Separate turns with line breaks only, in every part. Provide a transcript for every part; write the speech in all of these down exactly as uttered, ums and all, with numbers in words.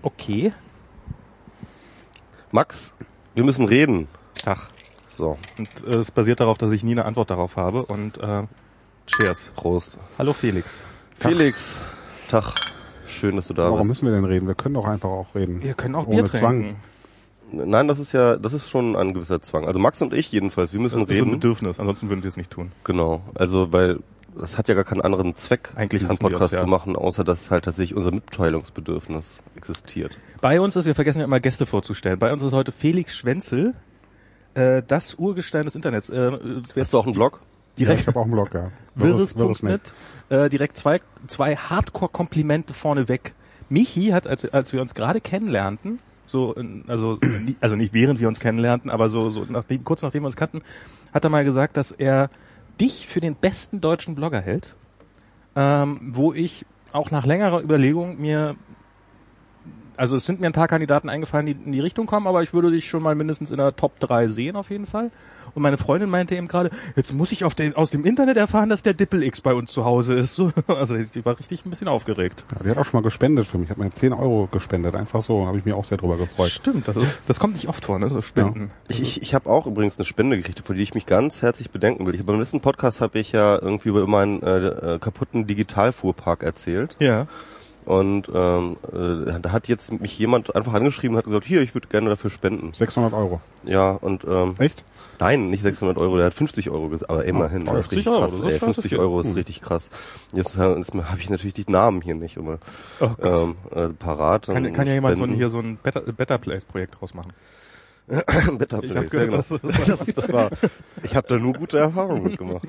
Okay.
Max, wir müssen reden.
Ach.
So.
Und äh, es basiert darauf, dass ich nie eine Antwort darauf habe. Und äh, cheers.
Prost.
Hallo Felix.
Tag. Felix. Tag. Schön, dass du da
Warum
bist.
müssen wir denn reden? Wir können doch einfach auch reden.
Wir können auch
Ohne
Bier trinken.
Zwang.
Nein, das ist ja, das ist schon ein gewisser Zwang. Also Max und ich jedenfalls, wir müssen
Das ist so ein
reden.
Bedürfnis, ansonsten würden wir es nicht tun.
Genau. Also, weil das hat ja gar keinen anderen Zweck,
Eigentlich
diesen
hassen wir
Podcast
uns, ja.
zu machen, außer dass halt tatsächlich unser Mitteilungsbedürfnis existiert.
Bei uns ist, wir vergessen ja immer Gäste vorzustellen. Bei uns ist heute Felix Schwenzel, äh, das Urgestein des Internets. Äh,
Hast du auch einen Blog?
Ja,
direkt
ich habe auch einen Blog, ja.
wirres Punkt net. Äh, direkt zwei, zwei Hardcore-Komplimente vorneweg. Michi hat, als, als wir uns gerade kennenlernten, so, also, also nicht während wir uns kennenlernten, aber so, so nachdem, kurz nachdem wir uns kannten, hat er mal gesagt, dass er dich für den besten deutschen Blogger hält, ähm, wo ich auch nach längerer Überlegung mir, also es sind mir ein paar Kandidaten eingefallen, die in die Richtung kommen, aber ich würde dich schon mal mindestens in der Top drei sehen auf jeden Fall. Und meine Freundin meinte eben gerade, jetzt muss ich auf den, aus dem Internet erfahren, dass der Dippel X bei uns zu Hause ist. So, also die war richtig ein bisschen aufgeregt.
Ja, die hat auch schon mal gespendet für mich. Hat mir zehn Euro gespendet. Einfach so. Habe ich mich auch sehr drüber gefreut.
Stimmt, das, ist, das kommt nicht oft vor, ne? So Spenden. Ja.
Ich, ich, ich habe auch übrigens eine Spende gekriegt, für die ich mich ganz herzlich bedanken will. Ich, beim letzten Podcast habe ich ja irgendwie über meinen äh, kaputten Digitalfuhrpark erzählt.
Ja.
Und ähm, äh, da hat jetzt mich jemand einfach angeschrieben und hat gesagt, hier, ich würde gerne dafür spenden.
sechshundert Euro.
Ja, und ähm,
Echt?
Nein, nicht sechshundert Euro, der hat fünfzig Euro gesagt, aber immerhin,
Oh,
das ist richtig
Euro,
krass.
das ist
Ey,
schon
fünfzig
viel.
Euro ist
Hm.
richtig krass. Jetzt, jetzt habe ich natürlich die Namen hier nicht immer
Oh Gott.
ähm, äh, parat.
Kann, kann ja jemand so ein, hier so ein Better, Better Place Projekt draus machen.
Better
Ich
Place,
hab gehört,
ja,
das-
genau. das, das, das war, ich habe da nur gute Erfahrungen mitgemacht.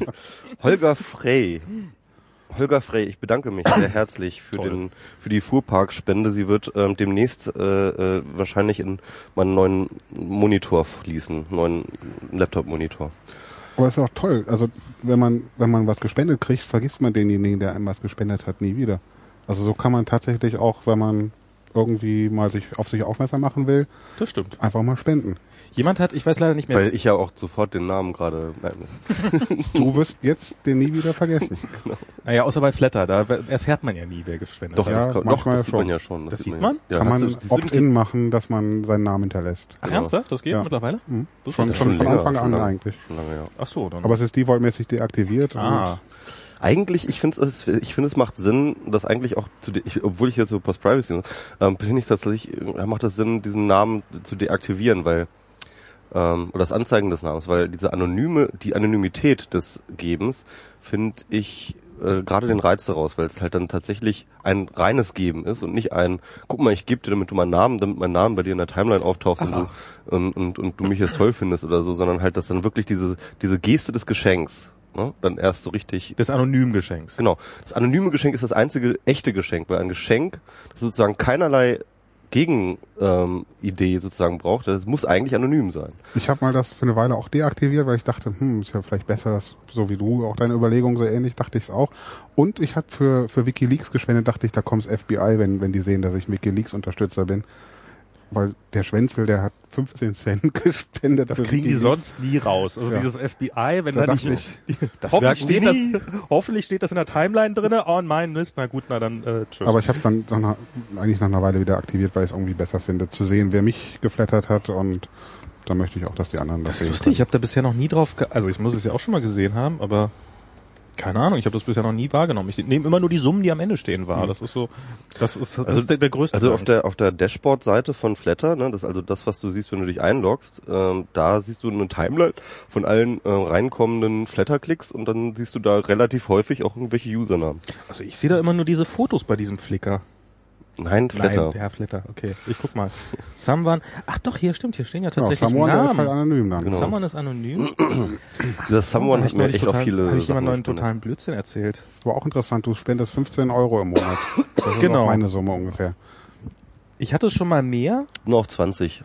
Holger Frey. Holger Frey, ich bedanke mich sehr herzlich für
Toll.
den für die Fuhrparkspende. Sie wird ähm, demnächst äh, äh, wahrscheinlich in meinen neuen Monitor fließen, neuen Laptop-Monitor.
Aber es ist auch toll. Also wenn man wenn man was gespendet kriegt, vergisst man denjenigen, der einem was gespendet hat, nie wieder. Also so kann man tatsächlich auch, wenn man irgendwie mal sich auf sich aufmerksam machen will,
Das stimmt.
einfach mal spenden.
Jemand hat, ich weiß leider nicht mehr.
Weil ich ja auch sofort den Namen gerade... Nein.
Du wirst jetzt den nie wieder vergessen.
Naja, außer bei Flatter, da erfährt man ja nie, wer gespendet
Doch,
hat.
Ja,
das, doch,
manchmal
das sieht
schon.
man ja schon.
Das
sieht
sieht
ja.
man?
Ja,
Kann
hast
man
du, das sind die-
Opt-in machen, dass man seinen Namen hinterlässt.
Ach,
Genau.
ernsthaft? Das geht
Ja.
mittlerweile?
Mhm.
Das
Schon,
ist
schon
schon
von
länger,
Anfang
schon
an
lange.
eigentlich.
Schon lange, ja.
Ach so, dann.
Aber es ist defaultmäßig deaktiviert.
ah.
Eigentlich, ich finde es, ich finde es macht Sinn, das eigentlich auch zu, de- ich, obwohl ich jetzt so Post-Privacy, ähm, finde ich tatsächlich, äh, macht es Sinn, diesen Namen zu deaktivieren, weil, ähm, oder das Anzeigen des Namens, weil diese anonyme, die Anonymität des Gebens, finde ich, äh, gerade den Reiz daraus, weil es halt dann tatsächlich ein reines Geben ist und nicht ein, guck mal, ich gebe dir, damit du meinen Namen, damit mein Name bei dir in der Timeline auftaucht und du, und, und, und du mich jetzt toll findest oder so, sondern halt, dass dann wirklich diese, diese Geste des Geschenks, ne, dann erst so richtig.
Des anonymen Geschenks.
Genau. Das anonyme Geschenk ist das einzige echte Geschenk, weil ein Geschenk, das sozusagen keinerlei Gegenidee ähm, Idee sozusagen braucht, das muss eigentlich anonym sein.
Ich habe mal das für eine Weile auch deaktiviert, weil ich dachte, hm, ist ja vielleicht besser, dass, so wie du, auch deine Überlegung so ähnlich, dachte ich es auch. Und ich habe für für WikiLeaks gespendet, dachte ich, da kommt's F B I, wenn wenn die sehen, dass ich WikiLeaks-Unterstützer bin. Weil der Schwenzel, der hat fünfzehn Cent gespendet.
Das
für
kriegen die
WikiLeaks.
sonst nie raus. Also
Ja.
dieses F B I, wenn
Da
da nicht,
dachte ich,
Das
hoffentlich steht, das,
nie.
hoffentlich steht das in der Timeline drinne. Oh mein Mist, na gut, na dann äh, tschüss.
aber ich habe es dann, dann eigentlich nach einer Weile wieder aktiviert, weil ich es irgendwie besser finde, zu sehen, wer mich geflattert hat, und da möchte ich auch, dass die anderen das,
das ist
sehen
lustig, ich
können.
habe da bisher noch nie drauf, ge also ich muss es ja auch schon mal gesehen haben, aber keine Ahnung, ich habe das bisher noch nie wahrgenommen. Ich nehme immer nur die Summen, die am Ende stehen wahr. Das ist so, das ist, das
Also-
ist der, der größte.
Also auf
Dank.
der auf der Dashboard-Seite von Flatter, ne, das ist also das, was du siehst, wenn du dich einloggst, ähm, da siehst du eine Timeline von allen äh, reinkommenden Flatter-Klicks und dann siehst du da relativ häufig auch irgendwelche Usernamen.
Also ich sehe da immer nur diese Fotos bei diesem Flickr.
Nein, Flatter.
Nein, ja, Flatter, okay. Ich guck mal. Someone, ach doch, hier stimmt, hier stehen ja
Genau,
tatsächlich
Someone, der ist
Namen.
halt anonym dann.
Genau.
Someone ist anonym.
Dieser Someone hat mir
neulich
echt
total,
auch viele
Habe ich
Sachen
jemand neuen
gespendet.
totalen Blödsinn erzählt.
Aber auch interessant, du spendest fünfzehn Euro im Monat. Das ist
Genau.
auch meine Summe ungefähr.
Ich hatte schon mal mehr
Nur auf zwanzig.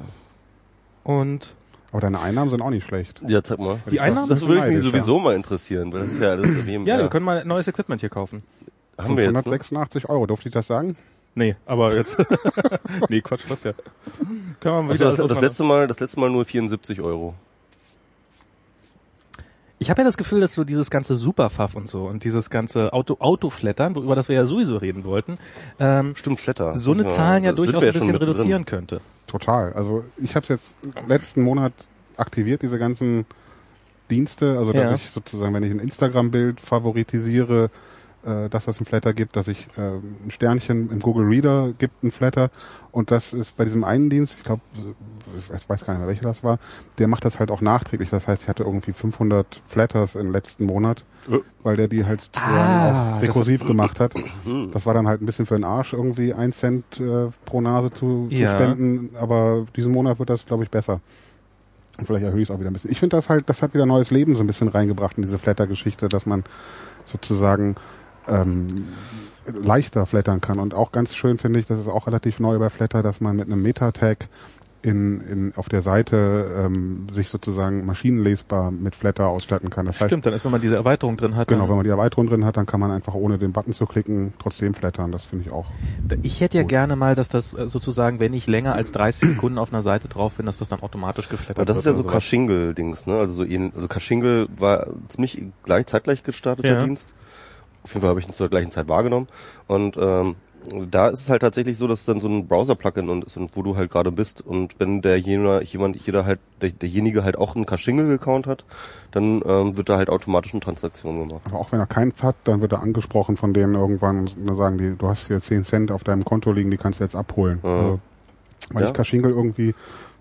und
Aber deine Einnahmen sind auch nicht schlecht.
Ja, zeig mal.
Die Einnahmen
Das, das würde mich
neidisch,
sowieso mal interessieren, weil das ist ja alles irgendwie,
ja, wir können mal neues Equipment hier kaufen.
haben wir jetzt, ne?
fünfhundertsechsundachtzig Euro, durfte ich das sagen?
Nee, aber jetzt. nee, Quatsch, was ja. Können wir mal
Also
wieder
das,
alles
das letzte Mal, das letzte Mal nur vierundsiebzig Euro.
Ich habe ja das Gefühl, dass so dieses ganze Superfuff und so und dieses ganze Auto Autoflattern, über das wir ja sowieso reden wollten, ähm,
Stimmt, Flatter.
so eine Zahlen ja
da sind
durchaus
wir
ein
ja schon
bisschen
mittendrin.
reduzieren könnte.
Total. Also ich habe es jetzt letzten Monat aktiviert, diese ganzen Dienste, also dass
Ja.
ich sozusagen, wenn ich ein Instagram-Bild favoritisiere, äh, dass das einen Flatter gibt, dass ich äh, ein Sternchen im Google Reader gibt, einen Flatter, und das ist bei diesem einen Dienst, ich glaube, ich weiß gar nicht mehr, welcher das war, der macht das halt auch nachträglich. Das heißt, ich hatte irgendwie fünfhundert Flatters im letzten Monat, weil der die halt sozusagen
Ah,
auch rekursiv gemacht hat. Das war dann halt ein bisschen für den Arsch, irgendwie ein Cent äh, pro Nase zu, zu
Ja.
spenden, aber diesen Monat wird das, glaube ich, besser. Und vielleicht erhöhe ich es auch wieder ein bisschen. Ich finde das halt, das hat wieder neues Leben so ein bisschen reingebracht in diese Flatter-Geschichte, dass man sozusagen ähm, leichter flattern kann. Und auch ganz schön finde ich, das ist auch relativ neu bei Flatter, dass man mit einem Meta-Tag in, in, auf der Seite ähm, sich sozusagen maschinenlesbar mit Flatter ausstatten kann. Das heißt,
Stimmt, dann ist, wenn man diese Erweiterung drin hat.
genau,
dann,
wenn man die Erweiterung drin hat, dann kann man einfach ohne den Button zu klicken trotzdem flattern. Das finde ich auch.
ich hätte ja
Gut.
gerne mal, dass das äh, sozusagen, wenn ich länger als dreißig Sekunden auf einer Seite drauf bin, dass das dann automatisch geflattert
Aber das
wird.
ist ja so
oder sowas.
Kashingle-Dings, ne? Also so ähn- also Kashingle war ziemlich gleich zeitgleich gestarteter
Ja.
Dienst. Auf jeden Fall habe ich ihn zur gleichen Zeit wahrgenommen. Und ähm, da ist es halt tatsächlich so, dass es dann so ein Browser-Plugin und ist und wo du halt gerade bist. Und wenn der jener, jemand, jeder halt, der, derjenige halt auch einen Kashingle-Account hat, dann ähm, wird da halt automatisch eine Transaktion gemacht.
Aber auch wenn er keinen hat, dann wird er angesprochen von denen irgendwann und dann sagen die, du hast hier zehn Cent auf deinem Konto liegen, die kannst du jetzt abholen.
Ja.
Also, weil
Ja.
ich Kashingle irgendwie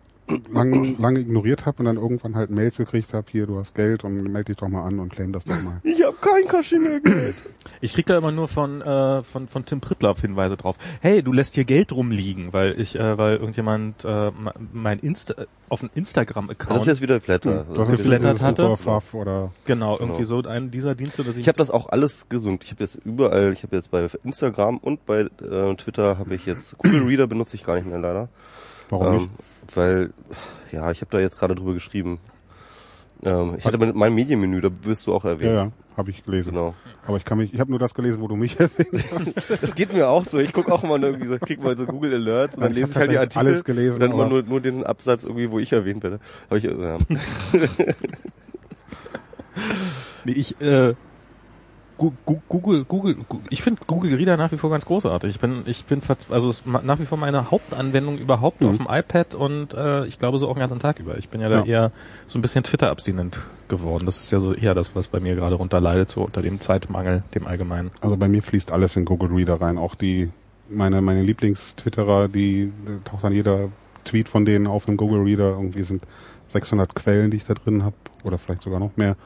lang, lange ignoriert habe und dann irgendwann halt Mails gekriegt habe, hier, du hast Geld und melde dich doch mal an und claim das doch mal.
Ich habe kein Kashingle-Geld.
Ich krieg da immer nur von äh, von von Tim Prittlaff Hinweise drauf. Hey, du lässt hier Geld rumliegen, weil ich äh, weil irgendjemand äh, mein Insta auf einen Instagram-Account
Das ist jetzt wieder Flatter.
Du hast
Das ist wieder-
geflattert hatte.
Superfuff oder
genau irgendwie
Genau.
so einen dieser Dienste, dass ich,
Ich habe das auch alles gesund. Ich habe jetzt überall, ich habe jetzt bei Instagram und bei äh, Twitter habe ich jetzt Google Reader benutze ich gar nicht mehr leider.
warum
Ähm,
nicht?
weil, ja, ich habe da jetzt gerade drüber geschrieben. Ähm, ich hatte mein, mein Medienmenü, da wirst du auch
Ja,
erwähnt.
ja, habe ich gelesen.
Genau.
Aber ich kann mich, ich habe nur das gelesen, wo du mich erwähnt hast.
Das geht mir auch so. Ich gucke auch mal irgendwie so, krieg mal so Google Alerts und dann
Ich
lese
hab
ich halt die
tatsächlich
Artikel
alles gelesen,
und dann immer
aber-
nur, nur den Absatz irgendwie, wo ich erwähnt werde. Hab ich, ja.
nee, ich äh, Gu- Gu- Google Google Gu- ich finde Google Reader nach wie vor ganz großartig. Ich bin ich bin verz- also es ist ma- nach wie vor meine Hauptanwendung überhaupt
Mhm.
auf dem iPad und äh, ich glaube so auch den ganzen Tag über. Ich bin ja da
Ja.
eher so ein bisschen Twitter abstinent geworden. Das ist ja so eher das, was bei mir gerade runterleidet, so unter dem Zeitmangel, dem allgemeinen.
Also bei mir fließt alles in Google Reader rein, auch die meine meine Lieblings-Twitterer, die da taucht dann jeder Tweet von denen auf im Google Reader. Irgendwie sind sechshundert Quellen, die ich da drin habe, oder vielleicht sogar noch mehr.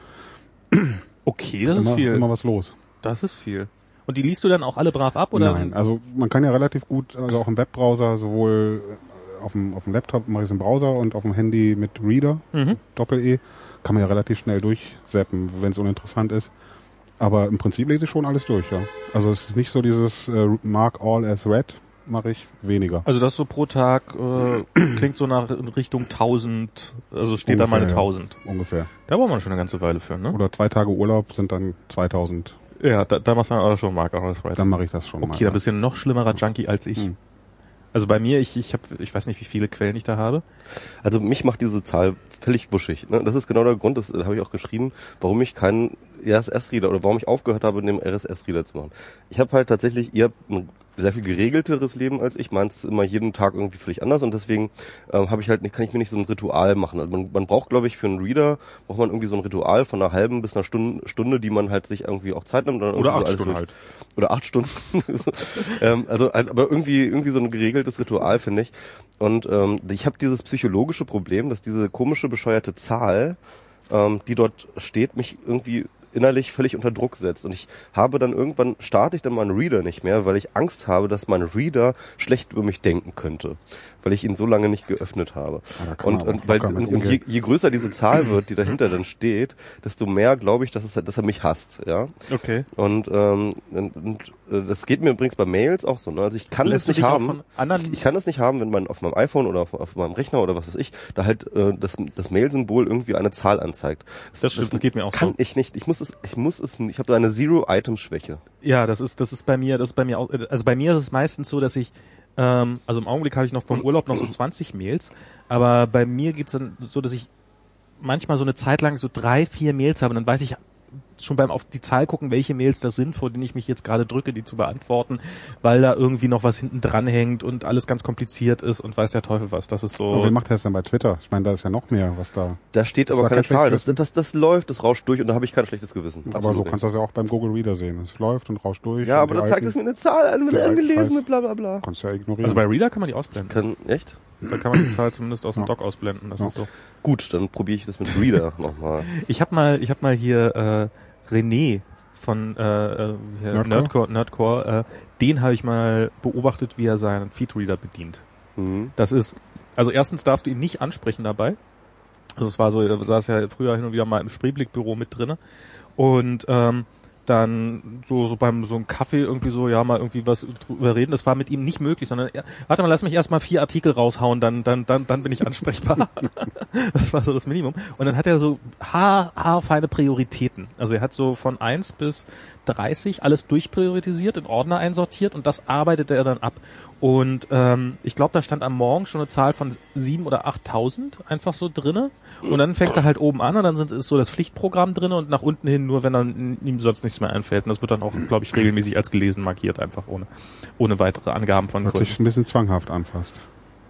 Okay, das
immer,
ist viel.
immer was los.
Das ist viel. Und die liest du dann auch alle brav ab oder?
Nein, also man kann ja relativ gut, also auch im Webbrowser, sowohl auf dem, auf dem Laptop mache ich es im Browser und auf dem Handy mit Reader,
Mhm.
Doppel-E, kann man ja relativ schnell durchzappen, wenn es uninteressant ist. Aber im Prinzip lese ich schon alles durch, ja. Also es ist nicht so dieses äh, Mark all as read, mache ich weniger.
Also das so pro Tag äh, klingt so nach in Richtung tausend, also steht da
Ungefähr,
mal eine
ja.
tausend.
Ungefähr.
Da braucht man schon eine ganze Weile für, ne?
Oder zwei Tage Urlaub sind dann zweitausend.
Ja, da, da machst du dann aber schon Mark Horace Rice.
Dann mache ich das schon mal.
Okay, dann bist du ein noch schlimmerer Junkie als ich.
Hm.
Also bei mir, ich, ich habe, ich weiß nicht, wie viele Quellen ich da habe.
Also mich macht diese Zahl völlig wuschig. Ne? Das ist genau der Grund, das habe ich auch geschrieben, warum ich keinen R S S-Reader oder warum ich aufgehört habe, den R S S-Reader zu machen. Ich habe halt tatsächlich, ihr habt ein sehr viel geregelteres Leben als ich, meins ist immer jeden Tag irgendwie völlig anders und deswegen ähm, habe ich halt nicht, kann ich mir nicht so ein Ritual machen. Also man, man braucht, glaube ich, für einen Reader braucht man irgendwie so ein Ritual von einer halben bis einer Stunde, Stunde, die man halt sich irgendwie auch Zeit nimmt. Und dann
Oder
irgendwie
acht
so alles
Stunden
durch-
halt.
Oder acht Stunden. ähm, also, also, aber irgendwie, irgendwie so ein geregeltes Ritual, finde ich. Und ähm, ich habe dieses psychologische Problem, dass diese komische, bescheuerte Zahl, ähm, die dort steht, mich irgendwie innerlich völlig unter Druck setzt. Und ich habe dann irgendwann, starte ich dann meinen Reader nicht mehr, weil ich Angst habe, dass mein Reader schlecht über mich denken könnte. Weil ich ihn so lange nicht geöffnet habe.
Ja, da kann
Und,
man aber
und, weil,
locker mit
und je,
umgehen.
je größer diese Zahl wird, die dahinter dann steht, desto mehr glaube ich, dass, es, dass er mich hasst. Ja.
Okay.
Und, ähm, und, und äh, das geht mir übrigens bei Mails auch so. Ne? Also ich kann
Lässt
es
du
nicht
dich auch
haben.
von anderen-
Ich, ich kann es nicht haben, wenn man auf meinem iPhone oder auf, auf meinem Rechner oder was weiß ich, da halt äh, das, das Mail-Symbol irgendwie eine Zahl anzeigt.
Das stimmt, das geht mir auch
kann
so.
ich nicht. Ich muss es, ich muss es. Ich habe so eine Zero-Item-Schwäche.
Ja, das ist, das ist bei mir, das ist bei mir auch, also bei mir ist es meistens so, dass ich, ähm, also im Augenblick habe ich noch vom Urlaub noch so zwanzig Mails, aber bei mir geht's dann so, dass ich manchmal so eine Zeit lang so drei, vier Mails habe, dann weiß ich schon beim auf die Zahl gucken, welche Mails das sind, vor denen ich mich jetzt gerade drücke, die zu beantworten, weil da irgendwie noch was hinten dran hängt und alles ganz kompliziert ist und weiß der Teufel was. Das ist so.
Aber wie macht er das denn bei Twitter? Ich meine, da ist ja noch mehr, was da...
Da steht aber keine Zahl. Das, das, das läuft, das rauscht durch und da habe ich kein schlechtes Gewissen.
Aber
Absolut
so
nicht.
kannst du das ja auch beim Google Reader sehen. Es läuft und rauscht durch.
Ja, aber da zeigt es mir eine Zahl an, mit
der
angelesen,
Scheiß.
mit bla bla bla.
Kannst du ja ignorieren.
Also bei Reader kann man die ausblenden.
Kann, echt?
Da kann man die Zahl zumindest aus dem
Ja.
Doc ausblenden. Das
Ja.
ist so.
Gut, dann probiere ich das mit Reader nochmal.
Ich habe mal, ich habe mal hier äh, René von äh, äh, hier
Nerdcore?
Nerdcore, Nerdcore äh, den habe ich mal beobachtet, wie er seinen Feedreader bedient.
Mhm.
Das ist, also erstens darfst du ihn nicht ansprechen dabei. Also es war so, er saß ja früher hin und wieder mal im Spreeblick-Büro mit drinne und ähm, dann so so beim so einem Kaffee irgendwie so, ja, mal irgendwie was drüber reden. Das war mit ihm nicht möglich, sondern er, warte mal, lass mich erst mal vier Artikel raushauen, dann dann dann dann bin ich ansprechbar. Das war so das Minimum. Und dann hat er so haar, haarfeine Prioritäten. Also er hat so von eins bis dreißig alles durchpriorisiert, in Ordner einsortiert und das arbeitet er dann ab. Und ähm, ich glaube, da stand am Morgen schon eine Zahl von sieben oder achttausend einfach so drinne. Und dann fängt er halt oben an und dann sind, ist so das Pflichtprogramm drinne und nach unten hin nur, wenn dann ihm sonst nichts mehr einfällt. Und das wird dann auch, glaube ich, regelmäßig als gelesen markiert, einfach ohne ohne weitere Angaben von
Hört
Kunden.
sich ein bisschen zwanghaft an fast.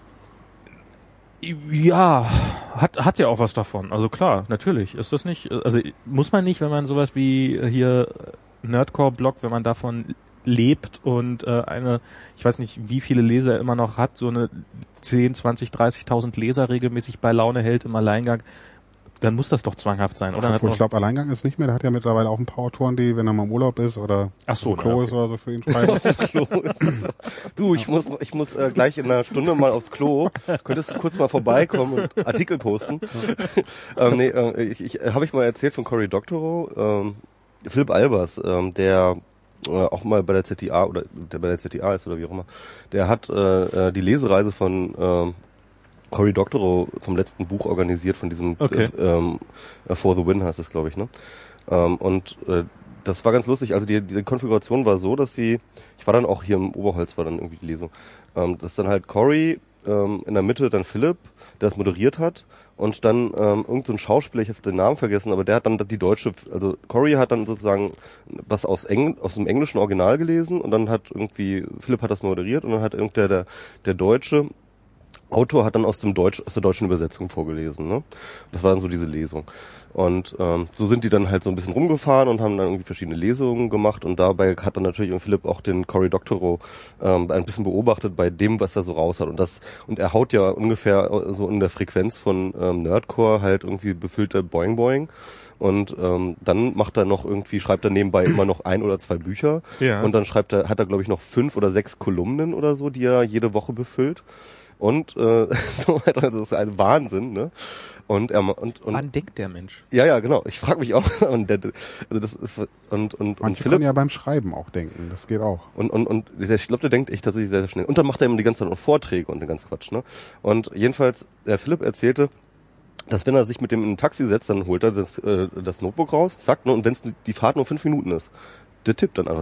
Ja, hat hat ja auch was davon. Also klar, natürlich ist das nicht. Also muss man nicht, wenn man sowas wie hier Nerdcore-Blog, wenn man davon lebt und äh, eine, ich weiß nicht, wie viele Leser er immer noch hat, so eine zehn, zwanzig, dreißigtausend Leser regelmäßig bei Laune hält im Alleingang, dann muss das doch zwanghaft sein, oder?
Obwohl, ich glaube, Alleingang ist nicht mehr. Der hat ja mittlerweile auch ein paar Autoren, die, wenn er mal im Urlaub ist oder
Ach so,
auf dem Klo
na, okay.
ist oder so, für ihn schreiben.
Klo ist das so. Du, ich muss, ich muss äh, gleich in einer Stunde mal aufs Klo. Könntest du kurz mal vorbeikommen und Artikel posten? ähm, nee, äh, ich, ich habe ich mal erzählt von Cory Doctorow, ähm, Philipp Albers, ähm, der äh, auch mal bei der Z D A oder der bei der Z D A ist oder wie auch immer, der hat äh, die Lesereise von ähm, Cory Doctorow vom letzten Buch organisiert, von diesem
Okay.
äh, ähm, For the Win heißt es, glaube ich, ne? Ähm, und äh, das war ganz lustig. Also die, diese Konfiguration war so, dass sie, ich war dann auch hier im Oberholz, war dann irgendwie die Lesung, ähm, dass dann halt Cory, ähm, in der Mitte dann Philipp, der das moderiert hat, und dann ähm, irgend so ein Schauspieler, ich habe den Namen vergessen, aber der hat dann die deutsche, also Cory hat dann sozusagen was aus Engl aus dem englischen Original gelesen und dann hat irgendwie, Philipp hat das moderiert und dann hat irgendwer der, der Deutsche Autor hat dann aus dem Deutsch, aus der deutschen Übersetzung vorgelesen, ne? Das war dann so diese Lesung. Und ähm, so sind die dann halt so ein bisschen rumgefahren und haben dann irgendwie verschiedene Lesungen gemacht und dabei hat dann natürlich Philipp auch den Cory Doctorow ähm, ein bisschen beobachtet bei dem, was er so raus hat. Und das, und er haut ja ungefähr so in der Frequenz von ähm, Nerdcore halt irgendwie befüllte Boing Boing. Und ähm, dann macht er noch irgendwie, schreibt er nebenbei immer noch ein oder zwei Bücher.
Ja.
Und dann schreibt er, hat er glaube ich noch fünf oder sechs Kolumnen oder so, die er jede Woche befüllt. Und äh, so weiter, das ist ein Wahnsinn, ne? Und er und und
Wann denkt der Mensch?
ja, ja, genau. Ich frage mich auch. Und der, also das ist und und und
Manche
Philipp
können ja beim Schreiben auch denken. Das geht auch.
und und und der, ich glaube, der denkt echt tatsächlich sehr, sehr schnell. Und dann macht er immer die ganze Zeit noch Vorträge und den ganzen Quatsch, ne? Und jedenfalls, der Philipp erzählte, dass wenn er sich mit dem in ein Taxi setzt, dann holt er das, äh, das Notebook raus, zack, ne? Und wenn die Fahrt nur fünf Minuten ist, der tippt dann einfach,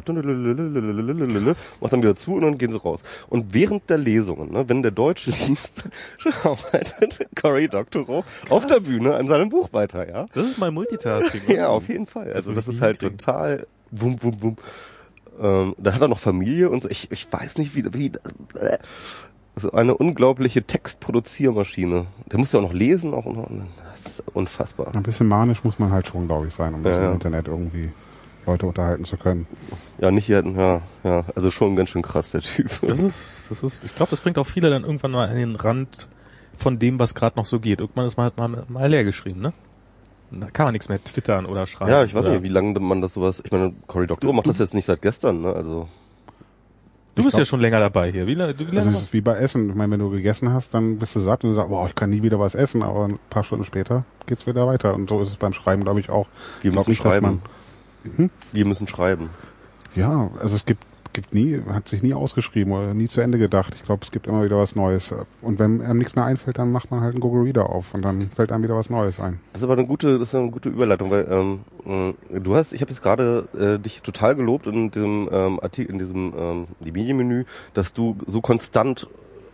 macht dann wieder zu und dann gehen sie raus. Und während der Lesungen, ne, wenn der Deutsche liest, arbeitet Cory Doctorow auf der Bühne an seinem Buch weiter, ja.
Das ist mal Multitasking.
Ja, auf jeden Fall. Also das ist halt total wum, wum, wum. Ähm, dann hat er noch Familie und so. Ich, ich weiß nicht, wie, wie äh, so eine unglaubliche Textproduziermaschine. Der muss ja auch noch lesen, auch noch, das ist unfassbar.
Ein bisschen manisch muss man halt schon, glaube ich, sein, um das
Ja, ja.
im Internet irgendwie Leute unterhalten zu können.
Ja, nicht hier, ja, ja, also schon ganz schön krass, der Typ.
Das ist, das ist, ich glaube, das bringt auch viele dann irgendwann mal an den Rand von dem, was gerade noch so geht. Irgendwann ist man halt mal, mal leer geschrieben, ne? Da kann man nichts mehr twittern oder schreiben.
Ja, ich weiß
oder
nicht, wie lange man das sowas, ich meine, Cory Doctorow macht das jetzt nicht seit gestern, ne, also.
Du
Ich
bist
glaub-
ja schon länger dabei hier. Wie lange? Du, wie
Also
lange
es ist wie bei Essen. Ich meine, wenn du gegessen hast, dann bist du satt und du sagst, boah, ich kann nie wieder was essen, aber ein paar Stunden später geht's wieder weiter. Und so ist es beim Schreiben, glaube ich, auch.
Wir
Glaub
müssen
nicht, dass
schreiben.
Hm?
Wir müssen schreiben.
Ja, also es gibt gibt nie, hat sich nie ausgeschrieben oder nie zu Ende gedacht. Ich glaube, es gibt immer wieder was Neues. Und wenn einem nichts mehr einfällt, dann macht man halt einen Google Reader auf und dann fällt einem wieder was Neues ein.
Das ist aber eine gute, das ist eine gute Überleitung, weil ähm, äh, du hast, ich habe jetzt gerade äh, dich total gelobt in diesem ähm, Artikel, in diesem ähm, die Medienmenü, dass du so konstant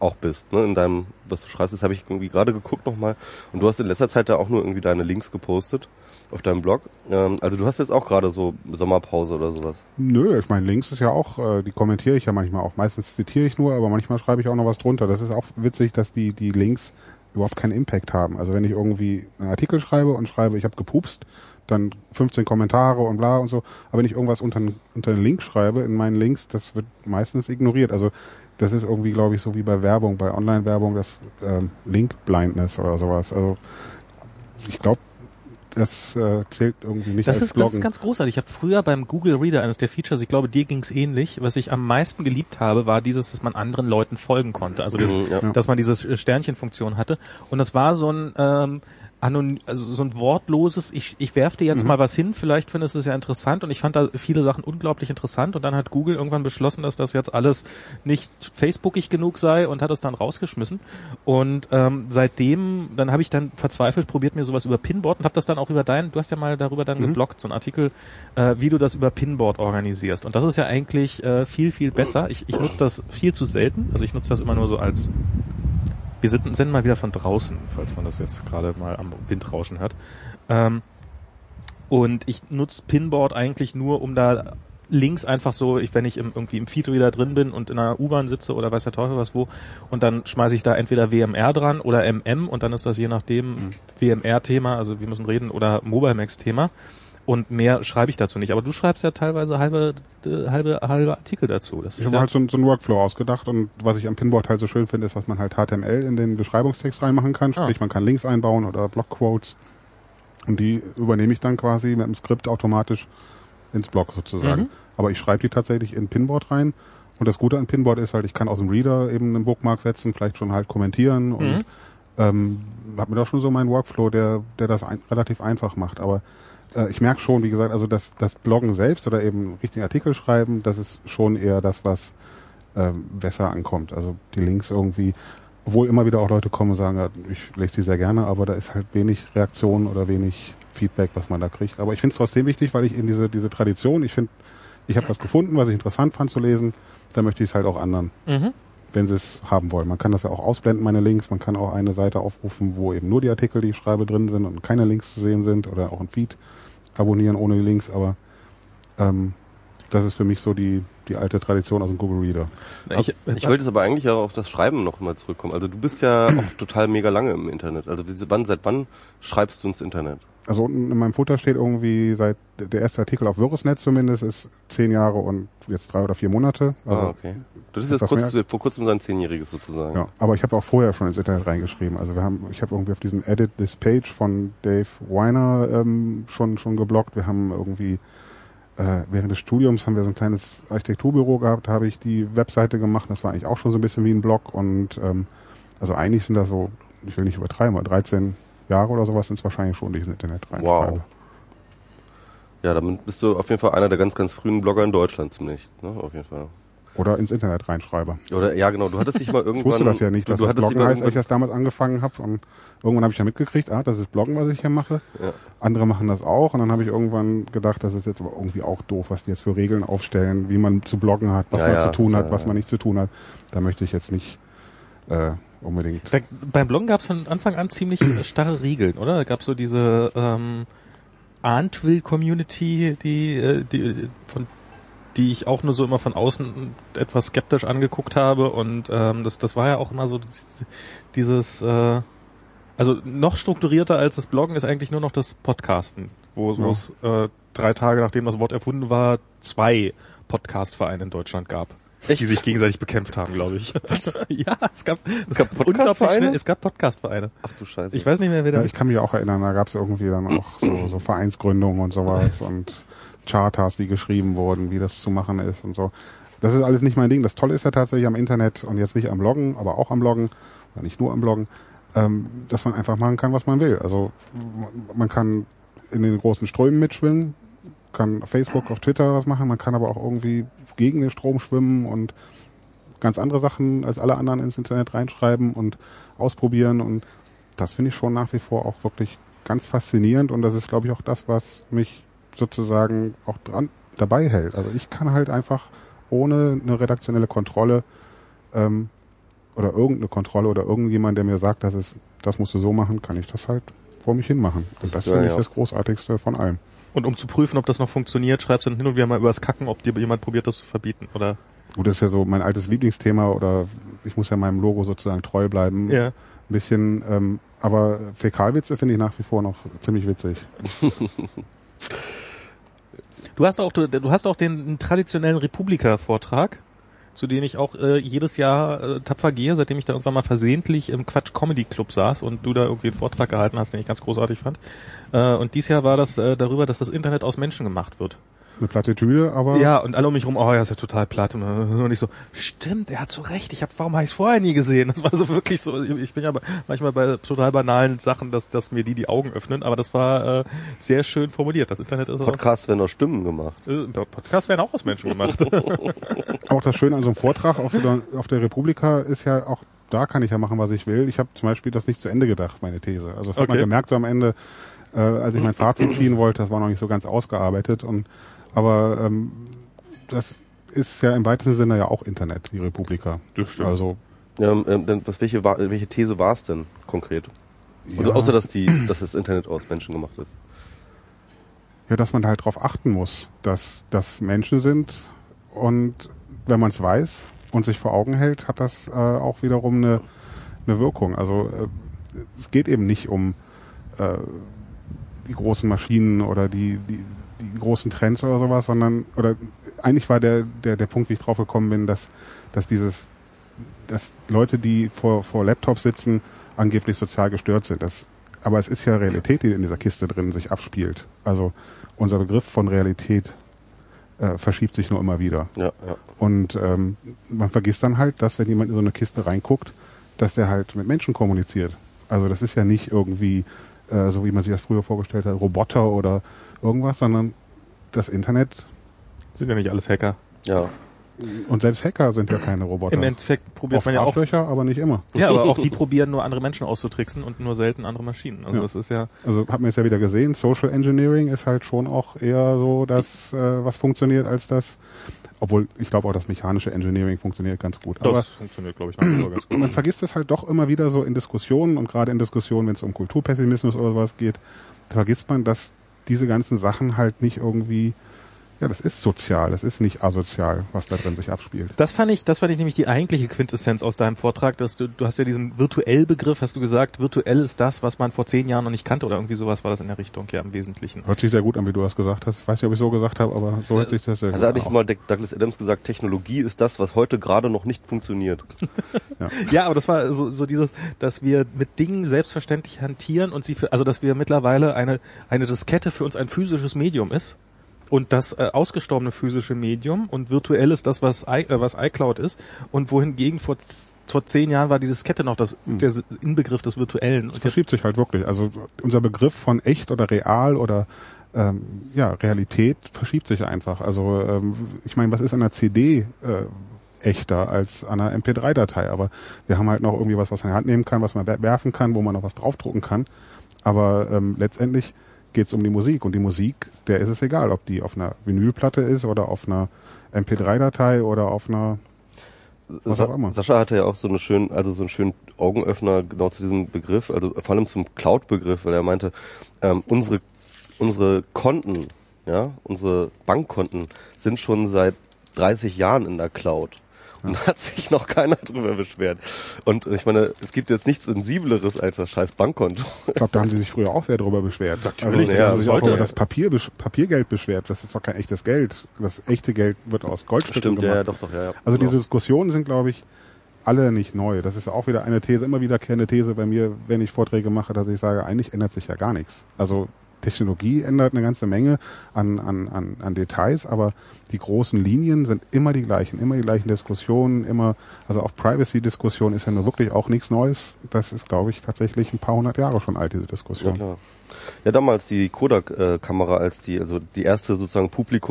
auch bist, ne, in deinem, was du schreibst. Das habe ich irgendwie gerade geguckt nochmal. Und du hast in letzter Zeit da auch nur irgendwie deine Links gepostet auf deinem Blog. Ähm, also du hast jetzt auch gerade so Sommerpause oder sowas.
Nö, ich meine, Links ist ja auch, äh, die kommentiere ich ja manchmal auch. Meistens zitiere ich nur, aber manchmal schreibe ich auch noch was drunter. Das ist auch witzig, dass die, die Links überhaupt keinen Impact haben. Also wenn ich irgendwie einen Artikel schreibe und schreibe, ich habe gepupst, dann fünfzehn Kommentare und bla und so. Aber wenn ich irgendwas unter, unter einen Link schreibe, in meinen Links, das wird meistens ignoriert. Also das ist irgendwie, glaube ich, so wie bei Werbung, bei Online-Werbung, das ähm, Link-Blindness oder sowas. Also ich glaube, das äh, zählt irgendwie nicht
das
als
ist,
Bloggen.
Das ist ganz großartig. Ich habe früher beim Google Reader, eines der Features, ich glaube, dir ging's ähnlich, was ich am meisten geliebt habe, war dieses, dass man anderen Leuten folgen konnte. Also das,
Mhm, ja.
dass man diese Sternchenfunktion hatte. Und das war so ein ähm, Anon also so ein wortloses, ich, ich werf dir jetzt
Mhm.
mal was hin, vielleicht findest du es ja interessant, und ich fand da viele Sachen unglaublich interessant, und dann hat Google irgendwann beschlossen, dass das jetzt alles nicht facebookig genug sei und hat es dann rausgeschmissen, und ähm, seitdem, dann habe ich dann verzweifelt probiert, mir sowas über Pinboard, und habe das dann auch über dein, du hast ja mal darüber dann
Mhm.
gebloggt, so ein Artikel, äh, wie du das über Pinboard organisierst, und das ist ja eigentlich äh, viel, viel besser. Ich, ich nutze das viel zu selten, also ich nutze das immer nur so als, wir sind, senden mal wieder von draußen, falls man das jetzt gerade mal am Windrauschen hört. Ähm, und ich nutze Pinboard eigentlich nur, um da Links einfach so, ich, wenn ich im, irgendwie im Feedreader drin bin und in einer U-Bahn sitze oder weiß der Teufel was wo, und dann schmeiße ich da entweder W M R dran oder M M, und dann ist das je nachdem
Mhm.
W M R-Thema, also wir müssen reden, oder Mobile-Max-Thema. Und mehr schreibe ich dazu nicht. Aber du schreibst ja teilweise halbe, äh, halbe, halbe Artikel dazu. Das
Ich
ist
habe
ja
halt so, so einen Workflow ausgedacht, und was ich am Pinboard halt so schön finde, ist, dass man halt H T M L in den Beschreibungstext reinmachen kann, sprich
Ah.
man kann Links einbauen oder Blogquotes, und die übernehme ich dann quasi mit dem Skript automatisch ins Blog sozusagen.
Mhm.
Aber ich schreibe die tatsächlich in Pinboard rein, und das Gute an Pinboard ist halt, ich kann aus dem Reader eben einen Bookmark setzen, vielleicht schon halt kommentieren, und
Mhm.
ähm, habe mir da schon so meinen Workflow, der, der das ein, relativ einfach macht. Aber äh, ich merke schon, wie gesagt, also das, das Bloggen selbst oder eben richtigen Artikel schreiben, das ist schon eher das, was ähm, besser ankommt. Also die Links irgendwie, obwohl immer wieder auch Leute kommen und sagen, ja, ich lese die sehr gerne, aber da ist halt wenig Reaktion oder wenig Feedback, was man da kriegt. Aber ich finde es trotzdem wichtig, weil ich eben diese, diese Tradition, ich finde, ich habe was gefunden, was ich interessant fand zu lesen, dann möchte ich es halt auch anderen,
Mhm.
wenn sie es haben wollen. Man kann das ja auch ausblenden, meine Links. Man kann auch eine Seite aufrufen, wo eben nur die Artikel, die ich schreibe, drin sind und keine Links zu sehen sind, oder auch ein Feed abonnieren ohne die Links. Aber ähm, das ist für mich so die, die alte Tradition aus dem Google Reader.
Ich,
Ich wollte jetzt aber eigentlich auch auf das Schreiben noch mal zurückkommen. Also du bist ja auch total mega lange im Internet. Also diese- wann, seit wann schreibst du ins Internet?
Also unten in meinem Futter steht irgendwie seit der erste Artikel auf Virusnet zumindest ist zehn Jahre und jetzt drei oder vier Monate. Also,
Ah, okay. Das ist jetzt
etwas
kurz,
mehr.
vor kurzem sein Zehnjähriges sozusagen.
ja, aber ich habe auch vorher schon ins Internet reingeschrieben. Also wir haben, ich habe irgendwie auf diesem Edit This Page von Dave Weiner ähm, schon schon gebloggt. Wir haben irgendwie äh, während des Studiums haben wir so ein kleines Architekturbüro gehabt. Da habe ich die Webseite gemacht. Das war eigentlich auch schon so ein bisschen wie ein Blog. Und ähm, also eigentlich sind das so, ich will nicht übertreiben, aber dreizehn Jahre oder sowas sind es wahrscheinlich schon, die ich ins Internet reinschreibe.
Wow. Ja, damit bist du auf jeden Fall einer der ganz, ganz frühen Blogger in Deutschland ziemlich, ne? Auf jeden Fall.
Oder ins Internet reinschreibe.
Oder ja, genau. Du hattest dich mal irgendwann.
Ich wusste das ja nicht,
du,
dass
du
das
hattest dich
Bloggen
mal
heißt, als ich
irgendwann,
das damals angefangen habe. Und irgendwann habe ich ja mitgekriegt, ah, das ist Bloggen, was ich hier mache.
Ja.
Andere machen das auch. Und dann habe ich irgendwann gedacht, das ist jetzt aber irgendwie auch doof, was die jetzt für Regeln aufstellen, wie man zu bloggen hat, was
Ja,
man
ja,
zu tun
das,
hat,
ja,
was
ja.
man nicht zu tun hat. Da möchte ich jetzt nicht äh, unbedingt.
Da, beim Bloggen gab es von Anfang an ziemlich äh, starre Regeln, oder? Da gab es so diese ähm, Antwill-Community, die, äh, die, von die ich auch nur so immer von außen etwas skeptisch angeguckt habe, und ähm, das, das war ja auch immer so dieses, äh, also noch strukturierter als das Bloggen ist eigentlich nur noch das Podcasten, wo
Ja.
wo es äh, drei Tage nachdem das Wort erfunden war, zwei Podcast-Vereine in Deutschland gab.
Echt?
Die sich gegenseitig bekämpft haben, glaube ich. ja, es gab, es
gab
unglaublich
Podcast-Vereine?
schnell- Es gab Podcast-Vereine.
Ach du Scheiße.
Ich weiß nicht mehr, wer
Ja,
da.
ich kann mich auch erinnern, da gab es irgendwie dann auch so, so Vereinsgründungen und sowas und Charters, die geschrieben wurden, wie das zu machen ist und so. Das ist alles nicht mein Ding. Das Tolle ist ja tatsächlich am Internet und jetzt nicht am Bloggen, aber auch am Bloggen, oder nicht nur am Bloggen, ähm, dass man einfach machen kann, was man will. Also man kann in den großen Strömen mitschwimmen, kann auf Facebook, auf Twitter was machen, man kann aber auch irgendwie gegen den Strom schwimmen und ganz andere Sachen als alle anderen ins Internet reinschreiben und ausprobieren, und das finde ich schon nach wie vor auch wirklich ganz faszinierend, und das ist, glaube ich, auch das, was mich sozusagen auch dran dabei hält. Also ich kann halt einfach ohne eine redaktionelle Kontrolle ähm, oder irgendeine Kontrolle oder irgendjemand, der mir sagt, das ist, das musst du so machen, kann ich das halt vor mich hin machen. Und das, das finde ja, ich das Großartigste von allem.
Und um zu prüfen, ob das noch funktioniert, schreibst du dann hin und wieder mal übers Kacken, ob dir jemand probiert, das zu verbieten, oder?
Gut, das ist ja so mein altes Lieblingsthema, oder ich muss ja meinem Logo sozusagen treu bleiben.
Ja.
Ein bisschen, ähm, aber Fäkalwitze finde ich nach wie vor noch ziemlich witzig.
Du hast auch, du, du hast auch den traditionellen Republika-Vortrag, zu dem ich auch äh, jedes Jahr äh, tapfer gehe, seitdem ich da irgendwann mal versehentlich im Quatsch Comedy Club saß und du da irgendwie einen Vortrag gehalten hast, den ich ganz großartig fand. Äh, und dieses Jahr war das äh, darüber, dass das Internet aus Menschen gemacht wird.
Eine Plattitüde, aber...
Ja, und alle um mich rum, oh ja, ist ja total platt. Und ich so, stimmt, er hat so recht, ich hab, warum habe ich es vorher nie gesehen? Das war so wirklich so, ich bin ja manchmal bei total banalen Sachen, dass, dass mir die die Augen öffnen, aber das war äh, sehr schön formuliert. Das Internet ist
Podcasts werden aus Stimmen gemacht.
Äh, Podcasts werden auch aus Menschen gemacht.
Auch das Schöne an so einem Vortrag auf, so der, auf der Republika ist ja auch, da kann ich ja machen, was ich will. Ich habe zum Beispiel das nicht zu Ende gedacht, meine These. Also das hat
Okay.
man gemerkt so am Ende, äh, als ich mein Fazit ziehen wollte, das war noch nicht so ganz ausgearbeitet. Und aber ähm, das ist ja im weitesten Sinne ja auch Internet, die Republika.
Das stimmt.
Also
Ähm, ähm, denn was, welche, war, welche These war es denn konkret? Also
ja,
außer dass die, dass das Internet aus Menschen gemacht ist.
ja, dass man halt darauf achten muss, dass das Menschen sind, und wenn man es weiß und sich vor Augen hält, hat das äh, auch wiederum eine, eine Wirkung. Also äh, es geht eben nicht um äh, die großen Maschinen oder die, die, die großen Trends oder sowas, sondern, oder eigentlich war der, der, der Punkt, wie ich drauf gekommen bin, dass, dass dieses, dass Leute, die vor, vor Laptops sitzen, angeblich sozial gestört sind. Das, aber es ist ja Realität, die in dieser Kiste drin sich abspielt. Also unser Begriff von Realität äh, verschiebt sich nur immer wieder.
Ja, ja.
Und ähm, man vergisst dann halt, dass wenn jemand in so eine Kiste reinguckt, dass der halt mit Menschen kommuniziert. Also das ist ja nicht irgendwie, äh, so wie man sich das früher vorgestellt hat, Roboter oder irgendwas, sondern das Internet.
Sind ja nicht alles Hacker.
Ja.
Und selbst Hacker sind ja keine Roboter.
Im Endeffekt probiert
Oft
man ja auch,
Arschlöcher, aber nicht immer.
ja, aber auch die probieren nur andere Menschen auszutricksen und nur selten andere Maschinen. Also
Ja.
das ist ja,
Also hat man jetzt ja wieder gesehen, Social Engineering ist halt schon auch eher so das, äh, was funktioniert, als das, obwohl ich glaube auch das mechanische Engineering funktioniert ganz gut.
das
Aber
funktioniert, glaube ich, nach wie vor ganz gut.
man vergisst es halt doch immer wieder so in Diskussionen, und gerade in Diskussionen, wenn es um Kulturpessimismus oder sowas geht, da vergisst man, dass diese ganzen Sachen halt nicht irgendwie, ja, das ist sozial, das ist nicht asozial, was da drin sich abspielt.
Das fand ich, das fand ich nämlich die eigentliche Quintessenz aus deinem Vortrag, dass du, du hast ja diesen virtuell Begriff, hast du gesagt, virtuell ist das, was man vor zehn Jahren noch nicht kannte, oder irgendwie sowas war das in der Richtung, ja, im Wesentlichen.
Hört sich sehr gut an, wie du das gesagt hast. Ich weiß nicht, ob ich so gesagt habe, aber so hört sich das sehr
Also
gut
hatte ich
an.
mal Douglas Adams gesagt, Technologie ist das, was heute gerade noch nicht funktioniert.
Ja, aber das war so, so dieses, dass wir mit Dingen selbstverständlich hantieren und sie für, also dass wir mittlerweile eine, eine Diskette für uns ein physisches Medium ist. Und das äh, ausgestorbene physische Medium und virtuell ist das, was, I, äh, was iCloud ist. Und wohingegen vor, z- vor zehn Jahren war die Diskette noch das,
Hm.
der Inbegriff des Virtuellen.
Es
Und jetzt,
verschiebt sich halt wirklich. Also unser Begriff von echt oder real oder ähm, ja, Realität verschiebt sich einfach. Also ähm, ich meine, was ist an einer C D äh, echter als an einer M P drei Datei? Aber wir haben halt noch irgendwie was, was man in die Hand nehmen kann, was man werfen kann, wo man noch was draufdrucken kann. Aber ähm, letztendlich geht es um die Musik. Und die Musik, der ist es egal, ob die auf einer Vinylplatte ist oder auf einer M P drei Datei oder auf einer was
Sa-
auch immer.
Sascha hatte ja auch so eine schönen, also so einen schönen Augenöffner genau zu diesem Begriff, also vor allem zum Cloud-Begriff, weil er meinte, ähm, unsere unsere Konten, ja, unsere Bankkonten sind schon seit dreißig Jahren in der Cloud. Und da hat sich noch keiner drüber beschwert. Und ich meine, es gibt jetzt nichts Sensibleres als das scheiß Bankkonto.
Ich glaube, da haben sie sich früher auch sehr drüber beschwert.
Natürlich,
also,
ja,
da haben sie sich auch
heute,
über
ja.
das Papier, Papiergeld beschwert. Das ist doch kein echtes Geld. Das echte Geld wird aus Goldstücken
Stimmt, ja,
gemacht.
ja, doch, doch, ja, ja.
Also
Genau.
diese Diskussionen sind, glaube ich, alle nicht neu. Das ist auch wieder eine These, immer wiederkehrende These bei mir, wenn ich Vorträge mache, dass ich sage, eigentlich ändert sich ja gar nichts. Also Technologie ändert eine ganze Menge an, an, an, an Details, aber die großen Linien sind immer die gleichen, immer die gleichen Diskussionen, immer, also auch Privacy-Diskussion ist ja nur wirklich auch nichts Neues. Das ist, glaube ich, tatsächlich ein paar hundert Jahre schon alt, diese
Ja,
Diskussion.
klar. Ja, damals die Kodak-Kamera als die, also die erste sozusagen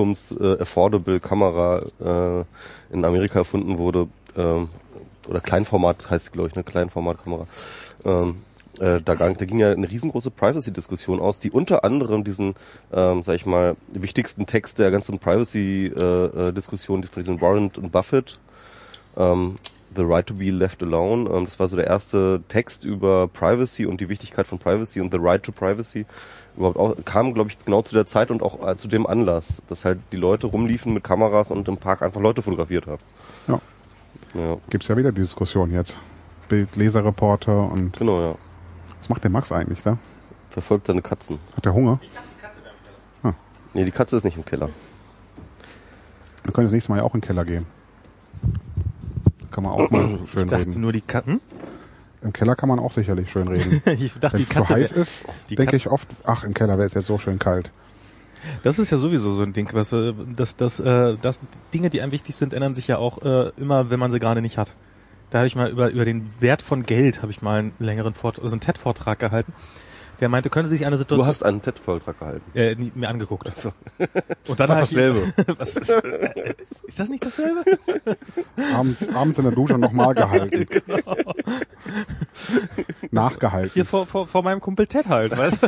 Publikums-Affordable-Kamera äh, in Amerika erfunden wurde, ähm, oder Kleinformat heißt sie, glaube ich, eine Kleinformatkamera. Ähm, äh, da, gang, da ging ja eine riesengroße Privacy-Diskussion aus, die unter anderem diesen, ähm, sag ich mal, wichtigsten Text der ganzen Privacy-Diskussion, äh, äh, von diesen Warren und Buffett, ähm, The Right to be Left Alone. Ähm, das war so der erste Text über Privacy und die Wichtigkeit von Privacy und The Right to Privacy. Überhaupt auch, kam, glaube ich, genau zu der Zeit und auch äh, zu dem Anlass, dass halt die Leute rumliefen mit Kameras und im Park einfach Leute fotografiert haben.
Ja.
Ja.
Gibt's ja wieder die Diskussion jetzt. Bild, Leserreporter und...
Genau, ja.
Was macht der Max eigentlich da?
Verfolgt seine Katzen.
Hat der Hunger?
Ich dachte, die Katze wäre im Keller.
Ah.
Nee, die Katze ist nicht im Keller.
Dann können wir das nächste Mal ja auch in den Keller gehen. Da kann man auch mal schön
Ich dachte
reden.
nur die Katzen.
Im Keller kann man auch sicherlich schön reden.
Ich dachte,
Wenn
die
es zu
Katze
heiß
wär,
ist,
die
denke
Kat-
ich oft, ach, im Keller wäre es jetzt so schön kalt.
Das ist ja sowieso so ein Ding, was, äh, dass, dass, äh, dass Dinge, die einem wichtig sind, ändern sich ja auch äh, immer, wenn man sie gerade nicht hat. Da habe ich mal über über den Wert von Geld habe ich mal einen längeren Vortrag, also einen TED-Vortrag gehalten. Der meinte, könnte sich eine Situation...
Du hast einen TED-Vortrag gehalten.
Äh, nie, mir angeguckt.
So.
Und dann
Das
hab
ist
ich-
dasselbe.
Was ist, äh, ist das nicht dasselbe?
Abends, abends in der Dusche nochmal gehalten.
Genau.
Nachgehalten.
Hier vor, vor, vor meinem Kumpel Ted halt, weißt du?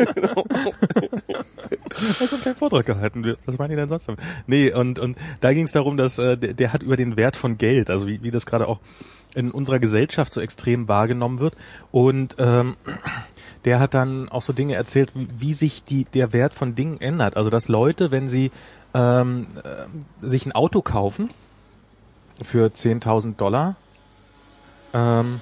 Also einen kleinen Vortrag gehalten. Was meinen die denn sonst damit? Nee, und, und da ging es darum, dass äh, der, der hat über den Wert von Geld, also wie, wie das gerade auch in unserer Gesellschaft so extrem wahrgenommen wird. Und ähm, der hat dann auch so Dinge erzählt, wie, wie sich die, der Wert von Dingen ändert. Also dass Leute, wenn sie ähm, äh, sich ein Auto kaufen für zehntausend Dollar, ähm,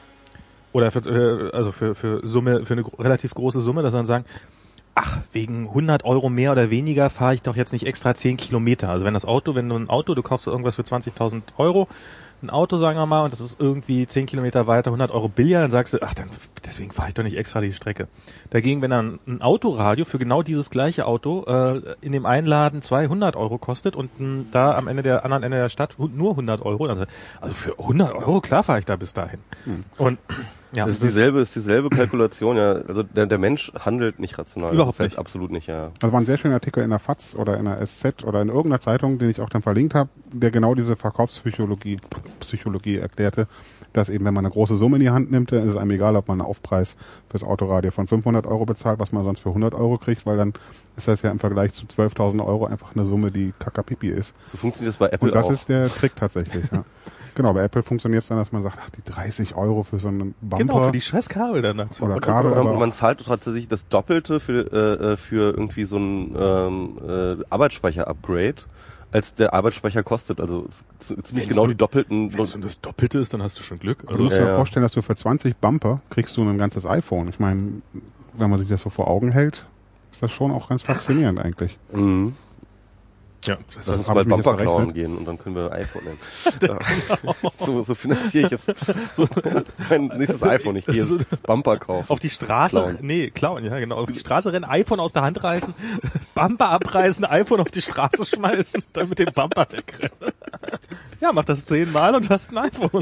oder für, äh, also für, für Summe, für eine gro- relativ große Summe, dass sie dann sagen, ach, wegen hundert Euro mehr oder weniger fahre ich doch jetzt nicht extra zehn Kilometer. Also wenn das Auto, wenn du ein Auto, du kaufst irgendwas für zwanzigtausend Euro, ein Auto, sagen wir mal, und das ist irgendwie zehn Kilometer weiter, hundert Euro billiger, dann sagst du, ach, dann deswegen fahre ich doch nicht extra die Strecke. Dagegen, wenn dann ein Autoradio für genau dieses gleiche Auto äh, in dem einen Laden zweihundert Euro kostet und m, da am Ende der anderen Ende der Stadt hu- nur hundert Euro, also, also für hundert Euro, klar fahre ich da bis dahin.
Hm.
Und ja,
Das ist dieselbe, ist dieselbe Kalkulation, ja. Also der, der Mensch handelt nicht rational.
Überhaupt
das ist halt
nicht.
Absolut nicht, ja.
Also war ein sehr schöner Artikel in der F A Z oder in der S Z oder in irgendeiner Zeitung, den ich auch dann verlinkt habe, der genau diese Verkaufspsychologie Psychologie erklärte, dass eben, wenn man eine große Summe in die Hand nimmt, dann ist es einem egal, ob man einen Aufpreis fürs Autoradio von fünfhundert Euro bezahlt, was man sonst für hundert Euro kriegt, weil dann ist das ja im Vergleich zu zwölftausend Euro einfach eine Summe, die kakapipi ist.
So funktioniert das bei Apple
Und das
auch.
ist der Trick tatsächlich, ja. Genau, bei Apple funktioniert es dann, dass man sagt, ach, die dreißig Euro für so einen Bumper.
genau, für die scheiß Kabel dann dazu.
Oder
Und,
Kabel,
und,
aber
und man zahlt tatsächlich das Doppelte für, äh, für irgendwie so ein ähm, äh, Arbeitsspeicher-Upgrade, als der Arbeitsspeicher kostet. Also z- ziemlich
Wenn's
genau
nur-
die doppelten.
Wenn es das Doppelte ist, dann hast du schon Glück.
du
Also,
musst
Ja,
dir
ja.
vorstellen, dass du für zwanzig Bumper kriegst du ein ganzes iPhone. Ich meine, wenn man sich das so vor Augen hält, ist das schon auch ganz faszinierend eigentlich.
Mhm.
ja,
Lass
Das
uns
hab
mal
ich mich jetzt
Bumper klauen
verrechnet.
gehen und dann können wir iPhone nehmen. so, so finanziere ich jetzt so mein nächstes iPhone. Ich gehe
So-
jetzt Bumper kaufen.
auf die Straße,
Klauen.
nee, klauen, ja genau, auf die Straße rennen, iPhone aus der Hand reißen, Bumper abreißen, iPhone auf die Straße schmeißen, dann mit dem Bumper wegrennen. Ja, mach das zehnmal und du hast ein iPhone.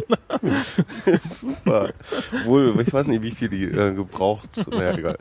Super. Wohl, ich weiß nicht, wie viel die äh, gebraucht. Naja, egal.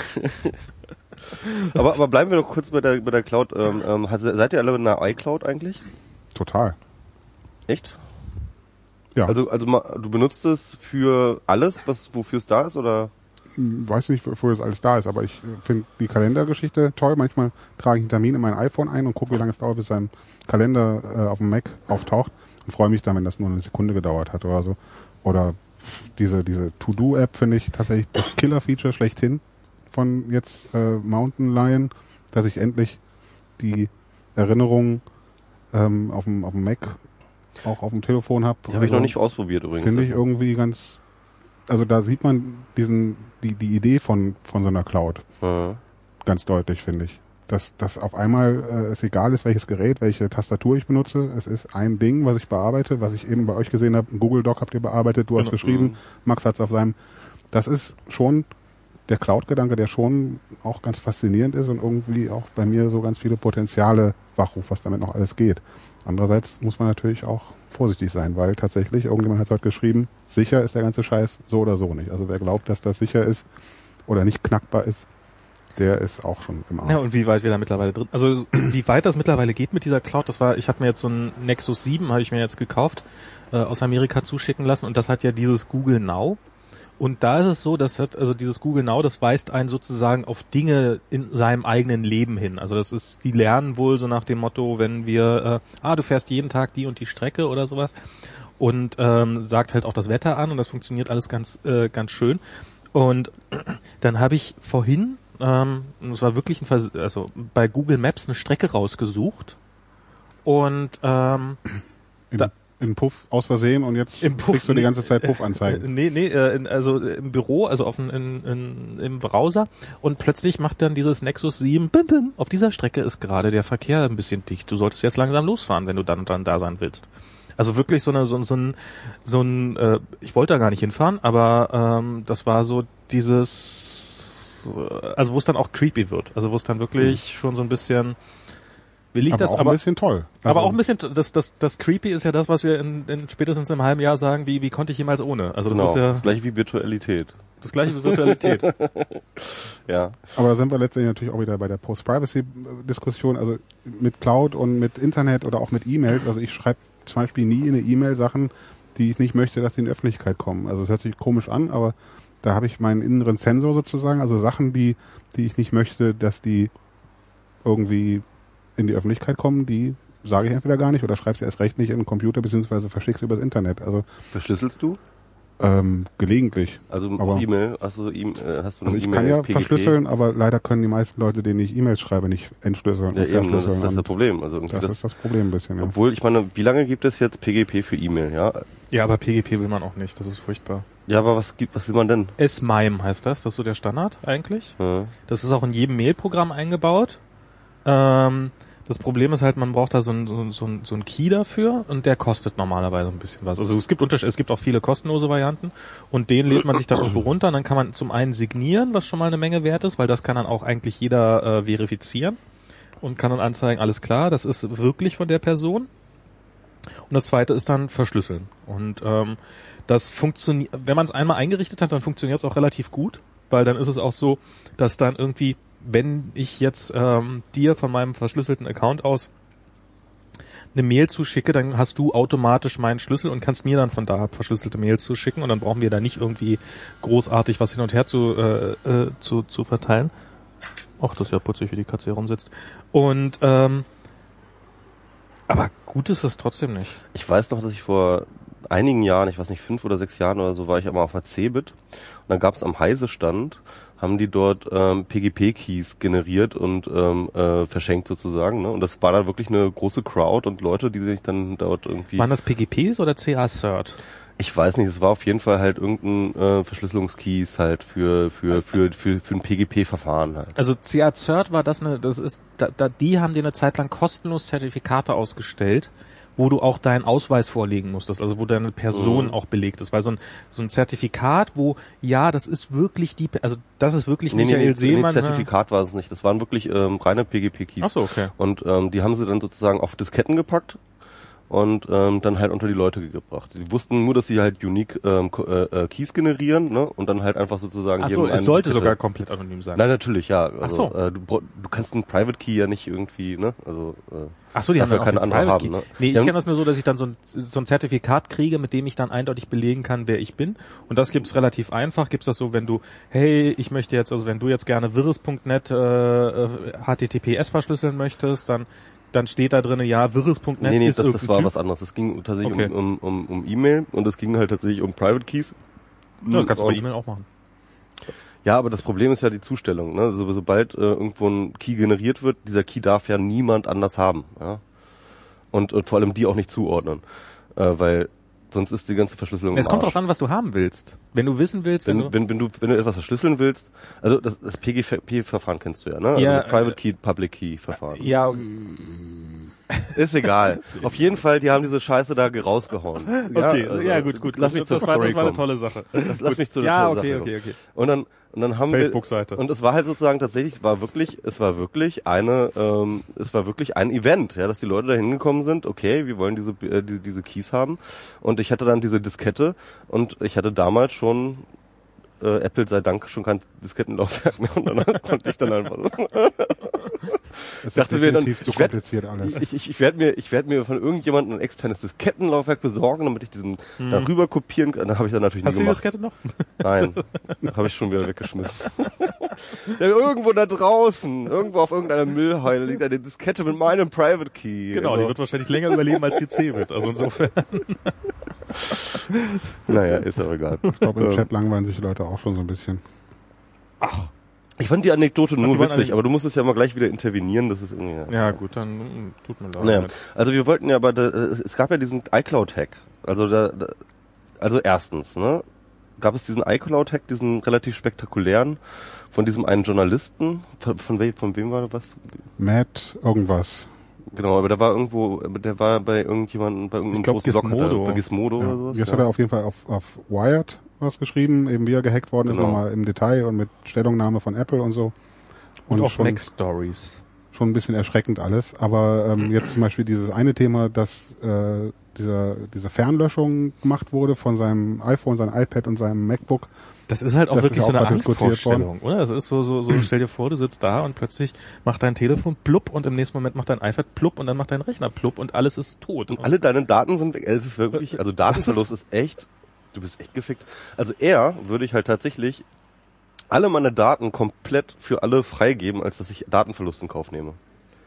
aber, aber bleiben wir doch kurz bei der, bei der Cloud. Ähm, ähm, hat- seid ihr alle in der iCloud eigentlich?
Total.
Echt?
Ja.
Also, also ma- du benutzt es für alles, was wofür es da ist, oder?
Weiß nicht, wofür das alles da ist, aber ich finde die Kalendergeschichte toll. Manchmal trage ich einen Termin in mein iPhone ein und gucke, wie lange es dauert, bis sein Kalender äh, auf dem Mac auftaucht und freue mich dann, wenn das nur eine Sekunde gedauert hat oder so. Oder diese diese To-Do-App finde ich tatsächlich das Killer-Feature schlechthin von jetzt äh, Mountain Lion, dass ich endlich die Erinnerungen ähm, auf dem auf dem Mac auch auf dem Telefon habe.
Die habe ich noch nicht ausprobiert übrigens.
Finde ich irgendwie ganz, also da sieht man diesen, die, die Idee von, von so einer Cloud
Ja.
ganz deutlich, finde ich. Dass, dass auf einmal äh, es egal ist, welches Gerät, welche Tastatur ich benutze. Es ist ein Ding, was ich bearbeite, was ich eben bei euch gesehen habe. Ein Google Doc habt ihr bearbeitet, du hast
Genau.
geschrieben,
Mhm.
Max hat's auf seinem. Das ist schon der Cloud-Gedanke, der schon auch ganz faszinierend ist und irgendwie auch bei mir so ganz viele Potenziale wachruft, was damit noch alles geht. Andererseits muss man natürlich auch vorsichtig sein, weil tatsächlich, irgendjemand hat dort geschrieben, sicher ist der ganze Scheiß so oder so nicht. Also wer glaubt, dass das sicher ist oder nicht knackbar ist, der ist auch schon im Arsch.
Ja, und wie weit wir da mittlerweile drin, also wie weit das mittlerweile geht mit dieser Cloud, das war, ich habe mir jetzt so ein Nexus sieben, habe ich mir jetzt gekauft, äh, aus Amerika zuschicken lassen und das hat ja dieses Google Now. Und da ist es so, das hat, also dieses Google Now, das weist einen sozusagen auf Dinge in seinem eigenen Leben hin. Also das ist, die lernen wohl so nach dem Motto, wenn wir, äh, ah, du fährst jeden Tag die und die Strecke oder sowas. und ähm, sagt halt auch das Wetter an und das funktioniert alles ganz äh, ganz schön. Und dann habe ich vorhin, ähm, es war wirklich ein Vers- also bei Google Maps eine Strecke rausgesucht und ähm,
In,
da,
in Puff aus Versehen und jetzt
Im Puff,
kriegst du die
nee,
ganze Zeit
äh,
Puff-Anzeigen.
nee, nee, äh, in, also im Büro, also auf in, in, in, im Browser und plötzlich macht dann dieses Nexus sieben, bim, bim, auf dieser Strecke ist gerade der Verkehr ein bisschen dicht. Du solltest jetzt langsam losfahren, wenn du dann und dann da sein willst. Also wirklich so eine so, so ein so ein äh, ich wollte da gar nicht hinfahren, aber ähm, das war so dieses äh, also wo es dann auch creepy wird, also wo es dann wirklich mhm. schon so ein bisschen will ich
aber
das
auch
aber
ein bisschen toll. Also
aber auch ein bisschen das das das creepy ist ja das, was wir in, in spätestens im halben Jahr sagen, wie wie konnte ich jemals ohne? Also das
genau,
ist ja
das gleiche wie Virtualität.
Das gleiche wie Virtualität.
Ja.
Aber da sind wir letztendlich natürlich auch wieder bei der Post-Privacy-Diskussion, also mit Cloud und mit Internet oder auch mit E-Mails. Also ich schreibe zum Beispiel nie in eine E-Mail Sachen, die ich nicht möchte, dass die in die Öffentlichkeit kommen. Also es hört sich komisch an, aber da habe ich meinen inneren Sensor sozusagen, also Sachen, die, die ich nicht möchte, dass die irgendwie in die Öffentlichkeit kommen, die sage ich entweder gar nicht oder schreibe sie erst recht nicht in den Computer beziehungsweise verschicke sie übers Internet. Also
verschlüsselst du?
Ähm, gelegentlich.
Also
aber,
E-Mail, hast du, e hast du
also
eine
ich
E-Mail
kann ja
P G P?
verschlüsseln, aber leider können die meisten Leute, denen ich E-Mails schreibe, nicht entschlüsseln
Ja,
und
eben, das
verschlüsseln.
ist das, das Problem. Also irgendwie
das, das ist das Problem ein bisschen, ja.
Obwohl, ich meine, wie lange gibt es jetzt P G P für E-Mail, ja?
Ja, aber P G P will man auch nicht, das ist furchtbar.
Ja, aber was gibt, was will man denn?
S-MIME heißt das, das ist so der Standard eigentlich.
Ja.
Das ist auch in jedem Mailprogramm eingebaut. Ähm, Das Problem ist halt, man braucht da so ein, so, so, ein, so ein Key dafür und der kostet normalerweise ein bisschen was. Also es gibt Unterschied, es gibt auch viele kostenlose Varianten und den lädt man sich dann irgendwo runter und dann kann man zum einen signieren, was schon mal eine Menge wert ist, weil das kann dann auch eigentlich jeder äh, verifizieren und kann dann anzeigen, alles klar, das ist wirklich von der Person. Und das zweite ist dann verschlüsseln. Und ähm, das funktioniert, wenn man es einmal eingerichtet hat, dann funktioniert es auch relativ gut, weil dann ist es auch so, dass dann irgendwie wenn ich jetzt ähm, dir von meinem verschlüsselten Account aus eine Mail zuschicke, dann hast du automatisch meinen Schlüssel und kannst mir dann von da verschlüsselte Mails zuschicken und dann brauchen wir da nicht irgendwie großartig was hin und her zu äh, äh, zu, zu verteilen. Ach, das ist ja putzig, wie die Katze hier rumsitzt. Und ähm, aber gut ist es trotzdem nicht.
Ich weiß noch, dass ich vor einigen Jahren, ich weiß nicht, fünf oder sechs Jahren oder so, war ich einmal auf der Cebit und dann gab es am Heise-Stand, haben die dort ähm, P G P-Keys generiert und ähm, äh, verschenkt sozusagen. Ne? Und das war dann wirklich eine große Crowd und Leute, die sich dann dort irgendwie...
Waren das P G Ps oder C A-Cert?
Ich weiß nicht, es war auf jeden Fall halt irgendein äh, Verschlüsselungskeys halt für für für für für ein P G P-Verfahren halt.
Also C A-Cert war das eine, das ist, da, da die haben dir eine Zeit lang kostenlos Zertifikate ausgestellt, wo du auch deinen Ausweis vorlegen musstest, also wo deine Person
mhm. auch
belegt ist, weil so ein so ein Zertifikat, wo ja, das ist wirklich die, also das ist wirklich
nee,
Michael
nee, nee,
Seemann.
Nee, Zertifikat war es nicht, das waren wirklich ähm, reine P G P-Keys.
Ach so, okay.
Und ähm, die haben sie dann sozusagen auf Disketten gepackt und ähm, dann halt unter die Leute gebracht. Die wussten nur, dass sie halt unique ähm, äh, Keys generieren, ne? Und dann halt einfach sozusagen...
Ach so, es sollte Diskette. Sogar komplett anonym sein.
Nein, natürlich, ja. Also,
Ach so.
Äh, du, du kannst einen Private Key ja nicht irgendwie, ne? Also äh,
Ach so, die haben dann auch
keine andere
Private
haben,
Key.
ne?
Nee, ich kenne das nur so, dass ich dann so ein, so ein Zertifikat kriege, mit dem ich dann eindeutig belegen kann, wer ich bin. Und das gibt's relativ einfach. Gibt's das so, wenn du, hey, ich möchte jetzt, also wenn du jetzt gerne virus punkt net äh, H T T P S verschlüsseln möchtest, dann dann steht da drin, ja, virus punkt net
nee, nee,
ist
das,
irgendein
das war
Typ.
was anderes. Es ging tatsächlich
Okay.
um, um, um, um E-Mail und es ging halt tatsächlich um Private Keys.
Ja, das kannst du bei
Und-
E-Mail auch machen.
Ja, aber das Problem ist ja die Zustellung. Ne? Also, sobald äh, irgendwo ein Key generiert wird, dieser Key darf ja niemand anders haben. Ja? Und, und vor allem die auch nicht zuordnen. Äh, weil sonst ist die ganze Verschlüsselung im
Es kommt
Arsch.
drauf an, was du haben willst. Wenn du wissen willst, wenn,
Wenn,
du...
wenn, wenn du wenn du etwas verschlüsseln willst, also das, das P G P-Verfahren kennst du ja, ne?
Ja,
also Private
äh,
Key, Public Key Verfahren.
Ja,
Ist egal. Auf jeden Fall, die haben diese Scheiße da rausgehauen.
okay,
ja, also,
ja gut, gut.
Lass mich
das,
zur
das war,
Story
das war eine
kommen.
tolle Sache.
Lass, lass mich zu der
Ja,
tollen
okay,
Sache
okay,
kommen.
okay.
Und dann und dann haben
Facebook-Seite.
wir und es war halt sozusagen tatsächlich, es war wirklich, es war wirklich eine, ähm, es war wirklich ein Event, ja, dass die Leute da hingekommen sind. Okay, wir wollen diese äh, die, diese Keys haben und ich hatte dann diese Diskette und ich hatte damals schon äh, Apple sei Dank schon kein Diskettenlaufwerk mehr und dann konnte ich dann einfach so.
Es ist
dachte mir dann,
definitiv zu
ich werd-
kompliziert alles.
Ich, ich, ich werde mir, ich werde mir von irgendjemandem ein externes Diskettenlaufwerk besorgen, damit ich diesen
Hm.
darüber kopieren kann. Da habe ich dann natürlich
Hast du
nie
die
gemacht.
Diskette noch?
Nein, habe ich schon wieder weggeschmissen. Ja, irgendwo da draußen, irgendwo auf irgendeiner Müllheule liegt eine Diskette mit meinem Private Key.
Genau,
Also,
die wird wahrscheinlich länger überleben als die C-Bit. Also insofern.
Naja, ist auch egal.
Ich glaube, im
Ähm,
Chat langweilen sich die Leute auch schon so ein bisschen.
Ich fand die Anekdote
Sie
nur
wollen
witzig,
eine-
aber du musstest ja mal gleich wieder intervenieren, das ist irgendwie...
Ja, gut, dann mm, tut mir leid.
Naja, also wir wollten ja, aber da, es gab ja diesen iCloud-Hack. Also da, da, also erstens, ne, gab es diesen iCloud-Hack, diesen relativ spektakulären, von diesem einen Journalisten, von, von, we, von wem war das was?
Matt, irgendwas.
Genau, aber der war irgendwo, der war bei irgendjemandem, bei irgendeinem
Ich glaub,
großen Blog,
Gizmodo.
bei Gizmodo
Ja.
oder sowas.
Jetzt
ja.
hat er auf jeden Fall auf, auf Wired was geschrieben, eben wie er gehackt worden ist,
Genau.
nochmal im Detail und mit Stellungnahme von Apple und so.
Und,
Und
auch
schon,
Mac Stories.
schon ein bisschen erschreckend alles. Aber ähm, jetzt zum Beispiel dieses eine Thema, dass äh, dieser, diese Fernlöschung gemacht wurde von seinem iPhone, seinem iPad und seinem MacBook.
Das ist halt auch
Das
wirklich
ist
so
auch
eine
mal diskutiert
Angstvorstellung, oder? Das ist so, so, so, stell dir vor, du sitzt da und plötzlich macht dein Telefon plupp und im nächsten Moment macht dein iPad plupp und dann macht dein Rechner plupp und alles ist tot.
Und alle deine Daten sind weg. Es ist wirklich, also Datenverlust ist echt, du bist echt gefickt. Also er würde ich halt tatsächlich alle meine Daten komplett für alle freigeben, als dass ich Datenverlust in Kauf nehme.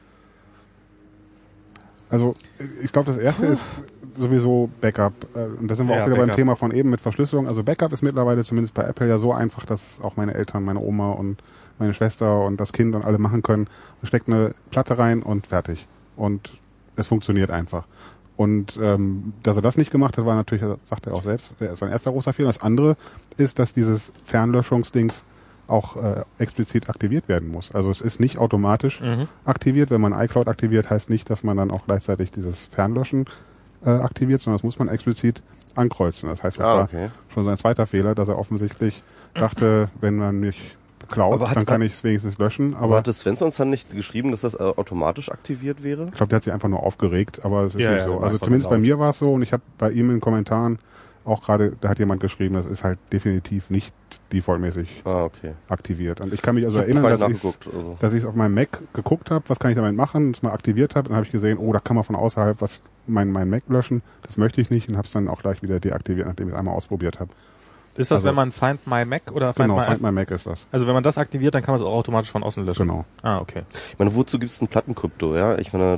Also ich glaube, das erste ist sowieso Backup. Äh, Und da sind wir
Ja,
auch wieder beim
Backup.
Thema von eben mit Verschlüsselung. Also Backup ist mittlerweile zumindest bei Apple ja so einfach, dass auch meine Eltern, meine Oma und meine Schwester und das Kind und alle machen können. Man steckt eine Platte rein und fertig. Und es funktioniert einfach. Und ähm, dass er das nicht gemacht hat, war natürlich, sagt er auch selbst, der sein erster großer Fehler. Das andere ist, dass dieses Fernlöschungsdings auch äh, explizit aktiviert werden muss. Also es ist nicht automatisch
Mhm.
aktiviert. Wenn man iCloud aktiviert, heißt nicht, dass man dann auch gleichzeitig dieses Fernlöschen äh, aktiviert, sondern das muss man explizit ankreuzen. Das heißt, das
Ah,
war
okay.
schon sein zweiter Fehler, dass er offensichtlich dachte, wenn man mich klaut,
Aber hat-
dann kann
hat-
ich es wenigstens löschen.
Aber
Aber
hat das Svensson dann nicht geschrieben, dass das äh, automatisch aktiviert wäre?
ich glaube, der hat sich einfach nur aufgeregt, aber es ist
Ja,
nicht
ja,
so.
der war
Also
einfach
zumindest
laut.
bei mir war es so und ich habe bei ihm in den Kommentaren auch gerade, da hat jemand geschrieben, das ist halt definitiv nicht defaultmäßig
Ah, okay.
aktiviert. Und ich kann mich also
Ich hab
erinnern,
gar
dass
nicht
ich
nachgeguckt, also.
dass ich es auf meinem Mac geguckt habe, was kann ich damit machen, es mal aktiviert habe, dann habe ich gesehen, oh, da kann man von außerhalb was mein mein Mac löschen, das möchte ich nicht und habe es dann auch gleich wieder deaktiviert, nachdem ich es einmal ausprobiert habe.
Ist das,
Also-
wenn man Find My Mac oder Find
Genau,
My
Find My Mac ist das.
Also wenn man das aktiviert, dann kann man es auch automatisch von außen löschen.
Genau.
Ah, okay.
Ich meine, wozu gibt es ein Plattenkrypto, ja? Ich meine,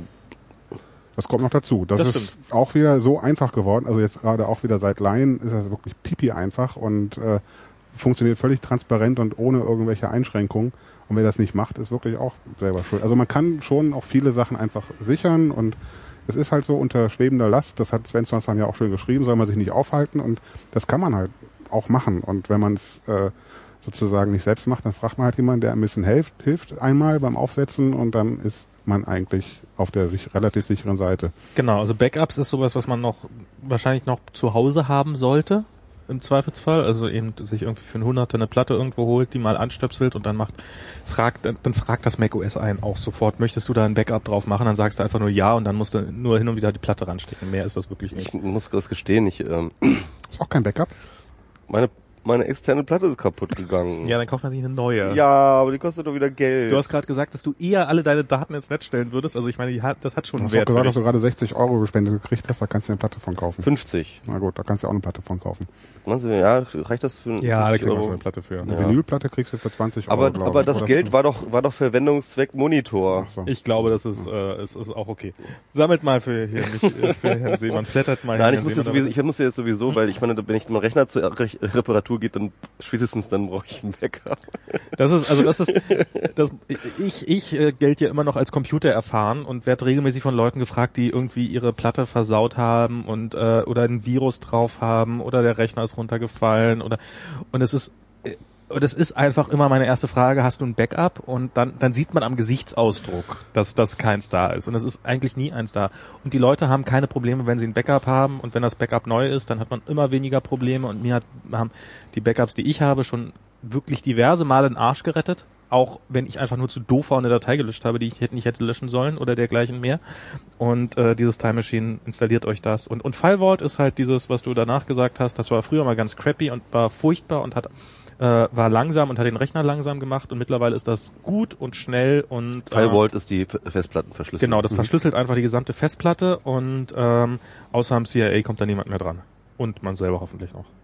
Das kommt noch dazu. Das,
Das
ist
stimmt.
auch wieder so einfach geworden. Also jetzt gerade auch wieder seit Laien ist das wirklich pipi einfach und äh, funktioniert völlig transparent und ohne irgendwelche Einschränkungen. Und wer das nicht macht, ist wirklich auch selber schuld. Also man kann schon auch viele Sachen einfach sichern und es ist halt so unter schwebender Last, das hat Svensson dann ja auch schön geschrieben, soll man sich nicht aufhalten und das kann man halt auch machen. Und wenn man es äh, sozusagen nicht selbst macht, dann fragt man halt jemanden, der ein bisschen hilft, hilft einmal beim Aufsetzen und dann ist man eigentlich auf der sich relativ sicheren Seite.
Genau, also Backups ist sowas, was man noch wahrscheinlich noch zu Hause haben sollte, im Zweifelsfall. Also eben sich irgendwie für ein Hunderter eine Platte irgendwo holt, die mal anstöpselt und dann macht, fragt, dann, dann fragt das macOS ein auch sofort, möchtest du da ein Backup drauf machen? Dann sagst du einfach nur ja und dann musst du nur hin und wieder die Platte ranstecken. Mehr ist das wirklich nicht.
ich muss das gestehen, ich, ähm,
Ist auch kein Backup.
meine, meine externe Platte ist kaputt gegangen.
Ja, dann kauft man sich eine neue.
Ja, aber die kostet doch wieder Geld.
Du hast gerade gesagt, dass du eher alle deine Daten ins Netz stellen würdest. Also ich meine, die hat, das hat schon
Du
einen
hast auch
Wert.
gesagt,
für
dass
dich.
du gerade sechzig Euro gespendet gekriegt hast, da kannst du eine Platte von kaufen.
fünfzig.
Na gut, da kannst du auch eine Platte von kaufen.
Meinst du, ja, reicht das für
Ja, da
fünfzig
kriegt man
Euro?
schon eine Platte für.
Eine
Ja.
Vinylplatte kriegst du für zwanzig Euro,
Aber,
glaube
aber
ich.
das
Oder
Geld
so.
war doch, war doch Verwendungszweck Monitor.
Ach so.
Ich glaube, das ist, äh, ist, ist auch okay. Sammelt mal für hier nicht äh, für Herrn Seemann, flattert mal
Nein, ich
Herrn
muss, jetzt
Seemann,
sowieso, ich muss jetzt sowieso, weil ich meine, wenn ich mein Rechner zur Re Reparatur geht, dann spätestens dann brauche ich ein Backup.
Das ist, also das ist, das, ich, ich äh, gelte ja immer noch als Computer erfahren und werde regelmäßig von Leuten gefragt, die irgendwie ihre Platte versaut haben und äh, oder ein Virus drauf haben oder der Rechner ist runtergefallen oder und es ist äh, und es ist einfach immer meine erste Frage, hast du ein Backup? Und dann, dann sieht man am Gesichtsausdruck, dass das keins da ist. Und es ist eigentlich nie eins da. Und die Leute haben keine Probleme, wenn sie ein Backup haben. Und wenn das Backup neu ist, dann hat man immer weniger Probleme. Und mir hat, haben die Backups, die ich habe, schon wirklich diverse Male den Arsch gerettet. Auch wenn ich einfach nur zu doof war und eine Datei gelöscht habe, die ich hätte nicht hätte löschen sollen oder dergleichen mehr. Und äh, dieses Time Machine installiert euch das. Und, und File Vault ist halt dieses, was du danach gesagt hast, das war früher mal ganz crappy und war furchtbar und hat äh, war langsam und hat den Rechner langsam gemacht und mittlerweile ist das gut und schnell und äh,
File Vault ist die F- Festplattenverschlüsselung.
genau, das verschlüsselt einfach die gesamte Festplatte und ähm, außer am C I A kommt da niemand mehr dran. Und man selber hoffentlich noch.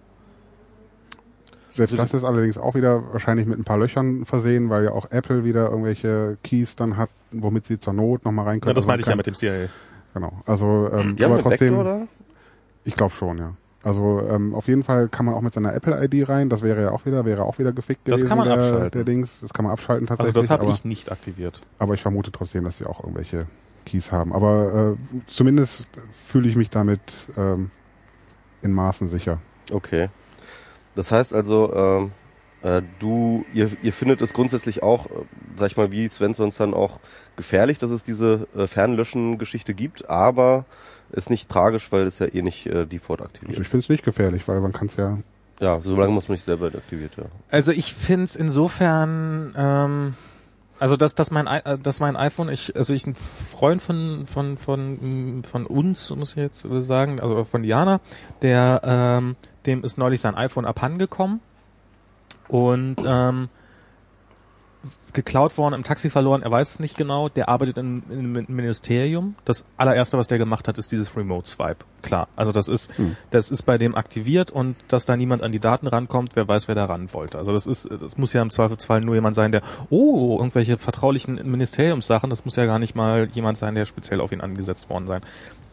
Selbst das ist allerdings auch wieder wahrscheinlich mit ein paar Löchern versehen, weil ja auch Apple wieder irgendwelche Keys dann hat, womit sie zur Not nochmal rein können.
Ja, das
Also
meinte ich ja
kann-
mit dem C I A.
Genau. Also, ähm,
Die haben
aber
einen
trotzdem,
Backdoor da?
ich glaube schon, ja. Also ähm, auf jeden Fall kann man auch mit seiner Apple I D rein. Das wäre ja auch wieder, wäre auch wieder gefickt gewesen.
Das kann man
der,
abschalten.
Der Dings, das kann man abschalten
Also
tatsächlich.
das habe
aber,
ich nicht aktiviert.
aber ich vermute trotzdem, dass die auch irgendwelche Keys haben. Aber äh, zumindest fühle ich mich damit ähm, in Maßen sicher.
Okay. Das heißt also, ähm, äh, du, ihr, ihr findet es grundsätzlich auch, äh, sag ich mal, wie Sven sonst dann auch gefährlich, dass es diese äh, Fernlöschen-Geschichte gibt, aber ist nicht tragisch, weil es ja eh nicht äh, Default aktiviert.
Also ich finde es nicht gefährlich, weil man kann es ja...
Ja, solange muss man nicht selber aktiviert, ja.
Also ich finde es insofern, ähm, also dass, dass mein, I- äh, dass mein iPhone, ich, also ich ein Freund von von von von uns, muss ich jetzt sagen, also von Diana, der, ähm, dem ist neulich sein iPhone abhandengekommen und ähm, geklaut worden, im Taxi verloren, er weiß es nicht genau, der arbeitet in, in, im Ministerium. Das allererste, was der gemacht hat, ist dieses Remote Swipe. Klar, also das ist, hm. das ist bei dem aktiviert und dass da niemand an die Daten rankommt, wer weiß, wer da ran wollte. Also das ist, das muss ja im Zweifelsfall nur jemand sein, der, oh, irgendwelche vertraulichen Ministeriumssachen, das muss ja gar nicht mal jemand sein, der speziell auf ihn angesetzt worden sein.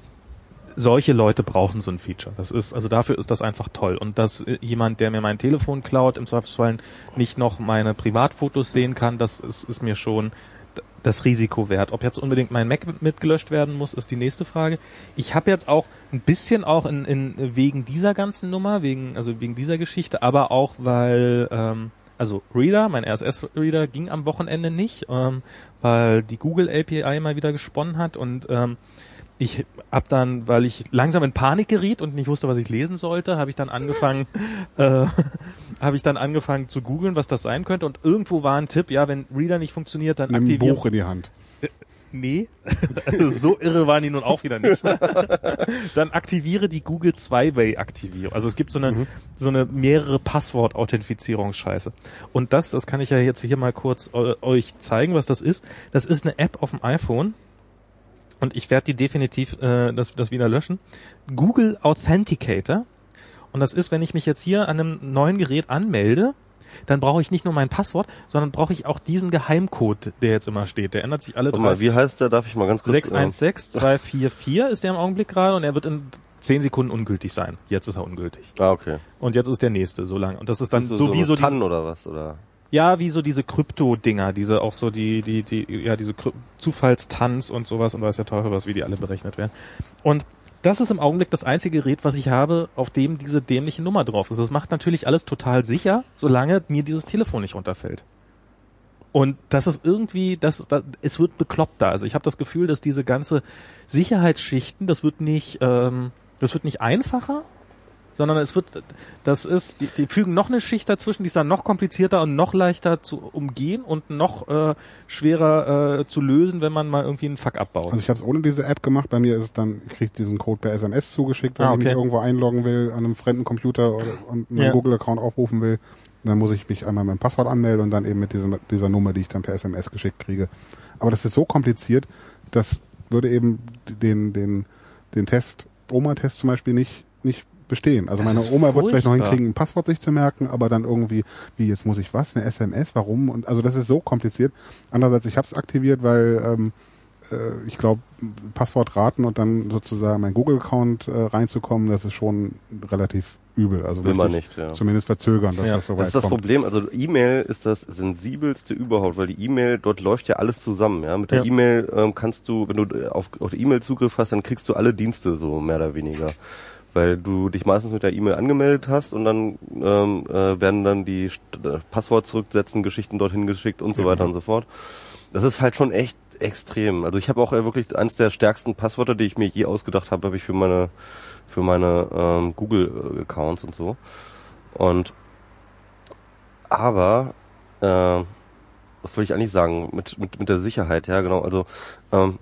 Solche Leute brauchen so ein Feature. Das ist, also dafür ist das einfach toll. Und dass jemand, der mir mein Telefon klaut, im Zweifelsfall nicht noch meine Privatfotos sehen kann, das ist, ist mir schon das Risiko wert. Ob jetzt unbedingt mein Mac mitgelöscht werden muss, ist die nächste Frage. Ich habe jetzt auch ein bisschen auch in, in wegen dieser ganzen Nummer, wegen, also wegen dieser Geschichte, aber auch weil, ähm, also Reader, mein R S S-Reader ging am Wochenende nicht, ähm, weil die Google A P I mal wieder gesponnen hat und ähm, ich hab dann, weil ich langsam in Panik geriet und nicht wusste, was ich lesen sollte, habe ich dann angefangen, äh, habe ich dann angefangen zu googeln, was das sein könnte. Und irgendwo war ein Tipp, ja, wenn Reader nicht funktioniert, dann
Nimm ein
aktivieren.
Buch in die Hand.
Äh, nee, also so irre waren die nun auch wieder nicht. Dann aktiviere die Google Zwei-Way-Aktivierung. Also es gibt so eine, mhm. so eine mehrere Passwort-Authentifizierungsscheiße. Und das, das kann ich ja jetzt hier mal kurz äh, euch zeigen, was das ist. Das ist eine App auf dem iPhone. Und ich werde die definitiv äh, das, das wieder löschen. Google Authenticator. Und das ist, wenn ich mich jetzt hier an einem neuen Gerät anmelde, dann brauche ich nicht nur mein Passwort, sondern brauche ich auch diesen Geheimcode, der jetzt immer steht. Der ändert sich alle
Warte mal, wie heißt der? Darf ich mal ganz kurz...
sechs eins sechs zwei vier vier ist der im Augenblick gerade und er wird in zehn Sekunden ungültig sein. Jetzt ist er ungültig.
Ah, okay.
Und jetzt ist der nächste so lang. Und das ist dann
ist
so, so wie so...
T A N oder was? Oder...
Ja, wie so diese Krypto-Dinger, diese auch so die, die, die, ja, diese Kry- Zufallstanz und sowas und weiß der Teufel was, wie die alle berechnet werden. Und das ist im Augenblick das einzige Gerät, was ich habe, auf dem diese dämliche Nummer drauf ist. Das macht natürlich alles total sicher, solange mir dieses Telefon nicht runterfällt. Und das ist irgendwie, das, das es wird bekloppter. Also ich habe das Gefühl, dass diese ganze Sicherheitsschichten, das wird nicht, ähm, das wird nicht einfacher, sondern es wird, das ist, die, die fügen noch eine Schicht dazwischen, die ist dann noch komplizierter und noch leichter zu umgehen und noch äh, schwerer äh, zu lösen, wenn man mal irgendwie einen Fuck abbaut.
Also ich habe es ohne diese App gemacht. Bei mir ist es dann, ich kriege diesen Code per S M S zugeschickt, wenn
ah, okay.
ich mich irgendwo einloggen will an einem fremden Computer oder, und einen
ja.
Google-Account aufrufen will. Dann muss ich mich einmal mit dem Passwort anmelden und dann eben mit dieser, dieser Nummer, die ich dann per S M S geschickt kriege. Aber das ist so kompliziert, das würde eben den, den, den Test, Oma-Test zum Beispiel nicht, nicht bestehen. Also
das
meine Oma wird es vielleicht noch
furchtbar.
hinkriegen, ein Passwort sich zu merken, aber dann irgendwie, wie jetzt muss ich was, eine S M S, warum? Und also das ist so kompliziert. Andererseits, ich habe es aktiviert, weil ähm, äh, ich glaube, Passwort raten und dann sozusagen mein Google-Account äh, reinzukommen, das ist schon relativ übel. Also
will man nicht, ja.
Zumindest verzögern, dass
ja.
das so weit
Das ist das
kommt.
Problem. Also E-Mail ist das sensibelste überhaupt, weil die E-Mail, dort läuft ja alles zusammen. Ja, mit der
ja.
E-Mail ähm, kannst du, wenn du auf, auf die E-Mail Zugriff hast, dann kriegst du alle Dienste so mehr oder weniger. Weil du dich meistens mit der E-Mail angemeldet hast und dann ähm, äh, werden dann die St- äh, Passwort zurücksetzen, Geschichten dorthin geschickt und so
Mhm.
weiter und so fort. Das ist halt schon echt extrem. Also ich habe auch äh, wirklich eins der stärksten Passwörter, die ich mir je ausgedacht habe, habe ich für meine für meine ähm, Google-Accounts und so. Und aber äh, was will ich eigentlich sagen mit mit mit der Sicherheit? Ja, genau. Also ähm,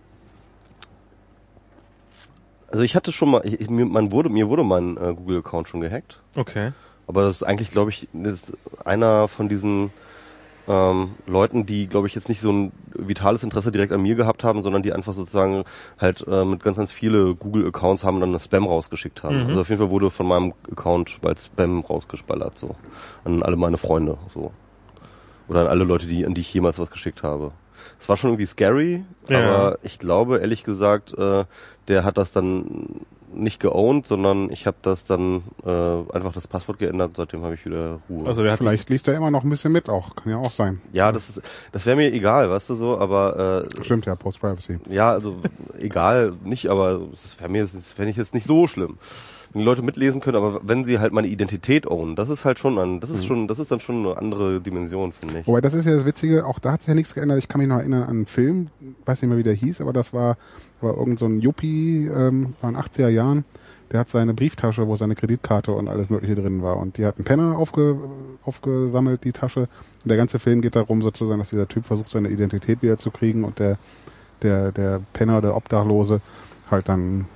Also ich hatte schon mal, ich, mir, man wurde, mir wurde mein äh, Google-Account schon gehackt.
Okay.
Aber das ist eigentlich, glaube ich, das ist einer von diesen ähm, Leuten, die, glaube ich, jetzt nicht so ein vitales Interesse direkt an mir gehabt haben, sondern die einfach sozusagen halt äh, mit ganz, ganz viele Google-Accounts haben und dann das Spam rausgeschickt haben.
Mhm.
Also auf jeden Fall wurde von meinem Account bald Spam rausgespallert, so. An alle meine Freunde, so. Oder an alle Leute, die, an die ich jemals was geschickt habe. Es war schon irgendwie scary,
ja.
aber ich glaube, ehrlich gesagt, äh, der hat das dann nicht geowned, sondern ich habe das dann äh, einfach das Passwort geändert, seitdem habe ich wieder Ruhe.
Also der hat
Vielleicht liest er immer noch ein bisschen mit auch, kann ja auch sein.
ja, das ist, das wäre mir egal, weißt du so, aber äh,
Stimmt ja, Post-Privacy.
ja, also egal, nicht, aber das wäre mir, das fände ich jetzt nicht so schlimm. Wenn die Leute mitlesen können, aber wenn sie halt meine Identität ownen, das ist halt schon ein, das ist
Mhm.
schon, das ist dann schon eine andere Dimension, finde ich.
Wobei, das ist ja das Witzige, auch da hat sich ja nichts geändert. Ich kann mich noch erinnern an einen Film, weiß nicht mehr, wie der hieß, aber das war, war irgend so ein Yuppie, ähm, war in den achtziger Jahren, der hat seine Brieftasche, wo seine Kreditkarte und alles mögliche drin war. Und die hat einen Penner aufge, aufgesammelt, die Tasche. Und der ganze Film geht darum sozusagen, dass dieser Typ versucht, seine Identität wiederzukriegen und der, der, der Penner, der Obdachlose, halt dann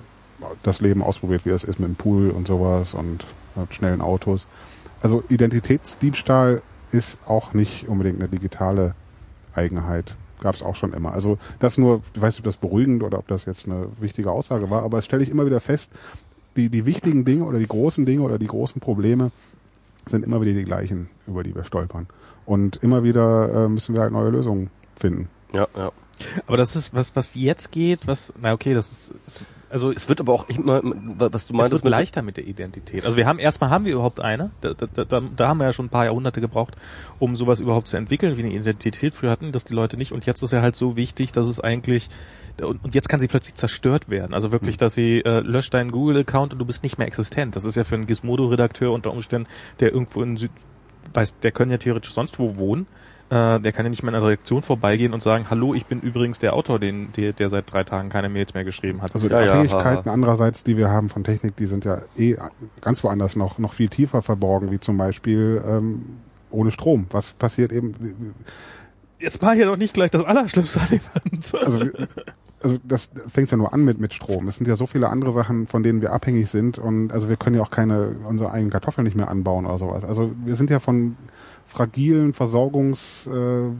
das Leben ausprobiert, wie es ist mit dem Pool und sowas und mit schnellen Autos. Also Identitätsdiebstahl ist auch nicht unbedingt eine digitale Eigenheit. Gab es auch schon immer. Also das nur, ich weiß nicht, ob das beruhigend oder ob das jetzt eine wichtige Aussage war, aber es stelle ich immer wieder fest, die, die wichtigen Dinge oder die großen Dinge oder die großen Probleme sind immer wieder die gleichen, über die wir stolpern. Und immer wieder äh, müssen wir halt neue Lösungen finden.
Ja, ja.
Aber das ist, was, was jetzt geht, was, na okay, das ist, ist also
Es wird aber auch immer, was du
es
meinst,
wird leichter mit der Identität. Also wir haben, erstmal haben wir überhaupt eine, da, da, da, da haben wir ja schon ein paar Jahrhunderte gebraucht, um sowas überhaupt zu entwickeln, wie eine Identität früher hatten, dass die Leute nicht, und jetzt ist ja halt so wichtig, dass es eigentlich, und, und jetzt kann sie plötzlich zerstört werden. Also wirklich, dass sie, äh, löscht deinen Google-Account und du bist nicht mehr existent. Das ist ja für einen Gizmodo-Redakteur unter Umständen, der irgendwo in Süd, weiß, der können ja theoretisch sonst wo wohnen, der kann ja nicht mehr in einer Redaktion vorbeigehen und sagen, hallo, ich bin übrigens der Autor, den, der, der seit drei Tagen keine Mails mehr geschrieben hat.
Also die
Ja, ja,
Abhängigkeiten
haha.
andererseits, die wir haben von Technik, die sind ja eh ganz woanders noch, noch viel tiefer verborgen, wie zum Beispiel ähm, ohne Strom. Was passiert eben,
Jetzt war hier doch nicht gleich das Allerschlimmste an dem Ganzen.
also, also das fängt ja nur an mit, mit Strom. Es sind ja so viele andere Sachen, von denen wir abhängig sind und also wir können ja auch keine, unsere eigenen Kartoffeln nicht mehr anbauen oder sowas. Also wir sind ja von fragilen Versorgungswegen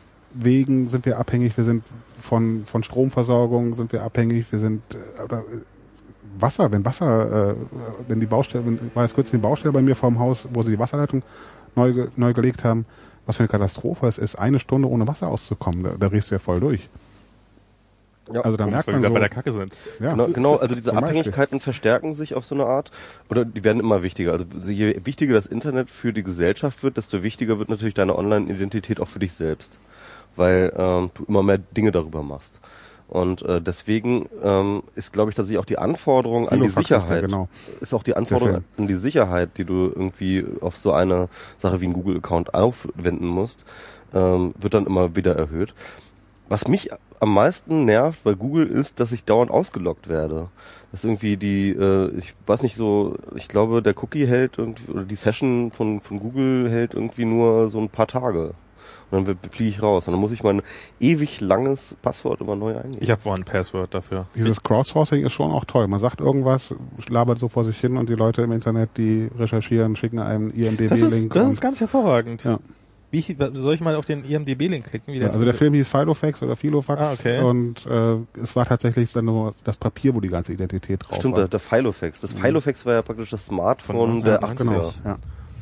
äh, sind wir abhängig, wir sind von, von Stromversorgung sind wir abhängig, wir sind äh, oder, äh, Wasser, wenn Wasser, äh, wenn die Baustelle, wenn, war jetzt kurz die Baustelle bei mir vor dem Haus, wo sie die Wasserleitung neu, ge, neu gelegt haben, was für eine Katastrophe es ist, eine Stunde ohne Wasser auszukommen, da, da riechst du ja voll durch.
Ja.
Also da merkt
weil
man
wir
so,
bei der Kacke sind.
ja,
Genau, genau, also diese
zum Beispiel.
Abhängigkeiten verstärken sich auf so eine Art, oder die werden immer wichtiger. Also je wichtiger das Internet für die Gesellschaft wird, desto wichtiger wird natürlich deine Online-Identität auch für dich selbst, weil ähm, du immer mehr Dinge darüber machst. Und äh, deswegen ähm, ist, glaube ich, tatsächlich auch die Anforderung an die
Filofax ist der,
Sicherheit,
genau.
ist auch die Anforderung
Film.
an die Sicherheit, die du irgendwie auf so eine Sache wie einen Google-Account aufwenden musst, ähm, wird dann immer wieder erhöht. Was mich am meisten nervt bei Google ist, dass ich dauernd ausgeloggt werde. Dass irgendwie die, äh, ich weiß nicht so, ich glaube der Cookie hält irgendwie, oder die Session von, von Google hält irgendwie nur so ein paar Tage. Und dann fliege ich raus. Und dann muss ich mein ewig langes Passwort immer neu eingeben.
Ich habe One Password dafür.
Dieses Crowdsourcing ist schon auch toll. Man sagt irgendwas, labert so vor sich hin und die Leute im Internet, die recherchieren, schicken einen I M D
Das
B-Link.
ist, das
und-
ist ganz hervorragend.
Ja.
Wie, soll ich mal auf den I M D B-Link klicken? Wie
Ja, also der Film hieß Filofax oder Filofax
Ah, okay.
und äh, es war tatsächlich dann nur das Papier, wo die ganze Identität drauf
Stimmt,
war.
der, der Filofax. Das Filofax war ja praktisch das Smartphone
Von
der
neunzehnhundertachtziger.
achtziger.
Genau, ja.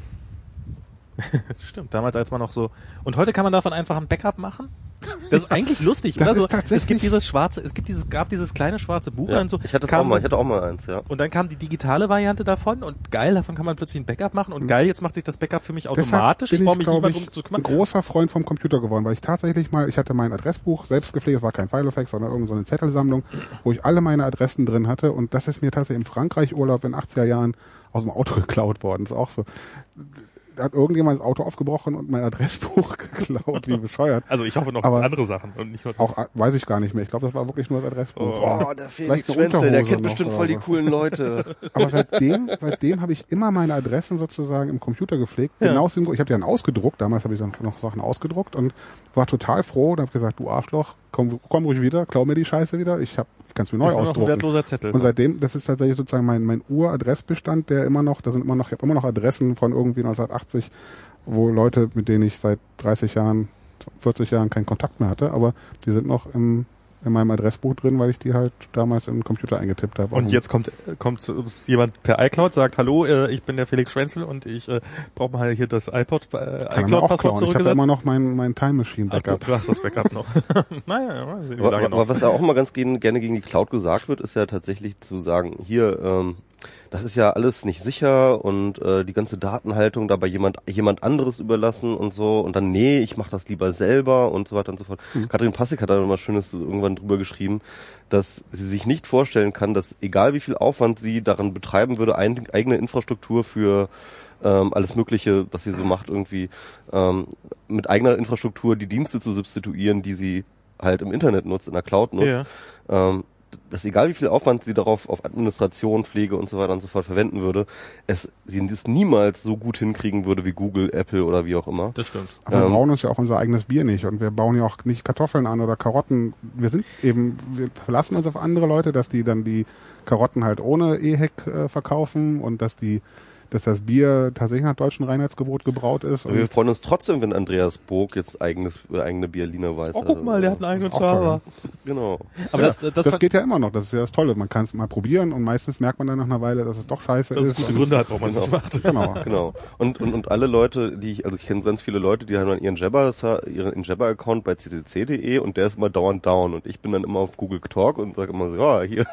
Stimmt, damals als man noch so... Und heute kann man davon einfach ein Backup machen? Das ist eigentlich lustig,
Das
oder?
ist
So,
tatsächlich-
es gibt dieses schwarze, es gibt dieses, gab dieses kleine schwarze Buch
Ja,
und so.
ich hatte es
kam
auch mal,
dann-
ich hatte auch mal eins, ja.
Und dann kam die digitale Variante davon und geil, davon kann man plötzlich ein Backup machen und geil, jetzt macht sich das Backup für mich
Deshalb
automatisch.
bin
Ich brauche mich
glaub
niemand
ich,
drum zu
ein
kümmern.
großer Freund vom Computer geworden, weil ich tatsächlich mal, ich hatte mein Adressbuch selbst gepflegt, es war kein Filofax, sondern irgendeine so eine Zettelsammlung, wo ich alle meine Adressen drin hatte und das ist mir tatsächlich im Frankreich-Urlaub in den achtziger Jahren aus dem Auto geklaut worden. Das ist auch so. Da hat irgendjemand das Auto aufgebrochen und mein Adressbuch geklaut, wie bescheuert.
Also ich hoffe noch
Aber
andere Sachen und nicht nur das.
Auch äh, weiß ich gar nicht mehr. Ich glaube, das war wirklich nur das Adressbuch.
Boah, der
Vielleicht
Felix
eine
Schwenzel, der
Unterhose
kennt
noch
bestimmt
oder
voll die
so.
coolen Leute.
Aber seitdem, seitdem habe ich immer meine Adressen sozusagen im Computer gepflegt.
Ja.
Genau aus dem Grund- ich habe die dann ausgedruckt. Damals habe ich dann noch Sachen ausgedruckt und war total froh und habe gesagt, du Arschloch, komm, komm ruhig wieder, klau mir die Scheiße wieder. Ich hab, ich kann es mir neu
das ist nur noch ein
ausdrucken.
wertloser Zettel.
Und seitdem, das ist tatsächlich sozusagen mein, mein Uradressbestand, der immer noch, da sind immer noch, ich habe immer noch Adressen von irgendwie neunzehnhundertachtzig, wo Leute, mit denen ich seit dreißig Jahren, vierzig Jahren keinen Kontakt mehr hatte, aber die sind noch im, in meinem Adressbuch drin, weil ich die halt damals im Computer eingetippt habe.
Und jetzt kommt kommt jemand per iCloud, sagt, hallo, äh, ich bin der Felix Schwenzel und ich äh, brauche mal hier das iPod, äh, iCloud-Passwort zurückgesetzt.
Ich habe immer noch mein, mein Time Machine
Backup. Ach, du hast das Backup noch. naja,
aber, aber, aber was ja auch immer ganz gerne gegen die Cloud gesagt wird, ist ja tatsächlich zu sagen, hier, ähm, das ist ja alles nicht sicher und äh, die ganze Datenhaltung da bei jemand jemand anderes überlassen und so und dann, nee, ich mache das lieber selber und so weiter und so fort. Mhm. Katrin Passig hat da mal Schönes irgendwann drüber geschrieben, dass sie sich nicht vorstellen kann, dass egal wie viel Aufwand sie daran betreiben würde, ein, eigene Infrastruktur für ähm, alles Mögliche, was sie so macht, irgendwie ähm, mit eigener Infrastruktur die Dienste zu substituieren, die sie halt im Internet nutzt, in der Cloud nutzt, ja. ähm, dass egal wie viel Aufwand sie darauf auf Administration, Pflege und so weiter und so fort verwenden würde, es sie es niemals so gut hinkriegen würde wie Google, Apple oder wie auch immer.
Das stimmt.
Aber ähm, wir bauen uns ja auch unser eigenes Bier nicht und wir bauen ja auch nicht Kartoffeln an oder Karotten. Wir sind eben, wir verlassen uns auf andere Leute, dass die dann die Karotten halt ohne E H E C äh, verkaufen und dass die dass das Bier tatsächlich nach deutschem Reinheitsgebot gebraut ist.
Und wir freuen uns trotzdem, wenn Andreas Burg jetzt eigenes eigene Berliner Weiß
hat. Oh, guck mal, der hat einen eigenen Server.
Genau.
Aber ja, das, das, das geht ja immer noch. Das ist ja das Tolle. Man kann es mal probieren und meistens merkt man dann nach einer Weile, dass es doch scheiße
dass
ist.
Dass es gute Gründe hat, warum man es nicht macht.
Genau. genau. Und, und, und alle Leute, die ich, also ich kenne ganz viele Leute, die haben dann ihren Jabber, ihren Jabber-Account bei c c c punkt d e und der ist immer dauernd down und ich bin dann immer auf Google Talk und sage immer so, ja, hier.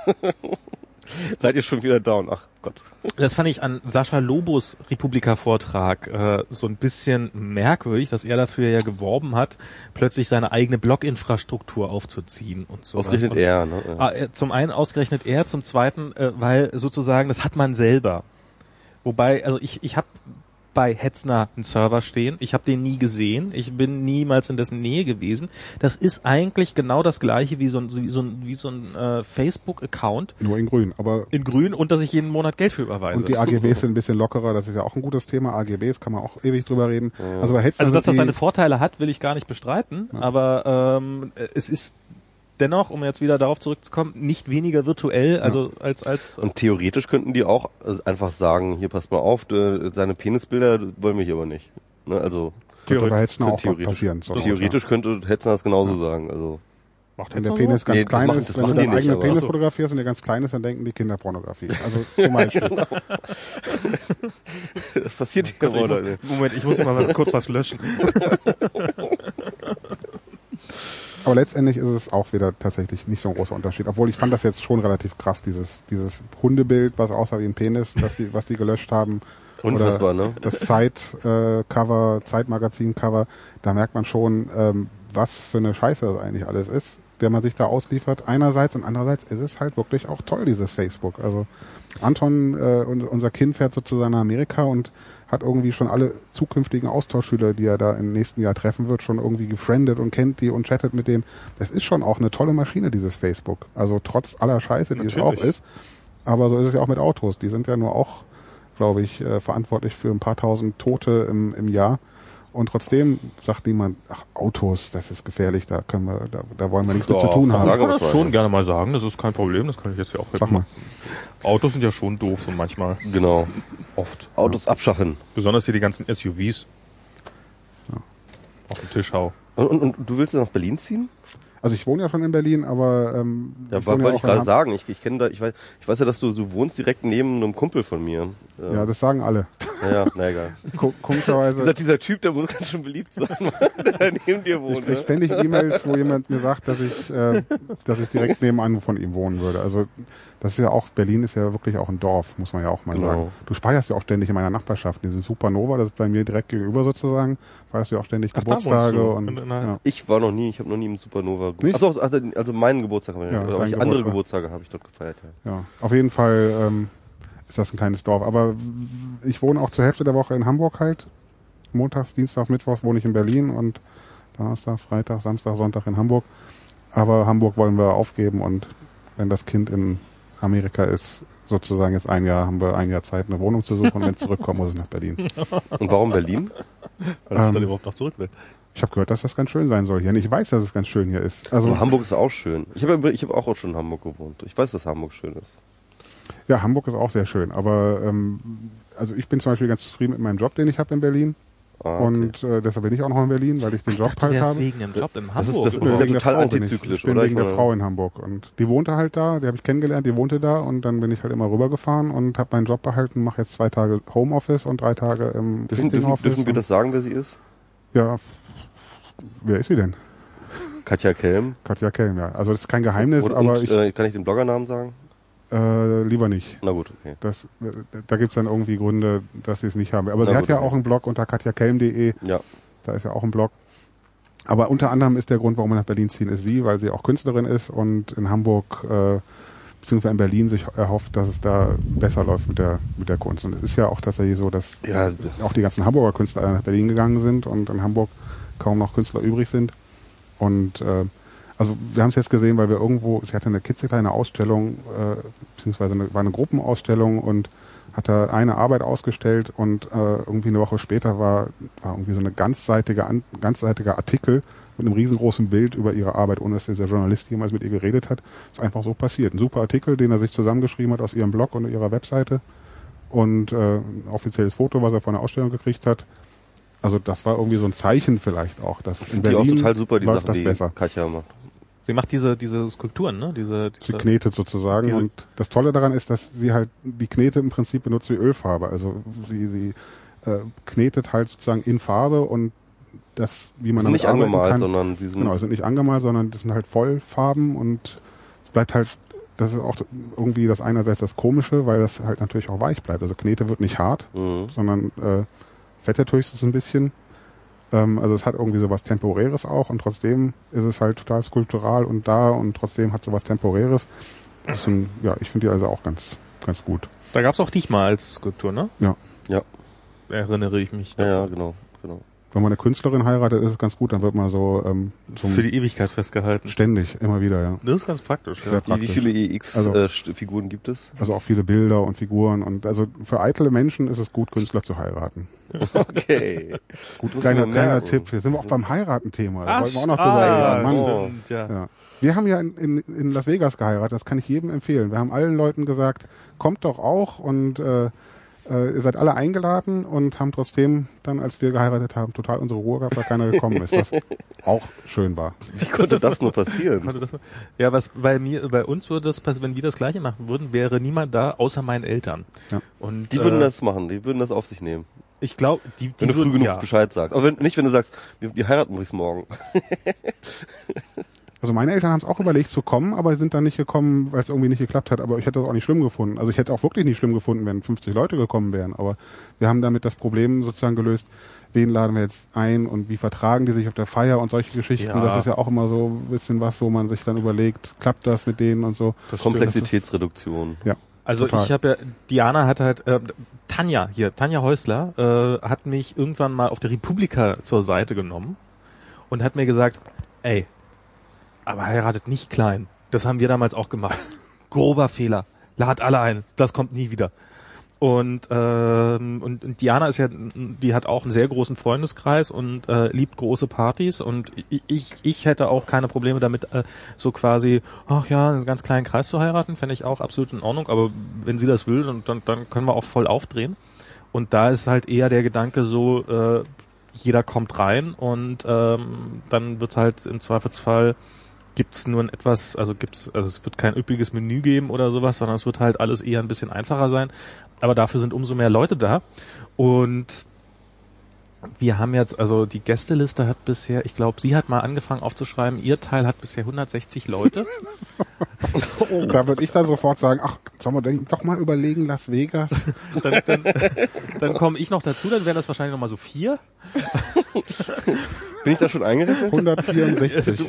Seid ihr schon wieder down? Ach Gott.
Das fand ich an Sascha Lobos Republika-Vortrag äh, so ein bisschen merkwürdig, dass er dafür ja geworben hat, plötzlich seine eigene Blog-Infrastruktur aufzuziehen und so.
Ausgerechnet er, ne?
Ja. Äh, zum einen ausgerechnet er, zum zweiten, äh, weil sozusagen, das hat man selber. Wobei, also ich, ich habe bei Hetzner einen Server stehen. Ich habe den nie gesehen. Ich bin niemals in dessen Nähe gewesen. Das ist eigentlich genau das gleiche wie so ein, wie so ein, wie so ein äh, Facebook-Account.
Nur in grün, aber...
In grün und dass ich jeden Monat Geld für überweise.
Und die A G Bs sind ein bisschen lockerer. Das ist ja auch ein gutes Thema. A G Bs kann man auch ewig drüber reden.
Ja.
Also bei Hetzner
Also dass das seine Vorteile hat, will ich gar nicht bestreiten.
Ja.
Aber ähm, es ist dennoch, um jetzt wieder darauf zurückzukommen, nicht weniger virtuell, also ja. als als
und theoretisch könnten die auch einfach sagen, hier passt mal auf, de, seine Penisbilder wollen wir hier aber nicht. Ne, also
theoretisch bei Hetzner auch
theoretisch,
passieren.
So theoretisch ja. könnte Hetzner das genauso ja. sagen. Also
macht wenn der Penis so? ganz nee, klein
machen,
ist, wenn du deinen eigenen Penis fotografierst und der ganz klein ist, dann denken die Kinderpornografie. Also zum Beispiel.
Das passiert hier
Gott,
muss,
Moment, ich muss mal was, kurz was löschen.
Aber letztendlich ist es auch wieder tatsächlich nicht so ein großer Unterschied. Obwohl ich fand das jetzt schon relativ krass, dieses dieses Hundebild, was aussah wie ein Penis, das die, was die gelöscht haben.
Unfassbar, ne?
Das Zeit-Cover, äh, Zeitmagazin-Cover, da merkt man schon, ähm, was für eine Scheiße das eigentlich alles ist, der man sich da ausliefert. Einerseits und andererseits ist es halt wirklich auch toll, dieses Facebook. Also Anton, äh, unser Kind, fährt sozusagen nach Amerika und hat irgendwie schon alle zukünftigen Austauschschüler, die er da im nächsten Jahr treffen wird, schon irgendwie gefriendet und kennt die und chattet mit denen. Das ist schon auch eine tolle Maschine, dieses Facebook. Also trotz aller Scheiße, die Natürlich. es auch ist. Aber so ist es ja auch mit Autos. Die sind ja nur auch, glaube ich, äh, verantwortlich für ein paar tausend Tote im, im Jahr. Und trotzdem sagt niemand, ach, Autos, das ist gefährlich, da können wir, da, da wollen wir nichts mit zu tun haben.
Ich kann das schon gerne mal sagen, das ist kein Problem, das kann ich jetzt ja auch
Sag mal.
Autos sind ja schon doof und manchmal.
Genau.
Oft.
Autos ja. abschaffen.
Besonders hier die ganzen S U Vs.
Ja.
Auf den Tisch hau.
Und, und, und du willst nach Berlin ziehen?
Also ich wohne ja schon in Berlin, aber ähm,
ja, wollte ja ich gerade sagen. Ich, ich kenne da, ich weiß, ich weiß ja, dass du, du wohnst direkt neben einem Kumpel von mir.
Ja, ja das sagen alle.
Ja, na egal.
Komischerweise.
Dieser, dieser Typ, der muss ganz schön beliebt sein, der neben dir wohnt.
Ich krieg ständig E-Mails, wo jemand mir sagt, dass ich, äh, dass ich direkt nebenan von ihm wohnen würde. Also das ist ja auch, Berlin ist ja wirklich auch ein Dorf, muss man ja auch mal genau. sagen. Du feierst ja auch ständig in meiner Nachbarschaft. Diese Supernova, das ist bei mir direkt gegenüber sozusagen. Feierst du ja auch ständig Ach, Geburtstage. Und, ja.
Ich war noch nie, ich habe noch nie im Supernova. Achso, also, also meinen Geburtstag habe ich
ja,
nicht. Aber ich andere Geburtstag. Geburtstage habe ich dort gefeiert. Ja,
ja auf jeden Fall ähm, ist das ein kleines Dorf. Aber ich wohne auch zur Hälfte der Woche in Hamburg halt. Montags, Dienstags, Mittwochs wohne ich in Berlin und Donnerstag, Freitag, Samstag, Sonntag in Hamburg. Aber Hamburg wollen wir aufgeben und wenn das Kind in Amerika ist, sozusagen jetzt ein Jahr, haben wir ein Jahr Zeit, eine Wohnung zu suchen und wenn es zurückkommt, muss es nach Berlin.
Und warum Berlin?
Weil es ähm, dann überhaupt noch zurück will.
Ich habe gehört, dass das ganz schön sein soll hier. Und ich weiß, dass es ganz schön hier ist. Also
Aber Hamburg ist auch schön. Ich habe ich hab auch schon in Hamburg gewohnt. Ich weiß, dass Hamburg schön ist.
Ja, Hamburg ist auch sehr schön. Aber ähm, also ich bin zum Beispiel ganz zufrieden mit meinem Job, den ich habe in Berlin.
Ah, okay.
Und äh, deshalb bin ich auch noch in Berlin, weil ich den
Ich
Job
dachte, du
halt
wärst
habe.
wegen dem Job in
Das ist-
Hamburg.
das ist
oder?
ja
Wegen der
total
Frau bin
antizyklisch,
ich. Ich bin
oder?
wegen
Ich
der
meine-
Frau in Hamburg. Und die wohnte halt da, die habe ich kennengelernt, die wohnte da und dann bin ich halt immer rübergefahren und habe meinen Job behalten, mache jetzt zwei Tage Homeoffice und drei Tage im
Dürfen,
Richting
dürfen,
Office.
dürfen wir
und-
das sagen, wer sie ist?
Ja, wer ist sie denn?
Katja Kelm.
Katja Kelm, ja. Also das ist kein Geheimnis,
und,
aber
und,
ich
äh, kann ich den Bloggernamen sagen?
äh, lieber nicht.
Na gut, okay.
Das, da gibt's dann irgendwie Gründe, dass sie es nicht haben. Aber
Na
sie
gut,
hat ja
okay.
auch einen Blog unter katja kelm punkt de.
Ja.
Da ist ja auch ein Blog. Aber unter anderem ist der Grund, warum wir nach Berlin ziehen, ist sie, weil sie auch Künstlerin ist und in Hamburg äh, beziehungsweise in Berlin sich erhofft, dass es da besser läuft mit der mit der Kunst. Und es ist ja auch tatsächlich so, dass
Ja.
auch die ganzen Hamburger Künstler alle nach Berlin gegangen sind und in Hamburg kaum noch Künstler übrig sind. Und äh, also wir haben es jetzt gesehen, weil wir irgendwo, sie hatte eine klitzekleine Ausstellung, äh, beziehungsweise eine, war eine Gruppenausstellung und hat da eine Arbeit ausgestellt und äh, irgendwie eine Woche später war, war irgendwie so eine ganzseitige, an, ganzseitiger Artikel mit einem riesengroßen Bild über ihre Arbeit, ohne dass dieser Journalist jemals mit ihr geredet hat. Ist einfach so passiert. Ein super Artikel, den er sich zusammengeschrieben hat aus ihrem Blog und ihrer Webseite und äh, ein offizielles Foto, was er von der Ausstellung gekriegt hat. Also das war irgendwie so ein Zeichen vielleicht auch, dass in
Die auch
Berlin
total super, die
läuft
Sachen,
das
die
besser.
Katja macht.
Sie macht diese, diese Skulpturen, ne? Diese,
Sie
diese
knetet sozusagen
diese-
und das Tolle daran ist, dass sie halt die Knete im Prinzip benutzt wie Ölfarbe. Also sie, sie äh, knetet halt sozusagen in Farbe und das, wie
Die
man
sind
damit
nicht
arbeiten
angemalt,
kann.
sondern die sind
Genau, es sind nicht angemalt, sondern das sind halt Vollfarben und es bleibt halt, das ist auch irgendwie das einerseits das Komische, weil das halt natürlich auch weich bleibt. Also Knete wird nicht hart,
mhm.
sondern äh, fettet höchstens ein bisschen. Ähm, also es hat irgendwie sowas Temporäres auch und trotzdem ist es halt total skulptural und da und trotzdem hat sowas Temporäres. Das ist ein, ja, ich finde die also auch ganz, ganz gut.
Da gab's auch dich mal als Skulptur, ne?
Ja.
Ja.
Erinnere ich mich.
Ja, ja,
daran.
genau, genau.
Wenn man eine Künstlerin heiratet, ist es ganz gut, dann wird man so ähm, zum
Für die Ewigkeit festgehalten.
ständig, immer wieder, ja.
Das ist ganz praktisch,
Sehr
ja.
Wie, wie
praktisch.
viele E
Also-
X-Figuren gibt es?
Also auch viele Bilder und Figuren und also für eitle Menschen ist es gut, Künstler zu heiraten.
Okay. Gut, muss
Kleiner,
man
kleiner
merken.
Tipp. Hier sind wir auch beim Heiraten-Thema. Da
Ach,
wollten wir auch noch
ah,
drüber reden. Mann.
oh.
stimmt, ja.
Ja. Wir haben ja in, in, in Las Vegas geheiratet, das kann ich jedem empfehlen. Wir haben allen Leuten gesagt, kommt doch auch und äh, äh, ihr seid alle eingeladen und haben trotzdem dann, als wir geheiratet haben, total unsere Ruhe gehabt, weil keiner gekommen ist, was auch schön war.
Wie konnte das nur passieren?
Konnte das- Ja, was bei mir, bei uns würde das passieren, wenn wir das Gleiche machen würden, wäre niemand da, außer meinen Eltern.
Ja.
Und,
Die würden
äh,
das machen, die würden das auf sich nehmen.
ich glaube, die, die
Wenn du früh
würden,
genug
ja.
Bescheid sagst. Aber wenn, nicht, wenn du sagst, wir, wir heiraten übrigens morgen.
Also meine Eltern haben es auch überlegt zu kommen, aber sind dann nicht gekommen, weil es irgendwie nicht geklappt hat. Aber ich hätte das auch nicht schlimm gefunden. Also ich hätte auch wirklich nicht schlimm gefunden, wenn fünfzig Leute gekommen wären. Aber wir haben damit das Problem sozusagen gelöst, wen laden wir jetzt ein und wie vertragen die sich auf der Feier und solche Geschichten.
Ja.
Das ist ja auch immer so ein bisschen was, wo man sich dann überlegt, klappt das mit denen und so.
Das stimmt.
Komplexitätsreduktion.
Ja.
Also
Total.
ich habe ja, Diana hat halt, äh, Tanja hier, Tanja Häusler, äh, hat mich irgendwann mal auf der Republika zur Seite genommen und hat mir gesagt, ey, aber heiratet nicht klein. Das haben wir damals auch gemacht. Grober Fehler. Lad alle ein. Das kommt nie wieder. Und, ähm, und, und Diana ist ja, die hat auch einen sehr großen Freundeskreis und äh, liebt große Partys und ich, ich, ich hätte auch keine Probleme damit, äh, so quasi, ach ja, einen ganz kleinen Kreis zu heiraten, fände ich auch absolut in Ordnung, aber wenn sie das will, dann, dann, dann können wir auch voll aufdrehen. Und da ist halt eher der Gedanke so, äh, jeder kommt rein und ähm, dann wird halt im Zweifelsfall gibt's nur ein etwas, also gibt's, also es wird kein üppiges Menü geben oder sowas, sondern es wird halt alles eher ein bisschen einfacher sein. Aber dafür sind umso mehr Leute da. Und wir haben jetzt, also die Gästeliste hat bisher, ich glaube, sie hat mal angefangen aufzuschreiben, ihr Teil hat bisher hundertsechzig Leute.
Da würde ich dann sofort sagen, ach, sollen wir denn doch mal überlegen, Las Vegas?
Dann, dann, dann komme ich noch dazu, dann wären das wahrscheinlich noch mal so vier.
Bin ich da schon eingerechnet?
hundertvierundsechzig.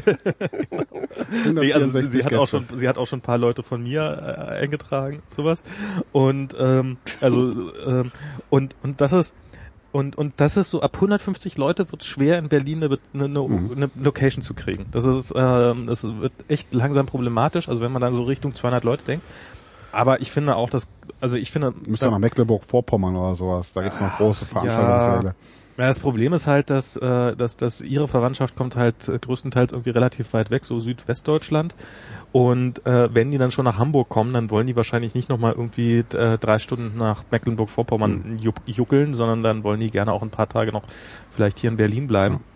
Nee, also sie,
hundertvierundsechzig
sie hat auch
Gäste.
schon, sie hat auch schon ein paar Leute von mir äh, eingetragen, sowas. Und ähm, also ähm, und und das ist und und das ist so ab hundertfünfzig Leute wird es schwer in Berlin eine, eine, eine Location zu kriegen. Das ist ähm, das wird echt langsam problematisch. Also wenn man dann so Richtung zweihundert Leute denkt. Aber ich finde auch, dass also ich finde
Müsste nach Mecklenburg-Vorpommern oder sowas. Da gibt's noch große Veranstaltungssäle.
Ja, das Problem ist halt, dass, äh, dass, dass ihre Verwandtschaft kommt halt äh, größtenteils irgendwie relativ weit weg, so Südwestdeutschland. Und äh, wenn die dann schon nach Hamburg kommen, dann wollen die wahrscheinlich nicht nochmal irgendwie äh, drei Stunden nach Mecklenburg-Vorpommern
Mhm.
juck, juckeln, sondern dann wollen die gerne auch ein paar Tage noch vielleicht hier in Berlin bleiben.
Ja.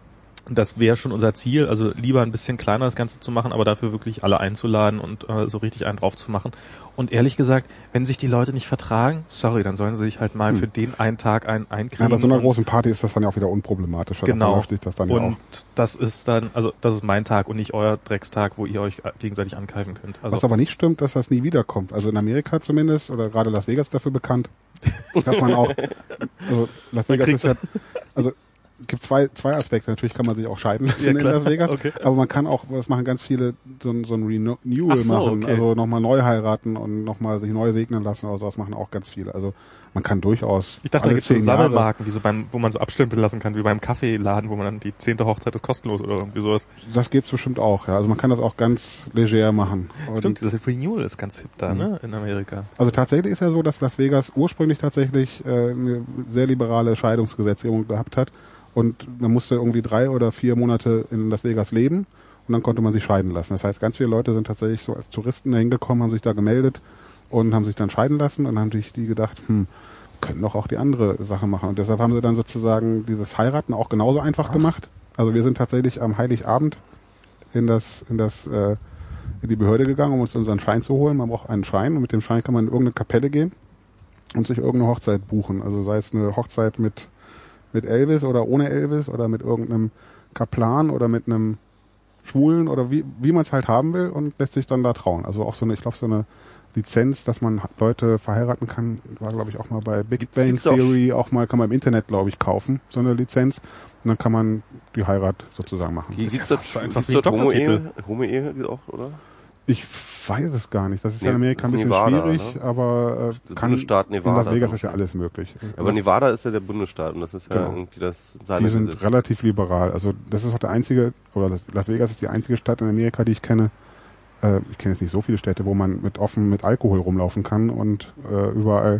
Das wäre schon unser Ziel, also lieber ein bisschen kleiner das Ganze zu machen, aber dafür wirklich alle einzuladen und äh, so richtig einen drauf zu machen. Und ehrlich gesagt, wenn sich die Leute nicht vertragen, sorry, dann sollen sie sich halt mal
Hm.
für den einen Tag ein einkriegen.
Ja, bei so einer
und-
großen Party ist das dann ja auch wieder unproblematischer. Da
Genau.
verläuft sich das dann ja
und
auch.
das ist dann, also das ist mein Tag und nicht euer Dreckstag, wo ihr euch gegenseitig ankeifen könnt. Also
Was aber nicht stimmt, dass das nie wiederkommt. Also in Amerika zumindest, oder gerade Las Vegas dafür bekannt, dass man auch, also Las Vegas ist ja, also gibt zwei, zwei Aspekte. Natürlich kann man sich auch scheiden lassen
Ja,
in
klar.
Las Vegas,
Okay.
aber man kann auch, das machen ganz viele, so, ein- so ein Renewal
Ach so,
machen,
okay.
also nochmal neu heiraten und nochmal sich neu segnen lassen oder sowas machen auch ganz viele. Also man kann durchaus
ich dachte, da
alle
gibt es so
zehn Jahre-
Sammelmarken, wie so beim, wo man so abstempeln lassen kann, wie beim Kaffeeladen, wo man dann die zehnte Hochzeit ist kostenlos oder irgendwie sowas.
Das gibt's bestimmt auch, ja. Also man kann das auch ganz leger machen. Und
Stimmt, dieses Renewal ist ganz hip da, ne, in Amerika.
Also tatsächlich ist ja so, dass Las Vegas ursprünglich tatsächlich äh, eine sehr liberale Scheidungsgesetzgebung gehabt hat und man musste irgendwie drei oder vier Monate in Las Vegas leben und dann konnte man sich scheiden lassen. Das heißt, ganz viele Leute sind tatsächlich so als Touristen da hingekommen, haben sich da gemeldet und haben sich dann scheiden lassen und haben sich die gedacht, hm, können doch auch die andere Sache machen. Und deshalb haben sie dann sozusagen dieses Heiraten auch genauso einfach gemacht. Also wir sind tatsächlich am Heiligabend in das, in das, äh, in die Behörde gegangen, um uns unseren Schein zu holen. Man braucht einen Schein und mit dem Schein kann man in irgendeine Kapelle gehen und sich irgendeine Hochzeit buchen. Also sei es eine Hochzeit mit, mit Elvis oder ohne Elvis oder mit irgendeinem Kaplan oder mit einem Schwulen oder wie, wie man es halt haben will und lässt sich dann da trauen. Also auch so eine, ich glaube, so eine Lizenz, dass man Leute verheiraten kann, war glaube ich auch mal bei Big
Gibt's-
Bang
gibt's auch-
Theory, auch mal kann man im Internet glaube ich kaufen, so eine Lizenz. Und dann kann man die Heirat sozusagen machen.
Hier
Das
gibt's
ist
das
so einfach
gibt's
wie ein
dort Homo-Ehe,
Doktortitel.
Homo-Ehe auch, oder?
Ich weiß es gar nicht. Das ist
Nee,
ja in Amerika ein
das ist
bisschen
Nevada,
schwierig,
ne?
aber äh,
Der
kann,
Bundesstaat
in
Nevada,
Las Vegas
glaub
ist ja
ich.
alles möglich.
Aber Nevada ist ja der Bundesstaat und das ist ja
Genau.
irgendwie das seine
Die sind
Gesetze.
relativ liberal. Also das ist auch der einzige, oder Las- Las Vegas ist die einzige Stadt in Amerika, die ich kenne. Äh, ich kenne jetzt nicht so viele Städte, wo man mit offen mit Alkohol rumlaufen kann und äh, überall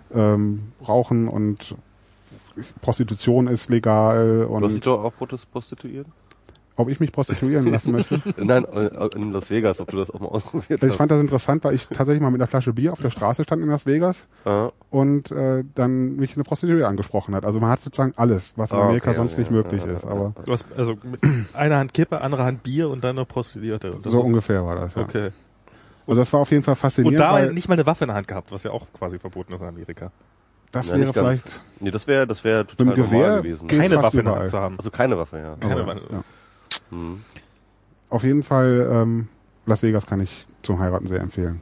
ähm, rauchen und Prostitution ist legal
Du hast dich
und
doch auch Prost- prostituiert?
ob ich mich prostituieren lassen möchte.
Nein, äh, in Las Vegas, ob du das auch mal ausprobiert
Ich
hast.
fand das interessant, weil ich tatsächlich mal mit einer Flasche Bier auf der Straße stand in Las Vegas
Ah,
und äh, dann mich eine Prostituierte angesprochen hat. Also man hat sozusagen alles, was in
Ah,
Amerika
okay,
sonst
okay,
nicht möglich
ja,
ist.
ja,
Aber
Du hast also mit einer Hand Kippe, andere Hand Bier und dann noch Prostituierte. Und das
so
ist-
ungefähr war das. Ja.
Okay.
Also das war auf jeden Fall
Und
faszinierend,
da
weil
nicht mal eine Waffe in der Hand gehabt, was ja auch quasi verboten ist in Amerika.
das
ja,
wäre
nicht ganz.
vielleicht
Nee, das wäre das wäre
mit
total
dem Gewehr
normal gewesen.
geht
Keine
fast
Waffe in der
überall.
Hand zu haben.
Also keine Waffe, ja.
Keine
Aber,
Waffe.
ja.
Hm.
Auf jeden Fall ähm, Las Vegas kann ich zum Heiraten sehr empfehlen.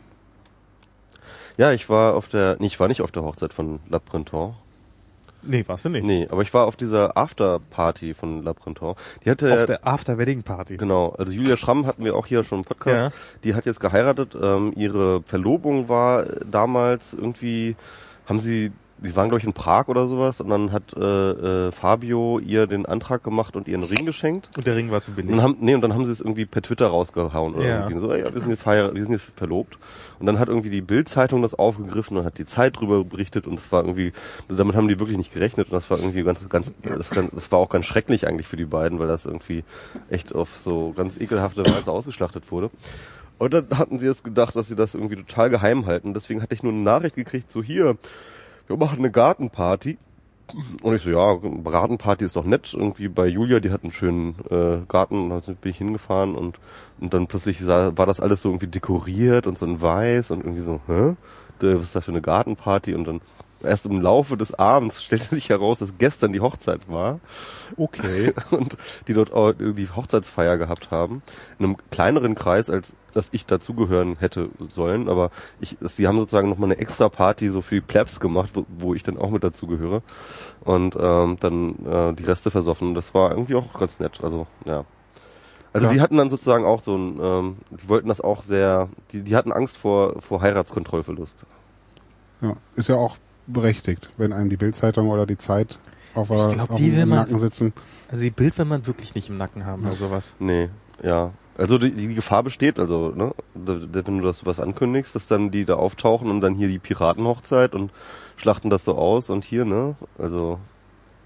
Ja, ich war auf der, nee, ich war nicht auf der Hochzeit von La Printemps.
Nee, warst du nicht.
Nee, aber ich war auf dieser Afterparty von La Printemps. Die hatte
Auf
ja,
der After-Wedding-Party.
genau, also Julia Schramm hatten wir auch hier schon im Podcast.
Ja.
Die hat jetzt geheiratet. Ähm, ihre Verlobung war damals irgendwie, haben sie, die waren glaube ich in Prag oder sowas und dann hat äh, äh, Fabio ihr den Antrag gemacht und ihren Ring geschenkt.
Und der Ring war zu
Und
billig.
dann haben, nee, und dann haben sie es irgendwie per Twitter rausgehauen oder
Ja.
irgendwie so, ja, wir sind jetzt verheiratet, wir sind jetzt verlobt. Und dann hat irgendwie die Bild-Zeitung das aufgegriffen und hat die Zeit drüber berichtet und das war irgendwie, damit haben die wirklich nicht gerechnet und das war irgendwie ganz, ganz, das, kann- das war auch ganz schrecklich eigentlich für die beiden, weil das irgendwie echt auf so ganz ekelhafte Weise ausgeschlachtet wurde. Und dann hatten sie jetzt gedacht, dass sie das irgendwie total geheim halten. Deswegen hatte ich nur eine Nachricht gekriegt, so hier, wir machen eine Gartenparty. Und ich so, ja, Gartenparty ist doch nett. Irgendwie bei Julia, die hat einen schönen äh, Garten, da bin ich hingefahren und und dann plötzlich sah, war das alles so irgendwie dekoriert und so in weiß und irgendwie so, hä? Was ist das für eine Gartenparty? Und dann erst im Laufe des Abends stellte sich heraus, dass gestern die Hochzeit war.
Okay.
Und die dort auch die Hochzeitsfeier gehabt haben. In einem kleineren Kreis, als dass ich dazugehören hätte sollen. Aber ich, sie haben sozusagen nochmal eine extra Party so für die Plebs gemacht, wo, wo ich dann auch mit dazugehöre. Und ähm, dann äh, die Reste versoffen. Das war irgendwie auch ganz nett. Also, ja. Also
Ja.
die hatten dann sozusagen auch so ein, ähm, die wollten das auch sehr, die, die hatten Angst vor, vor Heiratskontrollverlust.
Ja, ist ja auch berechtigt, wenn einem die Bildzeitung oder die Zeit auf,
Ich
der-
glaub,
auf
die
dem
will man-
Nacken sitzen.
Also die Bild will man wirklich nicht im Nacken haben oder sowas.
Nee, ja. Also die, die Gefahr besteht, also, ne, da- da- wenn du das was ankündigst, dass dann die da auftauchen und dann hier die Piratenhochzeit und schlachten das so aus und hier, ne, also,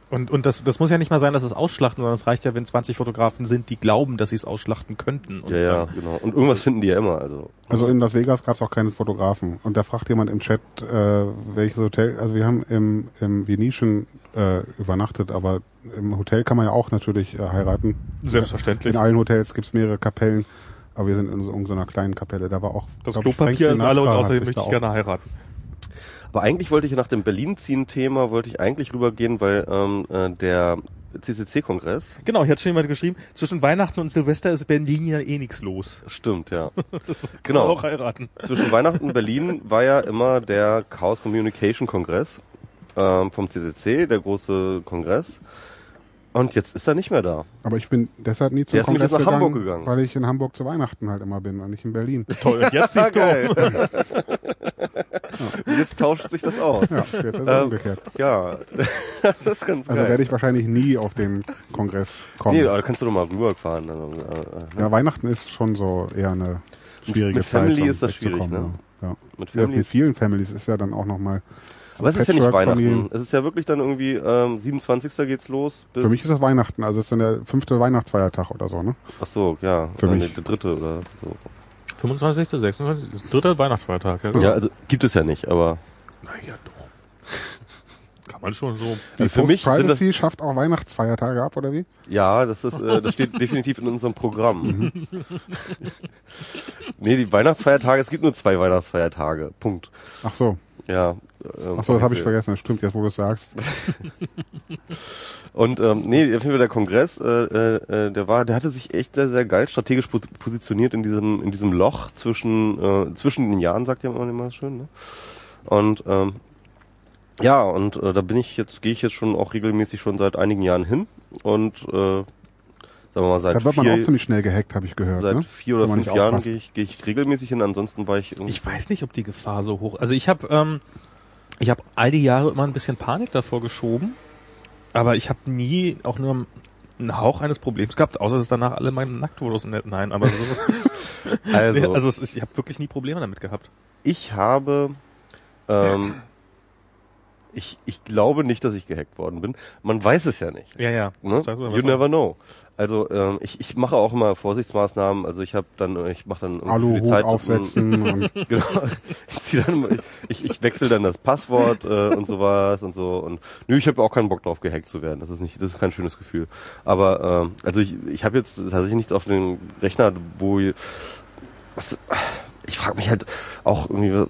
Und, und das, das muss ja nicht mal sein, dass es ausschlachten, sondern es reicht ja, wenn zwanzig Fotografen sind, die glauben, dass sie es ausschlachten könnten. Und
ja, ja,
dann,
genau. Und irgendwas also, finden die ja immer. Also
also in Las Vegas gab es auch keinen Fotografen. Und da fragt jemand im Chat, äh, welches Hotel, also wir haben im, im Venetian äh, übernachtet, aber im Hotel kann man ja auch natürlich äh, heiraten.
Selbstverständlich.
In allen Hotels gibt's mehrere Kapellen, aber wir sind in so, in so einer kleinen Kapelle. Da war auch
das Klopapier ist alle und außerdem möchte ich gerne heiraten.
Aber eigentlich wollte ich nach dem Berlin-Ziehen-Thema, wollte ich eigentlich rübergehen, weil ähm, äh, der C C C-Kongress...
Genau, hier hat schon jemand geschrieben, zwischen Weihnachten und Silvester ist Berlin ja eh nichts los.
Stimmt, ja.
Das kann
genau.
man auch heiraten.
Zwischen Weihnachten und Berlin war ja immer der Chaos Communication Kongress ähm, vom C C C, der große Kongress. Und jetzt ist er nicht mehr da.
Aber ich bin deshalb nie zum
der
Kongress
ist nach
gegangen,
Hamburg gegangen,
weil ich in Hamburg zu Weihnachten halt immer bin und nicht in Berlin.
Toll, und jetzt siehst du.
Und jetzt tauscht sich das aus.
Ja, jetzt ist es
ähm,
umgekehrt.
Ja, das ist ganz geil.
Also werde ich wahrscheinlich nie auf den Kongress kommen.
Nee, aber da kannst du doch mal rüberfahren. Dann, äh,
ja, Weihnachten ist schon so eher eine schwierige
mit
Zeit.
Family
um
ist das schwierig, ne?
Ja.
Mit
Ja,
Family
mit vielen Families ist ja dann auch nochmal. So
aber es ist ja nicht Weihnachten.
Familien.
Es ist ja wirklich dann irgendwie ähm, siebenundzwanzigsten geht's los. Bis
Für mich ist das Weihnachten, also es ist dann der fünfte Weihnachtsfeiertag oder so, ne?
Ach so, ja.
Für
äh,
mich.
Nee, der dritte oder so.
fünfundzwanzigsten sechsundzwanzigsten dritter Weihnachtsfeiertag. Ja,
Ja, also gibt es ja nicht, aber...
Naja, doch. Kann man schon so...
Die
Also für mich sind das,
Privacy schafft auch Weihnachtsfeiertage ab, oder wie?
ja, das ist, äh, das steht definitiv in unserem Programm. Nee, die Weihnachtsfeiertage, es gibt nur zwei Weihnachtsfeiertage. Punkt.
Ach so.
Ja. Ähm,
Ach so, das habe ich vergessen. Das stimmt, jetzt wo du es sagst.
Und ähm, nee, auf jeden Fall der Kongress, äh, äh, der war, der hatte sich echt sehr, sehr geil strategisch positioniert in diesem, in diesem Loch zwischen, äh, zwischen den Jahren, sagt ja man immer schön, ne? Und ähm, ja, und äh, da bin ich jetzt, gehe ich jetzt schon auch regelmäßig schon seit einigen Jahren hin und äh, sagen wir mal seit
Da wird
vier,
man auch ziemlich schnell gehackt, habe ich gehört.
seit
ne?
vier oder
Wenn man
fünf
nicht
Jahren
aufpasst.
gehe ich, gehe ich regelmäßig hin. Ansonsten war ich irgendwie
Ich weiß nicht, ob die Gefahr so hoch... Also ich habe ähm, ich habe all die Jahre immer ein bisschen Panik davor geschoben, aber ich habe nie auch nur einen Hauch eines Problems gehabt, außer dass danach alle meine Nacktfotos... Nein, aber so...
also,
also es ist, ich habe wirklich nie Probleme damit gehabt.
ich habe ähm, ich, ich glaube nicht, dass ich gehackt worden bin. Man weiß es ja nicht.
Ja, ja.
Ne?
Das heißt,
You never know. Also ähm, ich, ich mache auch immer Vorsichtsmaßnahmen. Also ich habe dann, ich mache dann irgendwie für die
Aluhut
Zeit
aufsetzen und
genau. Ich zieh dann, ich, ich wechsle dann das Passwort äh, und sowas und so. Und nö, ich habe auch keinen Bock drauf, gehackt zu werden. Das ist nicht, das ist kein schönes Gefühl. Aber ähm, also ich, ich habe jetzt tatsächlich nichts auf dem Rechner, wo was, ich frage mich halt auch irgendwie.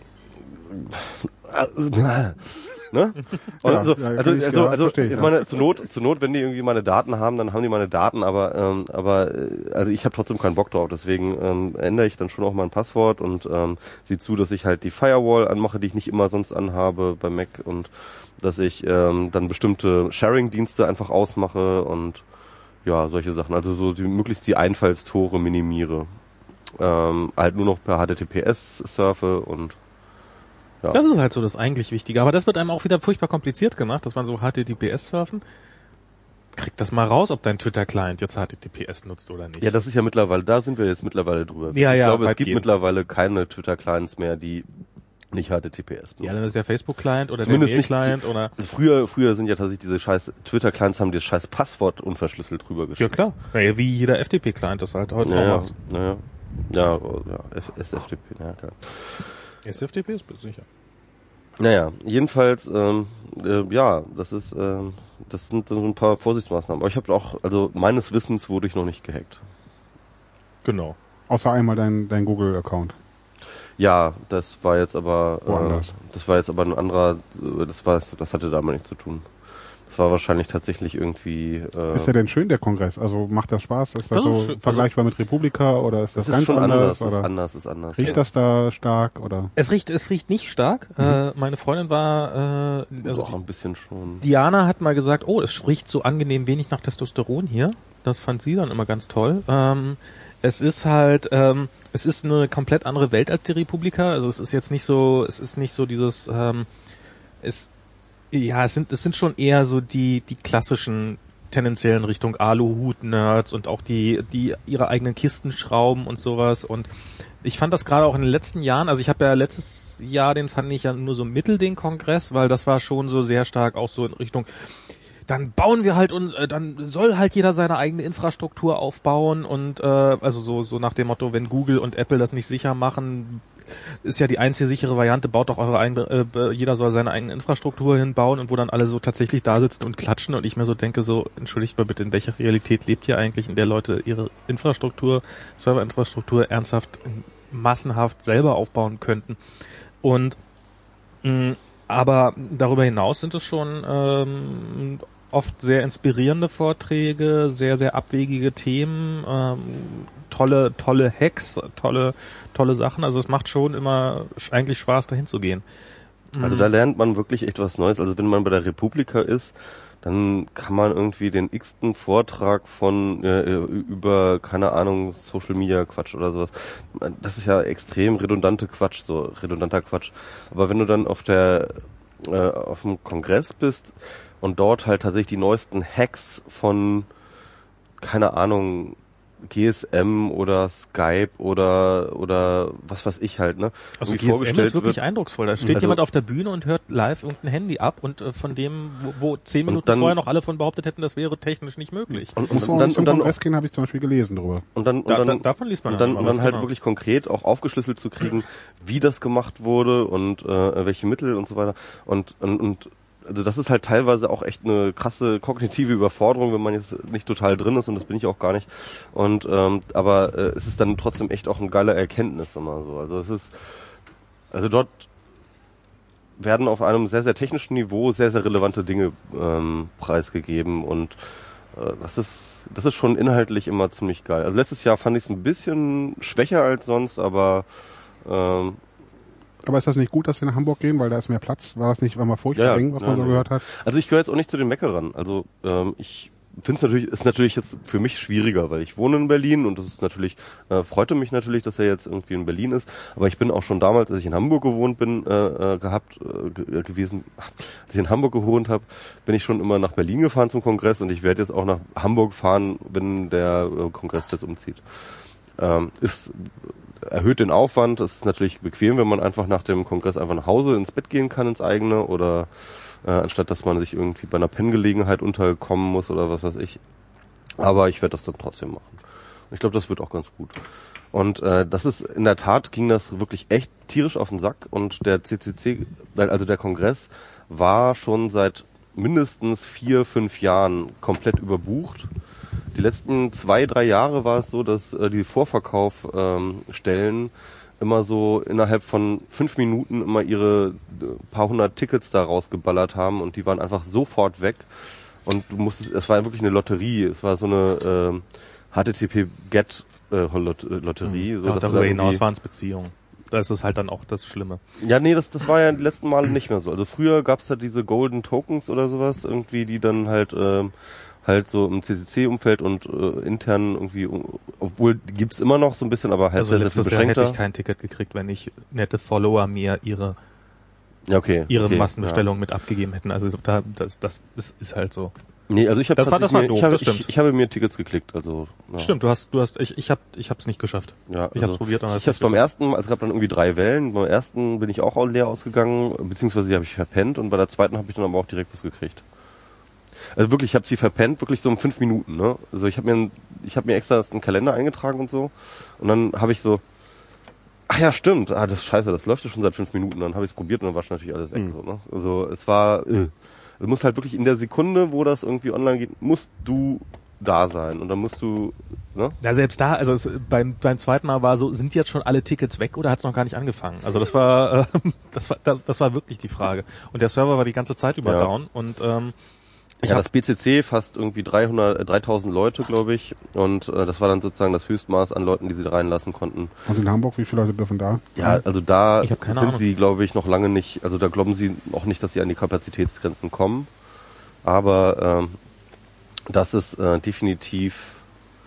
Ne? Und
Ja,
so,
ja,
also,
kann ich,
also,
ja,
also,
verstehe,
ich
ja.
meine, zur Not, zur Not, wenn die irgendwie meine Daten haben, dann haben die meine Daten, aber, ähm, aber, äh, also ich habe trotzdem keinen Bock drauf, deswegen ähm, ändere ich dann schon auch mein Passwort und ähm, sieh zu, dass ich halt die Firewall anmache, die ich nicht immer sonst anhabe bei Mac und dass ich ähm, dann bestimmte Sharing-Dienste einfach ausmache und ja, solche Sachen, also so die, möglichst die Einfallstore minimiere. Ähm, halt nur noch per H T T P S surfe und ja.
Das ist halt so das eigentlich Wichtige. Aber das wird einem auch wieder furchtbar kompliziert gemacht, dass man so H T T P S surfen. Krieg das mal raus, ob dein Twitter-Client jetzt H T T P S nutzt oder nicht.
Ja, das ist ja mittlerweile, da sind wir jetzt mittlerweile drüber.
Ja,
ich
ja,
glaube, es
weit
gibt
gehen.
mittlerweile keine Twitter-Clients mehr, die nicht H T T P S benutzen.
Ja, dann ist der Facebook-Client oder
Zumindest
der
nicht
Mail-Client
zu-
oder...
Also früher, früher sind ja tatsächlich diese scheiß Twitter-Clients haben das scheiß Passwort unverschlüsselt drüber
Ja,
geschickt.
klar. Naja, wie jeder F T P-Client das halt heute
Ja,
auch
ja,
macht.
ja, ja, oh, ja, F- S F T P, ja, klar.
S F T P ist sicher.
Naja, jedenfalls, ähm, äh, ja, das ist, ähm, das sind so ein paar Vorsichtsmaßnahmen. Aber ich habe auch, also meines Wissens wurde ich noch nicht gehackt.
Genau.
außer einmal dein, dein Google-Account.
Ja, das war jetzt aber, äh,
Woanders.
das war jetzt aber ein anderer, äh, das war, das hatte damit nichts zu tun. Das war wahrscheinlich tatsächlich irgendwie. Äh,
Ist der denn schön, der Kongress? Also macht das Spaß? Ist das,
Das ist
so
schön.
vergleichbar mit Republika oder ist das,
das ist
ganz
schon
anders?
anders, ist
oder
anders, ist anders.
riecht
ja.
das da stark oder?
Es riecht, es riecht nicht stark.
Mhm.
Äh, meine Freundin war, äh, also
auch ein bisschen schon.
Diana hat mal gesagt, oh, es riecht so angenehm wenig nach Testosteron hier. Das fand sie dann immer ganz toll. Ähm, es ist halt, ähm, es ist eine komplett andere Welt als die Republika. Also es ist jetzt nicht so, es ist nicht so dieses, ähm, es, ja, es sind, es sind schon eher so die, die klassischen tendenziellen Richtung Aluhut-Nerds und auch die, die ihre eigenen Kisten schrauben und sowas. Und ich fand das gerade auch in den letzten Jahren, also ich habe ja letztes Jahr, den fand ich ja nur so mittel den Kongress, weil das war schon so sehr stark auch so in Richtung dann bauen wir halt und äh, dann soll halt jeder seine eigene Infrastruktur aufbauen und äh, also so so nach dem Motto, wenn Google und Apple das nicht sicher machen, ist ja die einzige sichere Variante, baut doch eure eigene, äh, jeder soll seine eigene Infrastruktur hinbauen und wo dann alle so tatsächlich da sitzen und klatschen und ich mir so denke, so, entschuldigt mal bitte, in welcher Realität lebt ihr eigentlich, in der Leute ihre Infrastruktur, Serverinfrastruktur ernsthaft, massenhaft selber aufbauen könnten. Und mh, aber darüber hinaus sind es schon ähm, oft sehr inspirierende Vorträge, sehr, sehr abwegige Themen, ähm, tolle, tolle Hacks, tolle, tolle Sachen. Also es macht schon immer eigentlich Spaß, dahin zu gehen.
Also da lernt man wirklich echt was Neues. Also wenn man bei der Republika ist, dann kann man irgendwie den x-ten Vortrag von äh, über, keine Ahnung, Social Media Quatsch oder sowas. Das ist ja extrem redundante Quatsch, so redundanter Quatsch. Aber wenn du dann auf der äh, auf dem Kongress bist und dort halt tatsächlich die neuesten Hacks von, keine Ahnung, G S M oder Skype oder oder was weiß ich halt, ne?
Also G S M ist wirklich wird. eindrucksvoll. Da steht
also
jemand auf der Bühne und hört live irgendein Handy ab und äh, von dem, wo, wo zehn Minuten
dann,
vorher noch alle von behauptet hätten, das wäre technisch nicht möglich.
Und, und, und, und dann zum Kongress gehen, habe ich zum Beispiel gelesen drüber.
Und dann, und
da,
dann
da, davon liest man
und dann,
dann,
dann halt
genau.
wirklich konkret auch aufgeschlüsselt zu kriegen, wie das gemacht wurde und äh, welche Mittel und so weiter. Und und, und also das ist halt teilweise auch echt eine krasse kognitive Überforderung, wenn man jetzt nicht total drin ist, und das bin ich auch gar nicht. Und ähm, aber äh, es ist dann trotzdem echt auch eine geile Erkenntnis immer so. Also es ist, also dort werden auf einem sehr, sehr technischen Niveau sehr, sehr relevante Dinge ähm, preisgegeben, und äh, das ist das ist schon inhaltlich immer ziemlich geil. Also letztes Jahr fand ich es ein bisschen schwächer als sonst, aber ähm,
Aber ist das nicht gut, dass wir nach Hamburg gehen, weil da ist mehr Platz? War das nicht immer furchtbar
ja,
eng, was
ja,
man so
ja.
gehört hat?
Also ich gehöre jetzt auch nicht zu den Meckerern. Also ähm, ich finde es natürlich, ist natürlich jetzt für mich schwieriger, weil ich wohne in Berlin, und das ist natürlich, äh, freute mich natürlich, dass er jetzt irgendwie in Berlin ist. Aber ich bin auch schon damals, als ich in Hamburg gewohnt bin, äh, äh, gehabt äh, ge- gewesen, als ich in Hamburg gewohnt habe, bin ich schon immer nach Berlin gefahren zum Kongress, und ich werde jetzt auch nach Hamburg fahren, wenn der äh, Kongress jetzt umzieht. Ähm, ist erhöht den Aufwand. Es ist natürlich bequem, wenn man einfach nach dem Kongress einfach nach Hause ins Bett gehen kann, ins eigene, oder äh, anstatt dass man sich irgendwie bei einer Penngelegenheit unterkommen muss oder was weiß ich. Aber ich werde das dann trotzdem machen. Ich glaube, das wird auch ganz gut. Und äh, das ist, in der Tat ging das wirklich echt tierisch auf den Sack, und der C C C, also der Kongress, war schon seit mindestens vier, fünf Jahren komplett überbucht. Die letzten zwei, drei Jahre war es so, dass äh, die Vorverkaufstellen ähm, immer so innerhalb von fünf Minuten immer ihre äh, paar hundert Tickets da rausgeballert haben, und die waren einfach sofort weg. Und du musstest, es war wirklich eine Lotterie, es war so eine äh, H T T P-Get-Lotterie. Äh, so,
ja, darüber hinaus waren es Beziehungen. Das ist halt dann auch das Schlimme.
Ja, nee, das das war ja die letzten Male nicht mehr so. Also früher gab's da diese Golden Tokens oder sowas, irgendwie, die dann halt ähm, halt so im C C C-Umfeld und äh, intern irgendwie, obwohl die gibt's immer noch so ein bisschen, aber halt
also
sehr,
letztes
sehr
Jahr
beschränkter.
hätte ich kein Ticket gekriegt, wenn nicht nette Follower mir ihre
ja, okay,
ihre
okay,
Massenbestellungen
ja.
mit abgegeben hätten. Also da das das ist, ist halt so.
Nee, also ich habe
das war das war doof,
ich habe,
das stimmt.
Ich, ich habe mir Tickets geklickt, also ja.
Stimmt, du hast du hast ich ich habe ich hab's nicht geschafft.
Ja,
ich
also,
hab's probiert, aber
ich hab's beim ersten, also es gab dann irgendwie drei Wellen. Beim ersten bin ich auch leer ausgegangen, beziehungsweise die habe ich verpennt, und bei der zweiten habe ich dann aber auch direkt was gekriegt. Also wirklich, ich habe sie verpennt, wirklich so um fünf Minuten, ne? Also ich habe mir ich habe mir extra einen Kalender eingetragen und so, und dann habe ich so, ach ja, stimmt, ah, das ist scheiße, das läuft ja schon seit fünf Minuten, dann habe ich es probiert, und dann war schon natürlich alles weg, mhm. so, ne? Also es war, äh. Du musst halt wirklich in der Sekunde, wo das irgendwie online geht, musst du da sein, und dann musst du, ne?
Ja, selbst da, also es, beim beim zweiten Mal war so, sind jetzt schon alle Tickets weg oder hat es noch gar nicht angefangen? Also das war, äh, das war das, das war wirklich die Frage. Und der Server war die ganze Zeit über ja. down, und ähm,
Ich ja, das B C C fasst irgendwie dreihundert, äh, dreitausend Leute, glaube ich, und äh, das war dann sozusagen das Höchstmaß an Leuten, die sie reinlassen konnten.
Und in Hamburg, wie viele Leute dürfen da?
Ja, also da sind
Ahnung.
sie, glaube ich, noch lange nicht, also da glauben sie auch nicht, dass sie an die Kapazitätsgrenzen kommen, aber ähm, das ist äh, definitiv,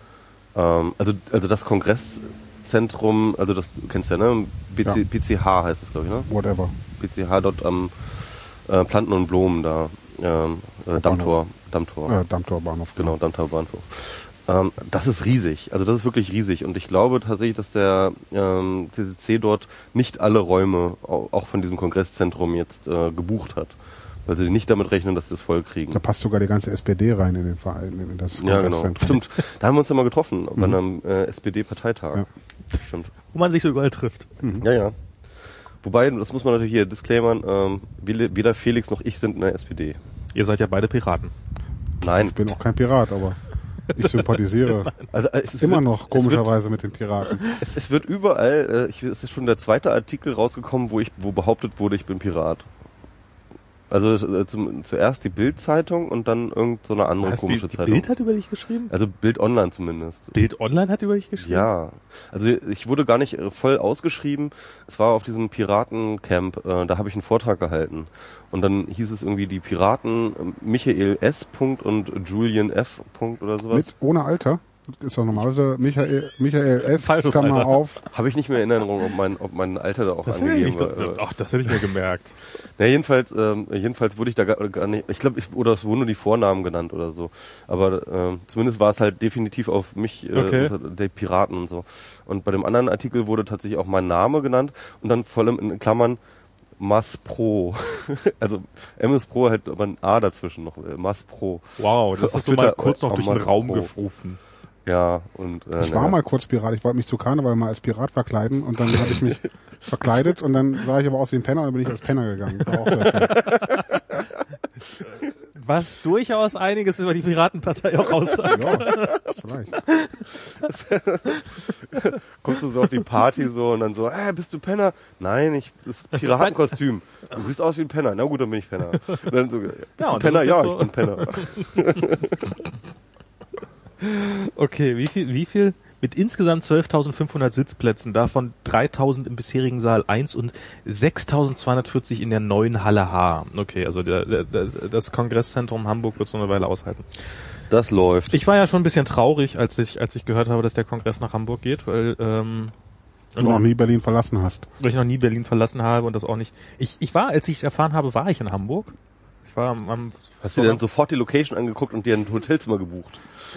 ähm, also also das Kongresszentrum, also das du kennst ja, ne? B C, ja. P C H heißt es, glaube ich, ne?
Whatever.
P C H dort am äh, Planten und Blumen da. Ähm, äh, Dammtor, Dammtor.
Äh, Dammtor Bahnhof.
Genau, Dammtor Bahnhof. Ähm, das ist riesig, also das ist wirklich riesig, und ich glaube tatsächlich, dass der ähm, C C C dort nicht alle Räume, auch von diesem Kongresszentrum jetzt äh, gebucht hat. weil sie nicht damit rechnen, dass sie es voll kriegen.
Da passt sogar die ganze S P D rein in den Verein, in das
Ja, genau. Stimmt. Da haben wir uns ja mal getroffen, bei
Mhm.
einem äh, S P D-Parteitag.
Ja.
Stimmt.
Wo man sich so überall trifft.
Mhm.
Ja, ja. Wobei, das muss man natürlich hier disclaimern, ähm, weder Felix noch ich sind in der S P D.
Ihr seid ja beide Piraten.
Nein.
Ich bin auch kein Pirat, aber ich sympathisiere
Also, äh, es ist
immer
wird,
noch komischerweise mit den Piraten.
Es, es wird überall, äh, ich, es ist schon der zweite Artikel rausgekommen, wo ich, wo behauptet wurde, ich bin Pirat. Also äh, zum, zuerst die Bild-Zeitung und dann irgend so eine andere
Was,
komische
die, die
Zeitung.
Bild hat über dich geschrieben?
Also Bild Online zumindest.
Bild Online hat über dich geschrieben?
Ja, also ich wurde gar nicht äh, voll ausgeschrieben. Es war auf diesem Piratencamp, äh, da habe ich einen Vortrag gehalten. Und dann hieß es irgendwie die Piraten äh, Michael S. Punkt und Julian F. Punkt oder sowas.
Mit ohne Alter? Ist doch normalerweise Michael, Michael S.
Falsches
Klammer
Alter.
auf.
Habe ich nicht mehr in Erinnerung, ob mein, ob mein Alter da auch
Das hätte ich
angegeben
doch,
war.
ach, das hätte ich mir gemerkt.
Na, jedenfalls, ähm, jedenfalls wurde ich da gar, gar nicht, ich glaube, ich, oder es wurden nur die Vornamen genannt oder so. Aber ähm, zumindest war es halt definitiv auf mich, äh,
Okay.
unter der Piraten und so. Und bei dem anderen Artikel wurde tatsächlich auch mein Name genannt und dann vor allem in Klammern Mas Pro. Also M S Pro halt aber ein A dazwischen noch, äh, Mas Pro.
Wow, das
Auf
hast du mal
Twitter,
kurz noch
äh,
durch den
Mas
Raum
Pro.
gerufen.
Ja, und äh,
Ich war
na,
mal kurz Pirat. Ich wollte mich zu Karneval mal als Pirat verkleiden und dann habe ich mich verkleidet und dann sah ich aber aus wie ein Penner und dann bin ich als Penner gegangen. War auch sehr schön.
Was durchaus einiges über die Piratenpartei auch aussagt.
Ja, vielleicht.
kommst du so auf die Party so und dann so, äh, bist du Penner? Nein, ich, das ist ein Piratenkostüm. Du siehst aus wie ein Penner. Na gut, dann bin ich Penner. Und dann so, bist
Ja,
du
und das
Penner?
ist
Ja,
jetzt
ich
so-
bin Penner.
Okay, wie viel, wie viel? Mit insgesamt zwölftausendfünfhundert Sitzplätzen, davon dreitausend im bisherigen Saal eins und sechstausendzweihundertvierzig in der neuen Halle H. Okay, also der, der, der, das Kongresszentrum Hamburg wird so eine Weile aushalten.
Das läuft.
Ich war ja schon ein bisschen traurig, als ich, als ich gehört habe, dass der Kongress nach Hamburg geht, weil, ähm,
Du noch nie Berlin verlassen hast.
weil ich noch nie Berlin verlassen habe und das auch nicht. Ich, ich war, als ich es erfahren habe, war ich in Hamburg. Ich war am, am
Hast du dir dann sofort die Location angeguckt und dir ein Hotelzimmer gebucht?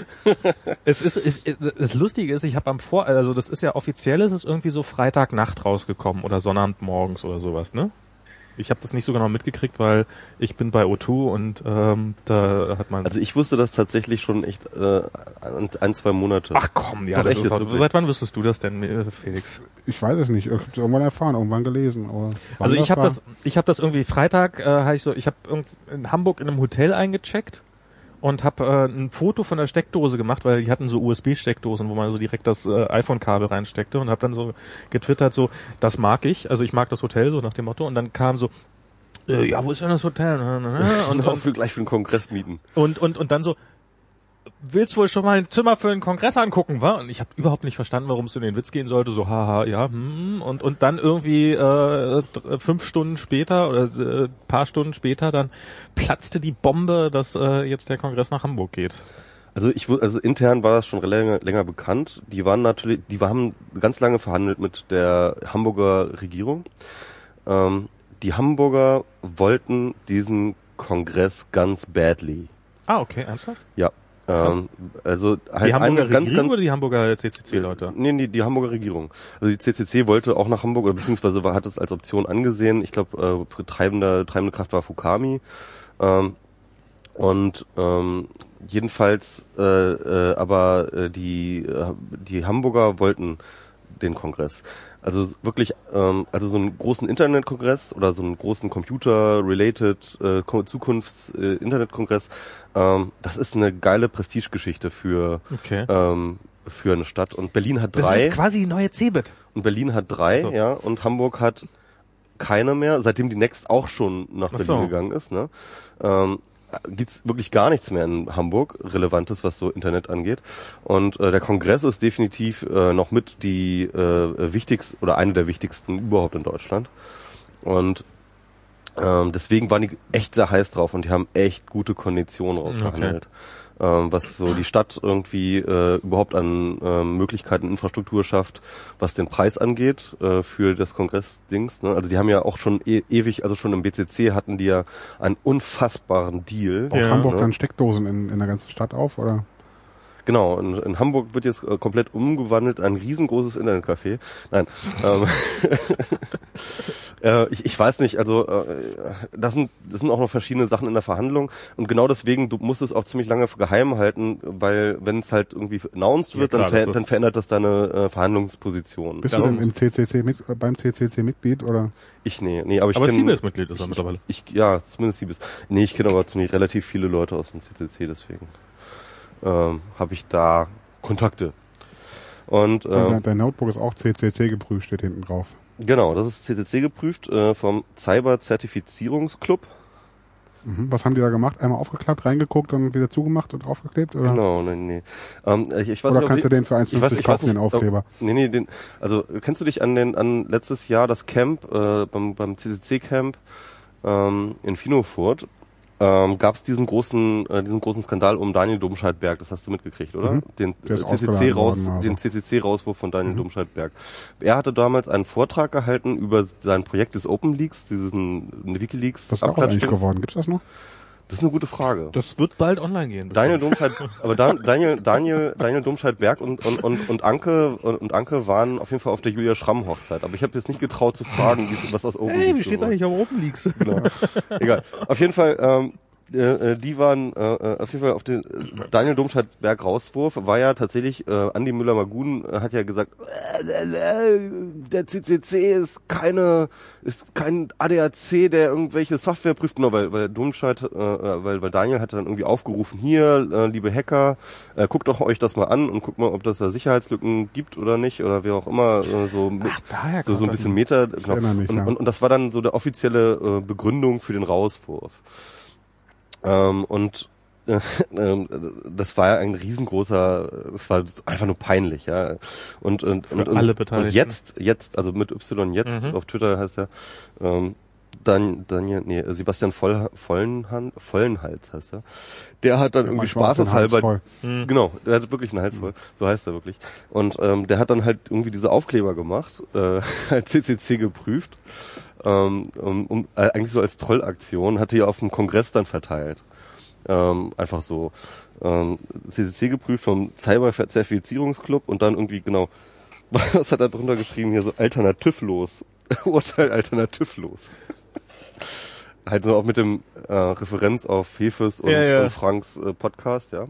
Es ist, es, es, das Lustige ist, ich habe am Vor, also das ist ja offiziell, ist es irgendwie so Freitagnacht rausgekommen oder Sonnabend morgens oder sowas, ne? Ich habe das nicht so genau mitgekriegt, weil ich bin bei O zwei und ähm, da hat man.
Also ich wusste das tatsächlich schon echt äh, ein, ein, zwei Monate.
Ach komm, ja,
Doch,
das
echt,
ist
das
auch,
wirklich.
seit wann wüsstest du das denn, äh, Felix?
Ich weiß es nicht. Ich habe es irgendwann erfahren, irgendwann gelesen. Aber wann
Also ich habe
war?
das, ich habe das irgendwie Freitag, äh, habe ich so, ich habe in Hamburg in einem Hotel eingecheckt und habe äh, ein Foto von der Steckdose gemacht, weil die hatten so U S B-Steckdosen, wo man so direkt das äh, iPhone-Kabel reinsteckte und habe dann so getwittert, so, das mag ich, also ich mag das Hotel, so nach dem Motto. Und dann kam so, äh, ja, wo ist denn das Hotel? Und,
Und auch
und,
für, gleich für den Kongress mieten.
und, und, und dann so, willst wohl schon mal ein Zimmer für einen Kongress angucken, wa? Und ich habe überhaupt nicht verstanden, warum es in den Witz gehen sollte, so haha, ja, hm, und und dann irgendwie äh, d- fünf Stunden später oder äh, paar Stunden später dann platzte die Bombe, dass äh, jetzt der Kongress nach Hamburg geht.
Also ich wu- also intern war das schon länger, länger bekannt. Die waren natürlich, die haben ganz lange verhandelt mit der Hamburger Regierung. Ähm, die Hamburger wollten diesen Kongress ganz badly.
Ah, okay, ernsthaft?
Ja. Ähm, also halt
Die Hamburger
eine ganz,
Regierung
ganz,
oder die Hamburger C C C-Leute?
Nee, nee, die Hamburger Regierung. Also die C C C wollte auch nach Hamburg, oder beziehungsweise war, hat es als Option angesehen. Ich glaube, äh, treibende, treibende Kraft war Fukami. Ähm, und ähm, jedenfalls, äh, äh, aber äh, die, äh, die Hamburger wollten den Kongress. Also wirklich, ähm, also so einen großen Internetkongress oder so einen großen Computer-related äh, Zukunfts-Internetkongress, ähm, das ist eine geile Prestigegeschichte für
Okay.
ähm, für eine Stadt. Und Berlin hat
Das
drei.
ist quasi die neue Cebit.
Und Berlin hat drei,
So.
ja, und Hamburg hat keine mehr, seitdem die Next auch schon nach
Ach
Berlin
so.
gegangen ist, ne? Ähm, gibt's wirklich gar nichts mehr in Hamburg, Relevantes, was so Internet angeht. Und äh, der Kongress ist definitiv äh, noch mit die äh, wichtigsten oder eine der wichtigsten überhaupt in Deutschland. Und ähm, deswegen waren die echt sehr heiß drauf und die haben echt gute Konditionen rausgehandelt. Ähm, was so die Stadt irgendwie äh, überhaupt an ähm, Möglichkeiten, Infrastruktur schafft, was den Preis angeht äh, für das Kongressdings. Ne? Also die haben ja auch schon e- ewig, also schon im B C C hatten die ja einen unfassbaren Deal.
Baut
Ja,
Hamburg
ne?
dann Steckdosen in, in der ganzen Stadt auf, oder?
Genau, in, in Hamburg wird jetzt äh, komplett umgewandelt, ein riesengroßes Internetcafé. Nein, ähm, äh, ich, ich weiß nicht, also äh, das sind das sind auch noch verschiedene Sachen in der Verhandlung und genau deswegen, du musst es auch ziemlich lange geheim halten, weil wenn es halt irgendwie announced wird, ja, klar, dann, ver- dann verändert das deine äh, Verhandlungsposition.
Bist das du denn im C C C mit, äh, beim C C C Mitglied oder?
Ich nee, nee, aber ich
aber
kenn,
Siebes-Mitglied ist er mittlerweile.
Ich, ja, zumindest Siebes. Nee, ich kenne aber ziemlich relativ viele Leute aus dem C C C, deswegen ähm, habe ich da Kontakte. Und ähm,
dein, dein Notebook ist auch C C C geprüft, steht hinten drauf.
Genau, das ist C C C geprüft äh, vom Cyber-Zertifizierungsclub.
Mhm. Was haben die da gemacht? Einmal aufgeklappt, reingeguckt und wieder zugemacht und draufgeklebt? Oder?
Genau, nee, nee. Ähm, ich, ich weiß
oder
nicht,
kannst
die,
du den für eins Komma fünfzig kaufen, den Aufkleber?
Ob, nee, nee, den, also kennst du dich an den an letztes Jahr das Camp, äh, beim, beim C C C-Camp ähm, in Finofurt, ähm, gab es diesen großen äh, diesen großen Skandal um Daniel Domscheit-Berg, das hast du mitgekriegt, oder?
Mhm.
Den
Der ist
C C C raus,
worden, also.
den C C C-Rauswurf von Daniel
Mhm.
Domscheit-Berg. Er hatte damals einen Vortrag gehalten über sein Projekt des Open Leaks, diesen WikiLeaks.
Was ist daraus eigentlich geworden? Gibt's das noch?
Das ist eine gute Frage.
Das wird bald online gehen.
Daniel Domscheit, aber Dan, Daniel, Daniel, Daniel Domscheit-Berg und, und, und, und Anke, und, und Anke waren auf jeden Fall auf der Julia Schramm Hochzeit. Aber ich habe jetzt nicht getraut zu fragen, wie was aus Open
Hey,
Leaks
wie steht's
so
eigentlich auf Open Leaks?
Genau. Egal. Auf jeden Fall, ähm, äh, die waren äh, auf jeden Fall auf den äh, Daniel Domscheit-Berg Rauswurf war ja tatsächlich äh, Andi Müller-Magun äh, hat ja gesagt, äh, äh, der C C C ist keine ist kein A D A C, der irgendwelche Software prüft, nur weil weil Domscheit äh, weil weil Daniel hat dann irgendwie aufgerufen, hier äh, liebe Hacker, äh, guckt doch euch das mal an und guckt mal, ob das da Sicherheitslücken gibt oder nicht oder wer auch immer äh, so
Ach, daher
so so ein bisschen Meta genau.
mich,
und,
ja.
und und das war dann so der offizielle äh, Begründung für den Rauswurf. Ähm, und äh, äh, das war ja ein riesengroßer, es war einfach nur peinlich, ja. Und und
Für
und, und,
alle
und
Beteiligten.
jetzt, jetzt, also mit Y jetzt
Mhm.
auf Twitter heißt er ähm, Dan, Daniel, nee, Sebastian Voll, Vollenhand, Vollenhals heißt er. Der hat dann
Ja,
irgendwie
manchmal auch den Hals
spaßeshalber,
voll.
Mhm.
genau, der hat wirklich einen Hals voll, so heißt er wirklich. Und ähm, der hat dann halt irgendwie diese Aufkleber gemacht, äh, als C C C geprüft. Ähm, um, um, äh, eigentlich so als Trollaktion, hatte die auf dem Kongress dann verteilt. Ähm, einfach so ähm, C C C geprüft vom Cyber-Zertifizierungsclub und dann irgendwie, genau, was hat er drunter geschrieben hier, so alternativlos. Urteil alternativlos. Halt so auch mit dem äh, Referenz auf Hefes und,
Ja, ja.
und Franks äh, Podcast, ja.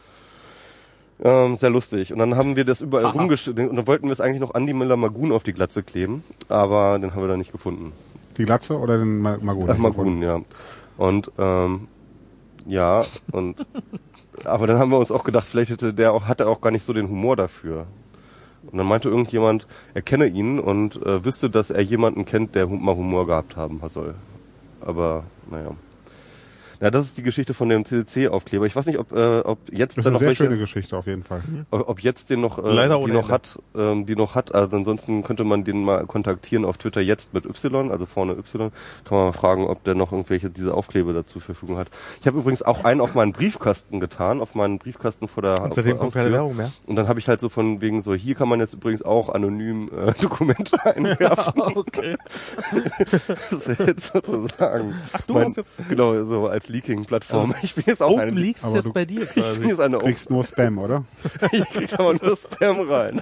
Ähm, sehr lustig. Und dann haben wir das überall rumgeschickt und dann wollten wir es eigentlich noch Andi Müller-Magun auf die Glatze kleben, aber den haben wir da nicht gefunden.
Die Glatze oder den Ma- Magun?
Ach, Magun, ja. Und ähm, ja, und aber dann haben wir uns auch gedacht, vielleicht hätte der auch, hat er auch gar nicht so den Humor dafür. Und dann meinte irgendjemand, er kenne ihn und äh, wüsste, dass er jemanden kennt, der mal Humor gehabt haben soll. Aber, naja. Ja, das ist die Geschichte von dem C C C-Aufkleber. Ich weiß nicht, ob, äh, ob jetzt
Das ist
dann
eine
noch
sehr
welche,
schöne Geschichte auf jeden Fall.
ob, ob jetzt den noch, äh,
Leider
die
ohne
noch
Ende.
hat, ähm, die noch hat. Also ansonsten könnte man den mal kontaktieren auf Twitter jetzt mit Y, also vorne Y. Kann man mal fragen, ob der noch irgendwelche diese Aufkleber dazu zur Verfügung hat. Ich habe übrigens auch einen auf meinen Briefkasten getan, auf meinen Briefkasten vor der
Und seitdem kommt keine
Haustür.
Werbung mehr.
Und dann habe ich halt so von wegen so, hier kann man jetzt übrigens auch anonym äh, Dokumente einwerfen.
Okay.
Das ist jetzt sozusagen.
Ach, du
mein,
hast jetzt-
Genau, so als Leaking-Plattform.
Also,
ich bin jetzt auch
Open
eine,
Leaks ist
aber
jetzt
du-
bei dir
ich bin
quasi.
jetzt eine
Du kriegst nur Spam, oder?
Ich krieg aber nur Spam rein.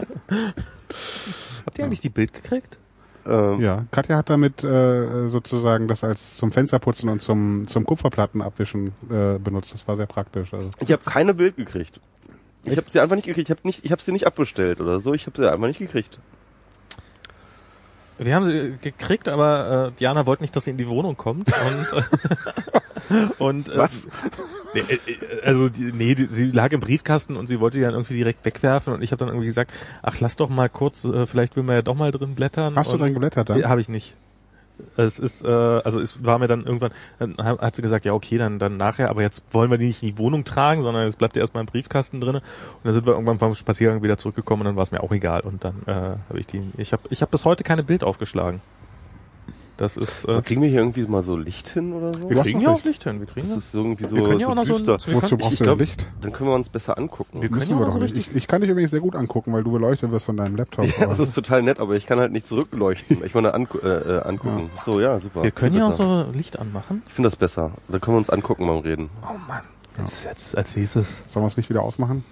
Habt ihr eigentlich die Bild gekriegt?
Ähm,
Ja. Katja hat damit äh, sozusagen das als zum Fensterputzen und zum zum Kupferplattenabwischen äh, benutzt. Das war sehr praktisch. Also.
Ich habe keine Bild gekriegt. Ich habe sie einfach nicht gekriegt. Ich habe nicht, ich habe sie nicht abbestellt oder so. Ich habe sie einfach nicht gekriegt.
Wir haben sie gekriegt, aber äh, Diana wollte nicht, dass sie in die Wohnung kommt. Und, äh, und äh,
Was?
Nee, äh, äh, also die, nee, die, sie lag im Briefkasten und sie wollte die dann irgendwie direkt wegwerfen und ich habe dann irgendwie gesagt, ach lass doch mal kurz, äh, vielleicht will man ja doch mal drin blättern.
Hast du
und,
drin geblättert dann?
Nee, habe ich nicht. Es ist, äh, also es war mir dann irgendwann, dann hat sie gesagt, ja okay, dann dann nachher, aber jetzt wollen wir die nicht in die Wohnung tragen, sondern jetzt bleibt die erstmal im Briefkasten drinne. Und dann sind wir irgendwann vom Spaziergang wieder zurückgekommen und dann war es mir auch egal. Und dann äh, habe ich die, ich habe ich hab bis heute keine Bild aufgeschlagen. Das ist, äh,
Kriegen wir hier irgendwie mal so Licht hin oder so?
wir
Du
kriegen
hast
ja
noch
auch Licht hin, wir kriegen
Das
ja.
ist irgendwie so,
Wir können ja
so
auch noch so ein-
düster.
so- wir
Wozu
können-
brauchst
ich
du
glaub,
denn Licht?
Dann können wir uns besser angucken.
Wir können
Müssen
ja
wir
auch
doch
so
nicht.
richtig.
Ich, ich kann dich übrigens sehr gut angucken, weil du beleuchtet wirst von deinem Laptop.
Ja, das ist total nett, aber ich kann halt nicht zurückleuchten. Ich meine angu äh, äh, angucken. So, ja, super.
Wir können ja auch
Besser.
so Licht anmachen.
Ich finde das besser. Da können wir uns angucken beim Reden.
Oh Mann. Jetzt, jetzt als nächstes.
Sollen wir es nicht wieder ausmachen?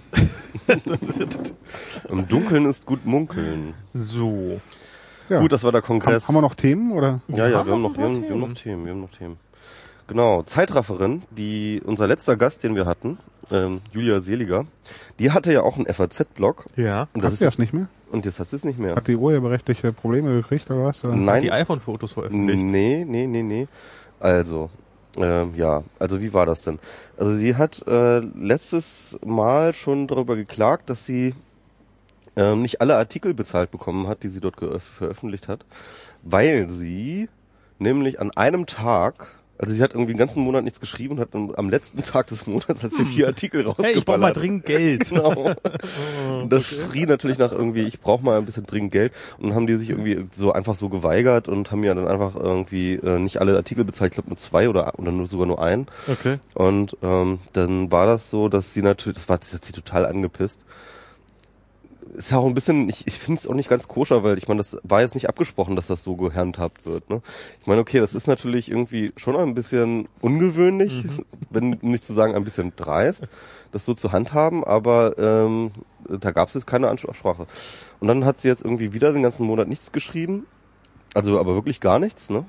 Im Dunkeln ist gut munkeln.
So.
Ja.
Gut, das war der
Haben,
Kongress.
haben wir noch Themen oder?
Ja, ja, wir haben,
noch
noch, wir, haben,
Themen.
wir haben noch Themen, wir haben noch Themen. Genau, Zeitrafferin, die, unser letzter Gast, den wir hatten, ähm, Julia Seliger, die hatte ja auch einen F A Z-Blog.
Ja.
Und
Hat
das
sie
ist,
das nicht mehr?
und jetzt hat sie es nicht mehr.
Hat die urheberrechtliche Probleme gekriegt oder was? Oder?
Nein.
Die iPhone-Fotos veröffentlicht.
Nee, nee, nee, nee. Also, ähm, ja, also wie war das denn? Also sie hat äh, letztes Mal schon darüber geklagt, dass sie ähm, nicht alle Artikel bezahlt bekommen hat, die sie dort geöff- veröffentlicht hat, weil sie nämlich an einem Tag, also sie hat irgendwie den ganzen Monat nichts geschrieben und hat am, am letzten Tag des Monats hat sie vier Artikel rausgeballert.
Hey, ich brauch mal dringend Geld.
Genau. Und das schrie natürlich nach irgendwie, ich brauche mal ein bisschen dringend Geld. Und dann haben die sich irgendwie so einfach so geweigert und haben ja dann einfach irgendwie äh, nicht alle Artikel bezahlt, ich glaube nur zwei oder, oder nur, sogar nur einen.
Okay.
Und ähm, dann war das so, dass sie natürlich, das war, das hat sie total angepisst. Ist ja auch ein bisschen, ich, ich finde es auch nicht ganz koscher, weil ich meine, das war jetzt nicht abgesprochen, dass das so gehandhabt wird. Ne? Ich meine, okay, das ist natürlich irgendwie schon ein bisschen ungewöhnlich, mhm. wenn um nicht zu sagen ein bisschen dreist, das so zu handhaben, aber ähm, da gab es jetzt keine Ansprache. Und dann hat sie jetzt irgendwie wieder den ganzen Monat nichts geschrieben, also aber wirklich gar nichts, ne?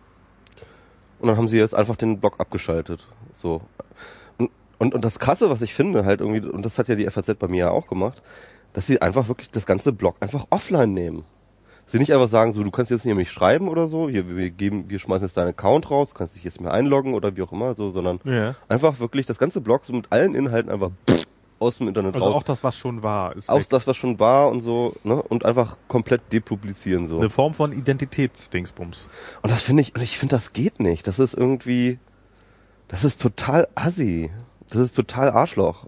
Und dann haben sie jetzt einfach den Blog abgeschaltet. So. Und, und, und das Krasse, was ich finde, halt irgendwie, und das hat ja die F A Z bei mir ja auch gemacht, dass sie einfach wirklich das ganze Blog einfach offline nehmen. Sie nicht einfach sagen, so, du kannst jetzt nämlich schreiben oder so, hier, wir geben, wir schmeißen jetzt deinen Account raus, du kannst dich jetzt mehr einloggen oder wie auch immer, so, sondern
Ja.
einfach wirklich das ganze Blog so mit allen Inhalten einfach pff, aus dem Internet
Also
raus.
auch das, was schon war, ist
Auch
weg.
das, was schon war und so, ne, und einfach komplett depublizieren, so.
Eine Form von Identitätsdingsbums.
Und das finde ich, und ich finde, das geht nicht. Das ist irgendwie, das ist total assi. Das ist total Arschloch.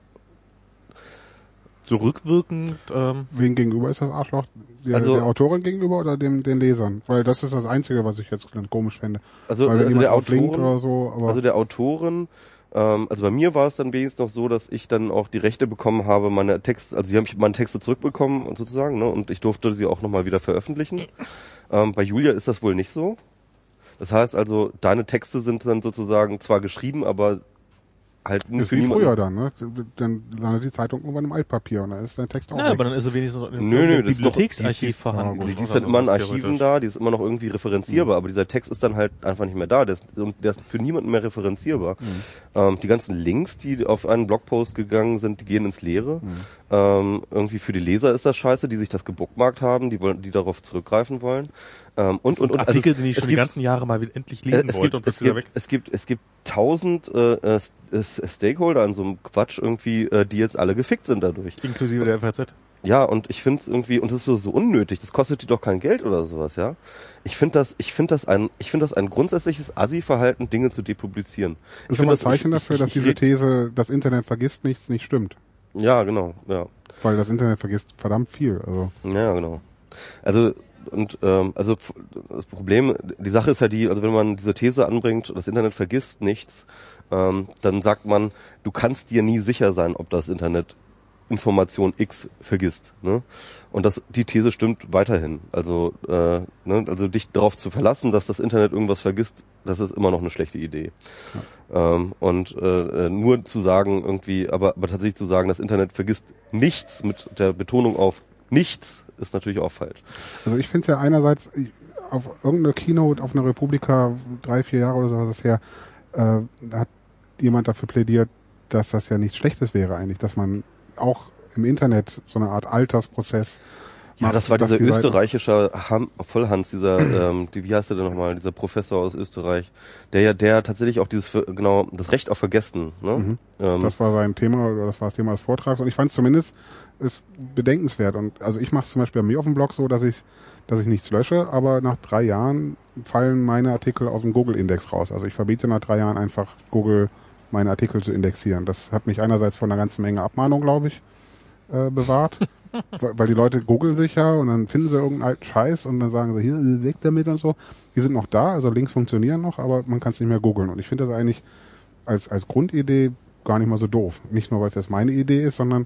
So rückwirkend, ähm,
Wen gegenüber ist das Arschloch? Der,
Also-
der Autorin gegenüber oder dem, den Lesern? Weil das ist das Einzige, was ich jetzt komisch finde.
Also,
Weil wenn
also
jemand
der
auflinkt
Autorin,
oder so, aber
also der Autorin, ähm, also bei mir war es dann wenigstens noch so, dass ich dann auch die Rechte bekommen habe, meine Texte, also sie haben meine Texte zurückbekommen sozusagen, ne, und ich durfte sie auch nochmal wieder veröffentlichen. Ähm, bei Julia ist das wohl nicht so. Das heißt also, deine Texte sind dann sozusagen zwar geschrieben, aber halt nur
ist
für
wie
niemanden.
früher dann, ne? Dann landet die Zeitung irgendwann im Altpapier und dann ist der Text auch
ja,
weg.
aber dann ist er wenigstens noch in
Nö, nö,
einem
das ist noch-
Bibliotheksarchiv
die- die-
vorhanden.
die-
Die, die ist
Oder
dann immer in
sowas
Archiven
theoretisch.
da, die ist immer noch irgendwie referenzierbar, aber dieser Text ist dann halt einfach nicht mehr da, der ist, und der ist für niemanden mehr referenzierbar. Ähm, die ganzen Links, die auf einen Blogpost gegangen sind, die gehen ins Leere. Ähm, irgendwie für die Leser ist das scheiße, die sich das gebookmarkt haben, die wollen, die darauf zurückgreifen wollen. Ähm, und, und, und,
Artikel,
also
die ich
es
schon die
gibt-
ganzen Jahre mal endlich
äh,
lesen
es
wollte
gibt,
und
es
plötzlich ist er
gibt,
weg.
es gibt, es gibt tausend äh, äh, St- Stakeholder an so einem Quatsch irgendwie, äh, die jetzt alle gefickt sind dadurch.
Inklusive der F A Z.
Ja, und ich finde es irgendwie, und das ist so, so unnötig, das kostet die doch kein Geld oder sowas, ja. Ich finde das, ich finde das ein, ich finde das ein grundsätzliches Assi-Verhalten, Dinge zu depublizieren.
Das
Ich
ist aber ein
finde
Zeichen
ich-
dafür,
ich-
dass
ich
diese
red-
These, das Internet vergisst nichts, nicht stimmt.
Ja, genau, ja.
Weil das Internet vergisst verdammt viel. Also
Ja, genau. Also, und, ähm, also, f- das Problem, die Sache ist ja die, also wenn man diese These anbringt, das Internet vergisst nichts, ähm, dann sagt man, du kannst dir nie sicher sein, ob das Internet Information X vergisst, ne? Und das, die These stimmt weiterhin. Also, äh, ne, also dich darauf zu verlassen, dass das Internet irgendwas vergisst, das ist immer noch eine schlechte Idee. Ja. Ähm, und äh, nur zu sagen irgendwie, aber, aber tatsächlich zu sagen, das Internet vergisst nichts mit der Betonung auf nichts, ist natürlich auch falsch.
Also ich finde es ja einerseits, ich- auf irgendeiner Keynote auf einer Republika, drei, vier Jahre oder so was ist her, äh, hat jemand dafür plädiert, dass das ja nichts Schlechtes wäre eigentlich, dass man auch im Internet so eine Art Altersprozess
Ja,
macht,
das war
dass
dieser
die Seiten-
österreichische Ham, Vollhans, dieser, ähm, die, wie heißt der denn nochmal, dieser Professor aus Österreich, der ja, der tatsächlich auch dieses, genau, das Recht auf Vergessen, ne?
Mhm.
Ähm,
Das war sein Thema, oder das war das Thema des Vortrags und ich fand es zumindest ist bedenkenswert. Und also ich mache es zum Beispiel bei mir auf dem Blog so, dass ich dass ich nichts lösche, aber nach drei Jahren fallen meine Artikel aus dem Google-Index raus. Also ich verbiete nach drei Jahren einfach Google meine Artikel zu indexieren. Das hat mich einerseits von einer ganzen Menge Abmahnung, glaube ich, äh, bewahrt. weil, weil die Leute googeln sich ja und dann finden sie irgendeinen alten Scheiß und dann sagen sie, hier, weg damit und so. Die sind noch da, also Links funktionieren noch, aber man kann es nicht mehr googeln. Und ich finde das eigentlich als, als Grundidee gar nicht mal so doof. Nicht nur, weil es jetzt meine Idee ist, sondern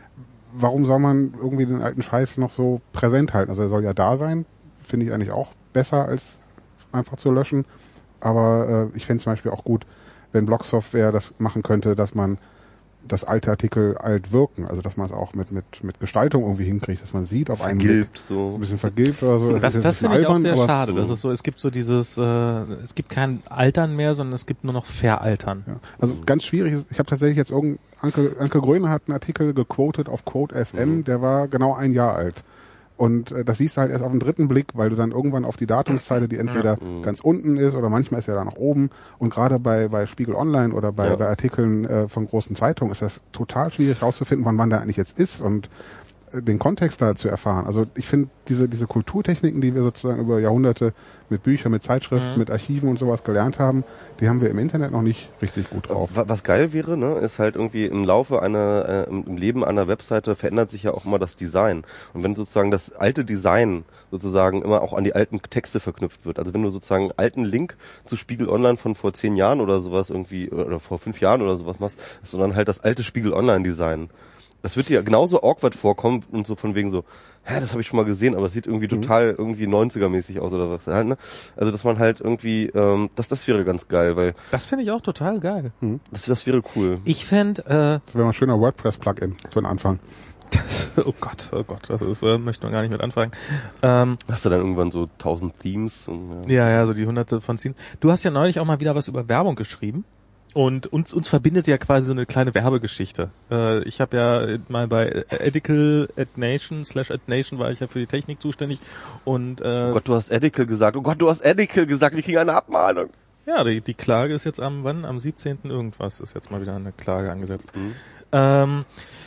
warum soll man irgendwie den alten Scheiß noch so präsent halten? Also er soll ja da sein, finde ich eigentlich auch besser, als einfach zu löschen. Aber äh, ich fände zum Beispiel auch gut, wenn Blogsoftware das machen könnte, dass man dass alte Artikel alt wirken. Also dass man es auch mit mit mit Gestaltung irgendwie hinkriegt, dass man sieht auf einen
Vergilbt,
Blick,
so.
ein bisschen vergilbt oder so.
Das,
ist
das
ein bisschen
finde ich auch
albern,
sehr
aber,
schade. Das ist so, es gibt so dieses, äh, es gibt kein Altern mehr, sondern es gibt nur noch Veraltern.
Ja. Also ganz schwierig ist, ich habe tatsächlich jetzt irgendein, Anke, Anke Gröner hat einen Artikel gequotet auf Quote F M, mhm. der war genau ein Jahr alt. Und äh, das siehst du halt erst auf den dritten Blick, weil du dann irgendwann auf die Datumszeile, die entweder ja. ganz unten ist oder manchmal ist ja da nach oben. Und gerade bei bei Spiegel Online oder bei, ja. bei Artikeln äh, von großen Zeitungen ist das total schwierig rauszufinden, wann wann der eigentlich jetzt ist und äh, den Kontext da zu erfahren. Also ich finde diese diese Kulturtechniken, die wir sozusagen über Jahrhunderte mit Büchern, mit Zeitschriften, mhm. mit Archiven und sowas gelernt haben, die haben wir im Internet noch nicht richtig gut drauf.
Was geil wäre, ne, ist halt irgendwie im Laufe einer, äh, im Leben einer Webseite verändert sich ja auch immer das Design. Und wenn sozusagen das alte Design sozusagen immer auch an die alten Texte verknüpft wird. Also wenn du sozusagen einen alten Link zu Spiegel Online von vor zehn Jahren oder sowas irgendwie, oder vor fünf Jahren oder sowas machst, ist dann halt das alte Spiegel Online Design. Das wird dir genauso awkward vorkommen und so von wegen so, hä, das habe ich schon mal gesehen, aber es sieht irgendwie total irgendwie neunziger-mäßig aus oder was. Halt, ne? Also dass man halt irgendwie, ähm, das das wäre ganz geil, weil
das finde ich auch total geil.
Mhm. Das das wäre cool.
Ich fände, äh,
das wäre mal ein schöner WordPress-Plugin für den Anfang.
oh Gott, oh Gott, das ist, äh, möchte man gar nicht mit anfangen. Ähm,
hast du dann irgendwann so tausend Themes? Und,
ja. ja, ja, so die hunderte von Themes. Du hast ja neulich auch mal wieder was über Werbung geschrieben. Und uns uns verbindet ja quasi so eine kleine Werbegeschichte. Äh, ich habe ja mal bei Edical at Nation slash at Nation war ich ja für die Technik zuständig und äh,
oh Gott, du hast Edical gesagt. Oh Gott, du hast Edical gesagt. Ich kriege eine Abmahnung.
Ja, die, die Klage ist jetzt am wann? Am siebzehnten irgendwas ist jetzt mal wieder eine Klage angesetzt. Mhm. Ähm,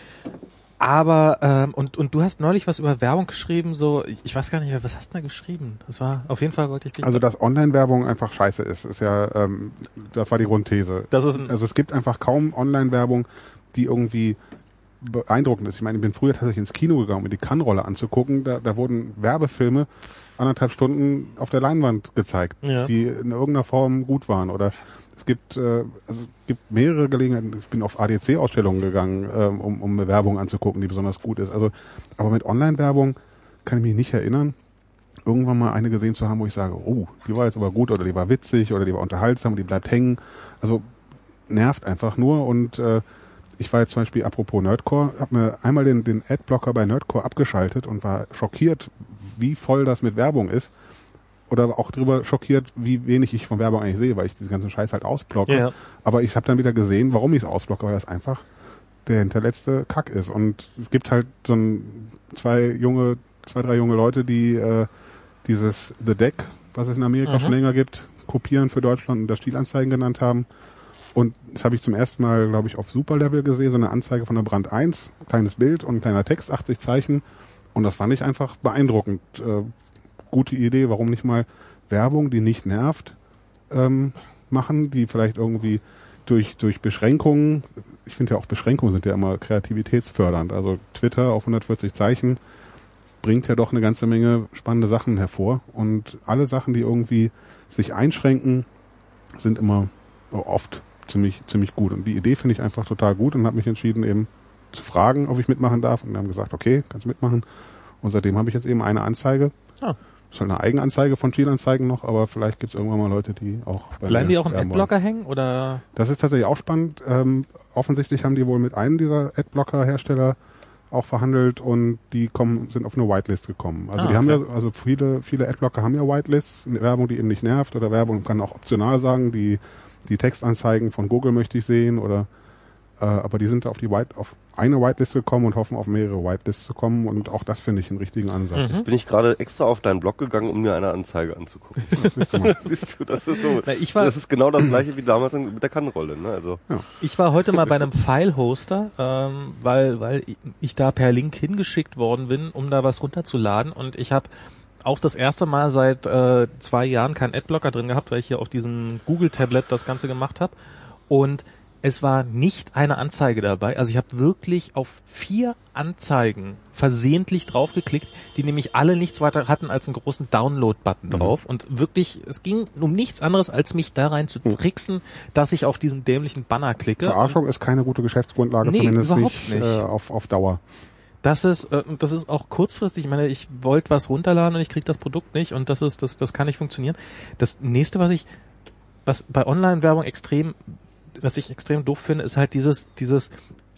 aber ähm, und und du hast neulich was über Werbung geschrieben, so ich weiß gar nicht mehr, was hast du da geschrieben? Das war auf jeden Fall wollte ich dich.
Also dass Online-Werbung einfach scheiße ist, ist ja ähm, das war die Grundthese.
Das ist ein
also es gibt einfach kaum Online-Werbung, die irgendwie beeindruckend ist. Ich meine, ich bin früher tatsächlich ins Kino gegangen, um mir die Cannes-Rolle anzugucken. Da, da wurden Werbefilme anderthalb Stunden auf der Leinwand gezeigt, ja. die in irgendeiner Form gut waren oder es gibt, äh, also es gibt mehrere Gelegenheiten. Ich bin auf A D C-Ausstellungen gegangen, ähm, um, um eine Werbung anzugucken, die besonders gut ist. Also, aber mit Online-Werbung kann ich mich nicht erinnern, irgendwann mal eine gesehen zu haben, wo ich sage, oh, die war jetzt aber gut oder die war witzig oder die war unterhaltsam und die bleibt hängen. Also nervt einfach nur. Und äh, ich war jetzt zum Beispiel, apropos Nerdcore, habe mir einmal den, den Adblocker bei Nerdcore abgeschaltet und war schockiert, wie voll das mit Werbung ist. Oder auch darüber schockiert, wie wenig ich von Werbung eigentlich sehe, weil ich diesen ganzen Scheiß halt ausblocke. Ja. Aber ich habe dann wieder gesehen, warum ich es ausblocke, weil das einfach der hinterletzte Kack ist. Und es gibt halt so ein, zwei junge, zwei, drei junge Leute, die äh, dieses The Deck, was es in Amerika mhm. schon länger gibt, kopieren für Deutschland und das Stilanzeigen genannt haben. Und das habe ich zum ersten Mal, glaube ich, auf Superlevel gesehen, so eine Anzeige von der Brand eins, kleines Bild und ein kleiner Text, achtzig Zeichen. Und das fand ich einfach beeindruckend. Äh, gute Idee, warum nicht mal Werbung, die nicht nervt, ähm, machen, die vielleicht irgendwie durch durch Beschränkungen, ich finde ja auch Beschränkungen sind ja immer kreativitätsfördernd, also Twitter auf hundertvierzig Zeichen bringt ja doch eine ganze Menge spannende Sachen hervor und alle Sachen, die irgendwie sich einschränken, sind immer oft ziemlich ziemlich gut und die Idee finde ich einfach total gut und habe mich entschieden eben zu fragen, ob ich mitmachen darf und wir haben gesagt, okay, kannst mitmachen und seitdem habe ich jetzt eben eine Anzeige. Ah. Das ist halt eine Eigenanzeige von Stilanzeigen noch, aber vielleicht gibt es irgendwann mal Leute, die auch bei
Bleiben die auch im Adblocker hängen? Oder?
Das ist tatsächlich auch spannend. Ähm, offensichtlich haben die wohl mit einem dieser Adblocker-Hersteller auch verhandelt und die kommen, sind auf eine Whitelist gekommen. Also ah, die haben okay. ja, also viele, viele Adblocker haben ja Whitelists, Werbung, die eben nicht nervt oder Werbung kann auch optional sagen, die, die Textanzeigen von Google möchte ich sehen oder äh, aber die sind auf die White, auf eine Whitelist gekommen und hoffen auf mehrere Whitelists zu kommen und auch das finde ich einen richtigen Ansatz.
Mhm. Jetzt bin ich gerade extra auf deinen Blog gegangen, um mir eine Anzeige anzugucken. Siehst du mal. Siehst du, das ist so. Na, ich war, das ist genau das gleiche wie damals mit der Kannenrolle, ne? Also.
Ja. Ich war heute mal bei einem File-Hoster, ähm, weil, weil ich da per Link hingeschickt worden bin, um da was runterzuladen und ich habe auch das erste Mal seit äh, zwei Jahren keinen Adblocker drin gehabt, weil ich hier auf diesem Google-Tablet das Ganze gemacht habe und es war nicht eine Anzeige dabei. Also ich habe wirklich auf vier Anzeigen versehentlich draufgeklickt, die nämlich alle nichts weiter hatten als einen großen Download-Button mhm. drauf. Und wirklich, es ging um nichts anderes, als mich da rein zu tricksen, dass ich auf diesen dämlichen Banner klicke.
Verarschung ist keine gute Geschäftsgrundlage, nee, zumindest nicht, nicht. Äh, auf, auf Dauer.
Das ist, äh, das ist auch kurzfristig. Ich meine, ich wollte was runterladen und ich kriege das Produkt nicht und das ist, das, das kann nicht funktionieren. Das nächste, was ich, was bei Online-Werbung extrem was ich extrem doof finde, ist halt dieses, dieses,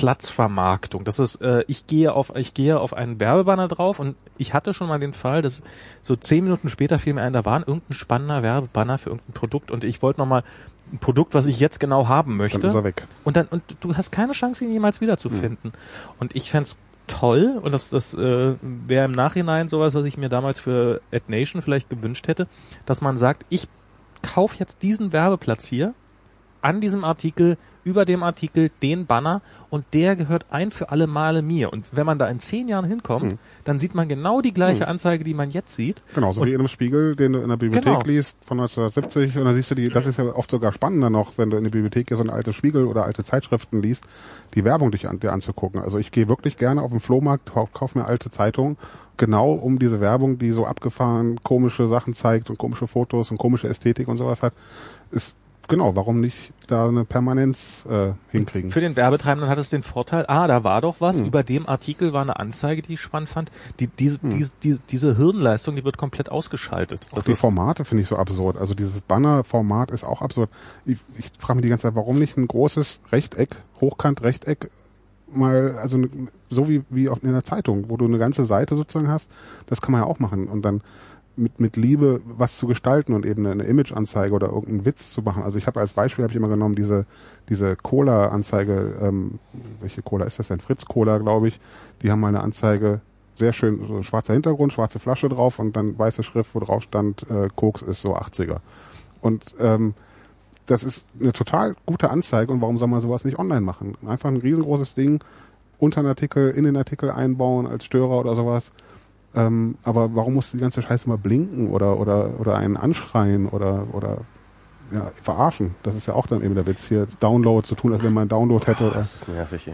Platzvermarktung. Das ist, äh, ich gehe auf, ich gehe auf einen Werbebanner drauf und ich hatte schon mal den Fall, dass so zehn Minuten später fiel mir ein, da war irgendein spannender Werbebanner für irgendein Produkt und ich wollte nochmal ein Produkt, was ich jetzt genau haben möchte.
Dann ist er weg.
Und dann, und du hast keine Chance, ihn jemals wiederzufinden. Mhm. Und ich fänd's toll, und das, das äh, wäre im Nachhinein sowas, was ich mir damals für AdNation vielleicht gewünscht hätte, dass man sagt, ich kaufe jetzt diesen Werbeplatz hier an diesem Artikel, über dem Artikel, den Banner, und der gehört ein für alle Male mir. Und wenn man da in zehn Jahren hinkommt, mhm. dann sieht man genau die gleiche mhm. Anzeige, die man jetzt sieht.
Genau, so und wie in einem Spiegel, den du in der Bibliothek genau. liest von neunzehnhundertsiebzig, und dann siehst du die, das ist ja oft sogar spannender noch, wenn du in die Bibliothek so ein altes Spiegel oder alte Zeitschriften liest, die Werbung dich an, dir anzugucken. Also ich gehe wirklich gerne auf den Flohmarkt, kaufe mir alte Zeitungen, genau um diese Werbung, die so abgefahren komische Sachen zeigt und komische Fotos und komische Ästhetik und sowas hat, ist genau, warum nicht da eine Permanenz äh, hinkriegen?
Für den Werbetreibenden hat es den Vorteil, ah, da war doch was, hm. über dem Artikel war eine Anzeige, die ich spannend fand. Die, diese, hm. diese, diese, diese Hirnleistung, die wird komplett ausgeschaltet.
Das auch die Formate finde ich so absurd. Also dieses Banner-Format ist auch absurd. Ich, ich frage mich die ganze Zeit, warum nicht ein großes Rechteck, Hochkant-Rechteck, mal, also so wie, wie in der Zeitung, wo du eine ganze Seite sozusagen hast, das kann man ja auch machen. Und dann mit mit Liebe was zu gestalten und eben eine Image-Anzeige oder irgendeinen Witz zu machen. Also ich habe als Beispiel habe ich immer genommen diese diese Cola-Anzeige, ähm, welche Cola ist das denn? Fritz Cola, glaube ich. Die haben mal eine Anzeige, sehr schön, so schwarzer Hintergrund, schwarze Flasche drauf und dann weiße Schrift, wo drauf stand, äh, Koks ist so achtziger. Und ähm, das ist eine total gute Anzeige, und warum soll man sowas nicht online machen? Einfach ein riesengroßes Ding, unter einen Artikel, in den Artikel einbauen als Störer oder sowas. Ähm, aber warum muss die ganze Scheiße mal blinken oder oder oder einen anschreien oder oder ja, verarschen? Das ist ja auch dann eben der Witz, hier Download zu tun, als wenn man einen Download hätte. Oder?
Das ist nervig, ey.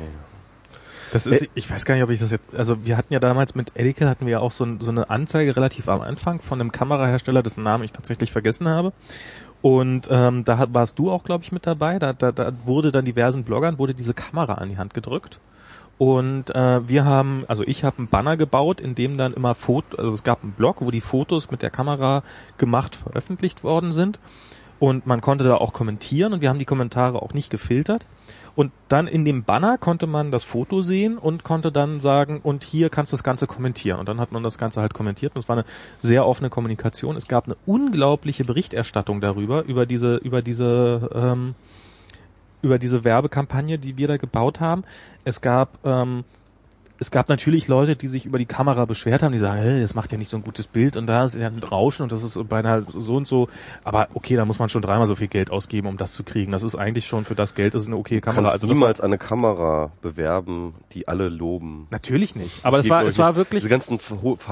Das ist, ich weiß gar nicht, ob ich das jetzt, also wir hatten ja damals mit Edical hatten wir ja auch so, so eine Anzeige relativ am Anfang von einem Kamerahersteller, dessen Namen ich tatsächlich vergessen habe. Und ähm, da warst du auch, glaube ich, mit dabei. Da, da, da wurde dann diversen Bloggern wurde diese Kamera an die Hand gedrückt. Und äh, wir haben, also ich habe einen Banner gebaut, in dem dann immer Fotos, also es gab einen Blog, wo die Fotos mit der Kamera gemacht veröffentlicht worden sind. Und man konnte da auch kommentieren, und wir haben die Kommentare auch nicht gefiltert. Und dann in dem Banner konnte man das Foto sehen und konnte dann sagen, und hier kannst du das Ganze kommentieren. Und dann hat man das Ganze halt kommentiert, und es war eine sehr offene Kommunikation. Es gab eine unglaubliche Berichterstattung darüber, über diese, über diese, ähm, über diese Werbekampagne, die wir da gebaut haben. Es gab, ähm, es gab natürlich Leute, die sich über die Kamera beschwert haben, die sagen, hey, das macht ja nicht so ein gutes Bild, und da ist ja ein Rauschen und das ist beinahe so und so. Aber okay, da muss man schon dreimal so viel Geld ausgeben, um das zu kriegen. Das ist eigentlich schon für das Geld, das ist eine okay Kamera.
Du
also
kannst niemals eine Kamera bewerben, die alle loben.
Natürlich nicht. Aber es war, es war wirklich...
Diese ganzen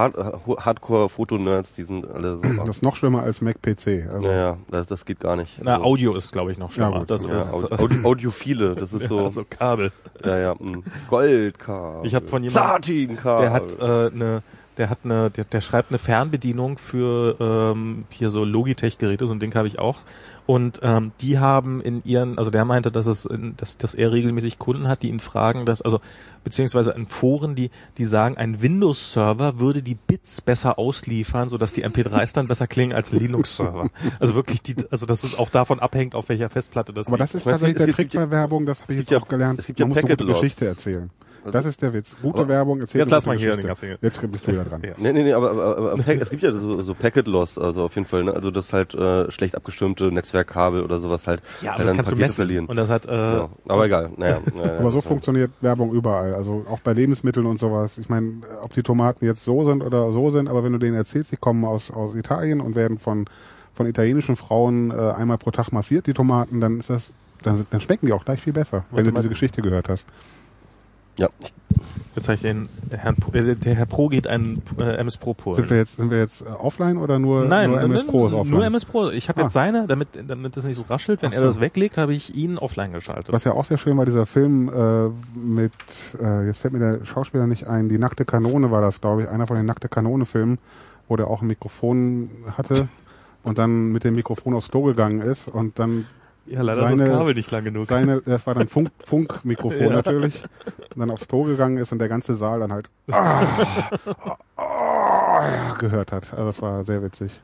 Hardcore-Foto-Nerds, die sind alle so...
Das ist noch schlimmer als Mac P C. Also
ja, ja, das, das geht gar nicht.
Na, Audio ist, glaube ich, noch schlimmer. Ja, gut,
das
ja,
ist Audio, Audiophile, das ist so...
Ja, so Kabel.
Ja, ja, Goldkabel.
Ich habe von jemandem...
Platinkabel.
Der hat äh, eine... Der hat eine, der, der schreibt eine Fernbedienung für ähm, hier so Logitech-Geräte, so ein Ding habe ich auch. Und ähm, die haben in ihren, also der meinte, dass es, dass, dass er regelmäßig Kunden hat, die ihn fragen, dass, also beziehungsweise in Foren, die, die sagen, ein Windows-Server würde die Bits besser ausliefern, sodass die M P drei s dann besser klingen als Linux-Server. Also wirklich, die, also das ist auch davon abhängig, auf welcher Festplatte das
Aber
liegt.
das ist tatsächlich der Trick bei Werbung, das habe ich jetzt auch gelernt.
Es gibt ja
Man muss eine gute Geschichte erzählen. Das ist der Witz. Gute
aber
Werbung, erzählt
Jetzt lass mal hier
den
ganzen.
Jetzt bist du wieder dran.
Ja. Nee, nee, nee, aber, aber, aber es gibt ja so, so Packet Loss, also auf jeden Fall, ne? Also das halt äh, schlecht abgestimmte Netzwerkkabel oder sowas halt.
Ja, aber das kannst Pakete du messen. Verlieren. Und das hat, äh,
ja, aber egal. Naja, naja,
aber so funktioniert Werbung überall, also auch bei Lebensmitteln und sowas. Ich meine, ob die Tomaten jetzt so sind oder so sind, aber wenn du denen erzählst, sie kommen aus aus Italien und werden von von italienischen Frauen äh, einmal pro Tag massiert, die Tomaten, dann ist das, dann, dann schmecken die auch gleich viel besser, wenn du diese Geschichte gehört hast.
Ja.
Jetzt habe ich den Herrn, äh, der Herr Pro geht einen äh, M S Pro Polen.
Sind wir jetzt, sind wir jetzt offline oder nur,
Nein,
nur M S Pro ist offline?
Nur M S Pro. Ich habe ah. jetzt seine, damit, damit das nicht so raschelt, wenn so. er das weglegt, habe ich ihn offline geschaltet.
Was ja auch sehr schön war, dieser Film äh, mit, äh, jetzt fällt mir der Schauspieler nicht ein, die Nackte Kanone war das, glaube ich, einer von den Nackte Kanone Filmen, wo der auch ein Mikrofon hatte und dann mit dem Mikrofon aufs Klo gegangen ist und dann
ja, leider seine, ist das Kabel nicht lang genug.
Seine, das war dann Funk, Funkmikrofon ja. natürlich. Und dann aufs Klo gegangen ist und der ganze Saal dann halt ah, ah, ah, gehört hat. Also das war sehr witzig.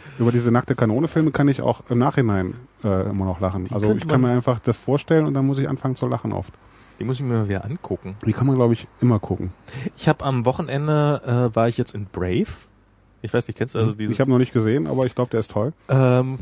Über diese nackte Kanone-Filme kann ich auch im Nachhinein äh, immer noch lachen.
Die
Also
könnte
ich kann
man-
mir einfach das vorstellen und dann muss ich anfangen zu lachen oft.
Die muss ich mir mal wieder angucken.
Die kann man, glaube ich, immer gucken.
Ich habe am Wochenende, äh, war ich jetzt in Brave. Ich weiß nicht, kennst du also diese...
Ich habe noch nicht gesehen, aber ich glaube, der ist toll.
Ähm,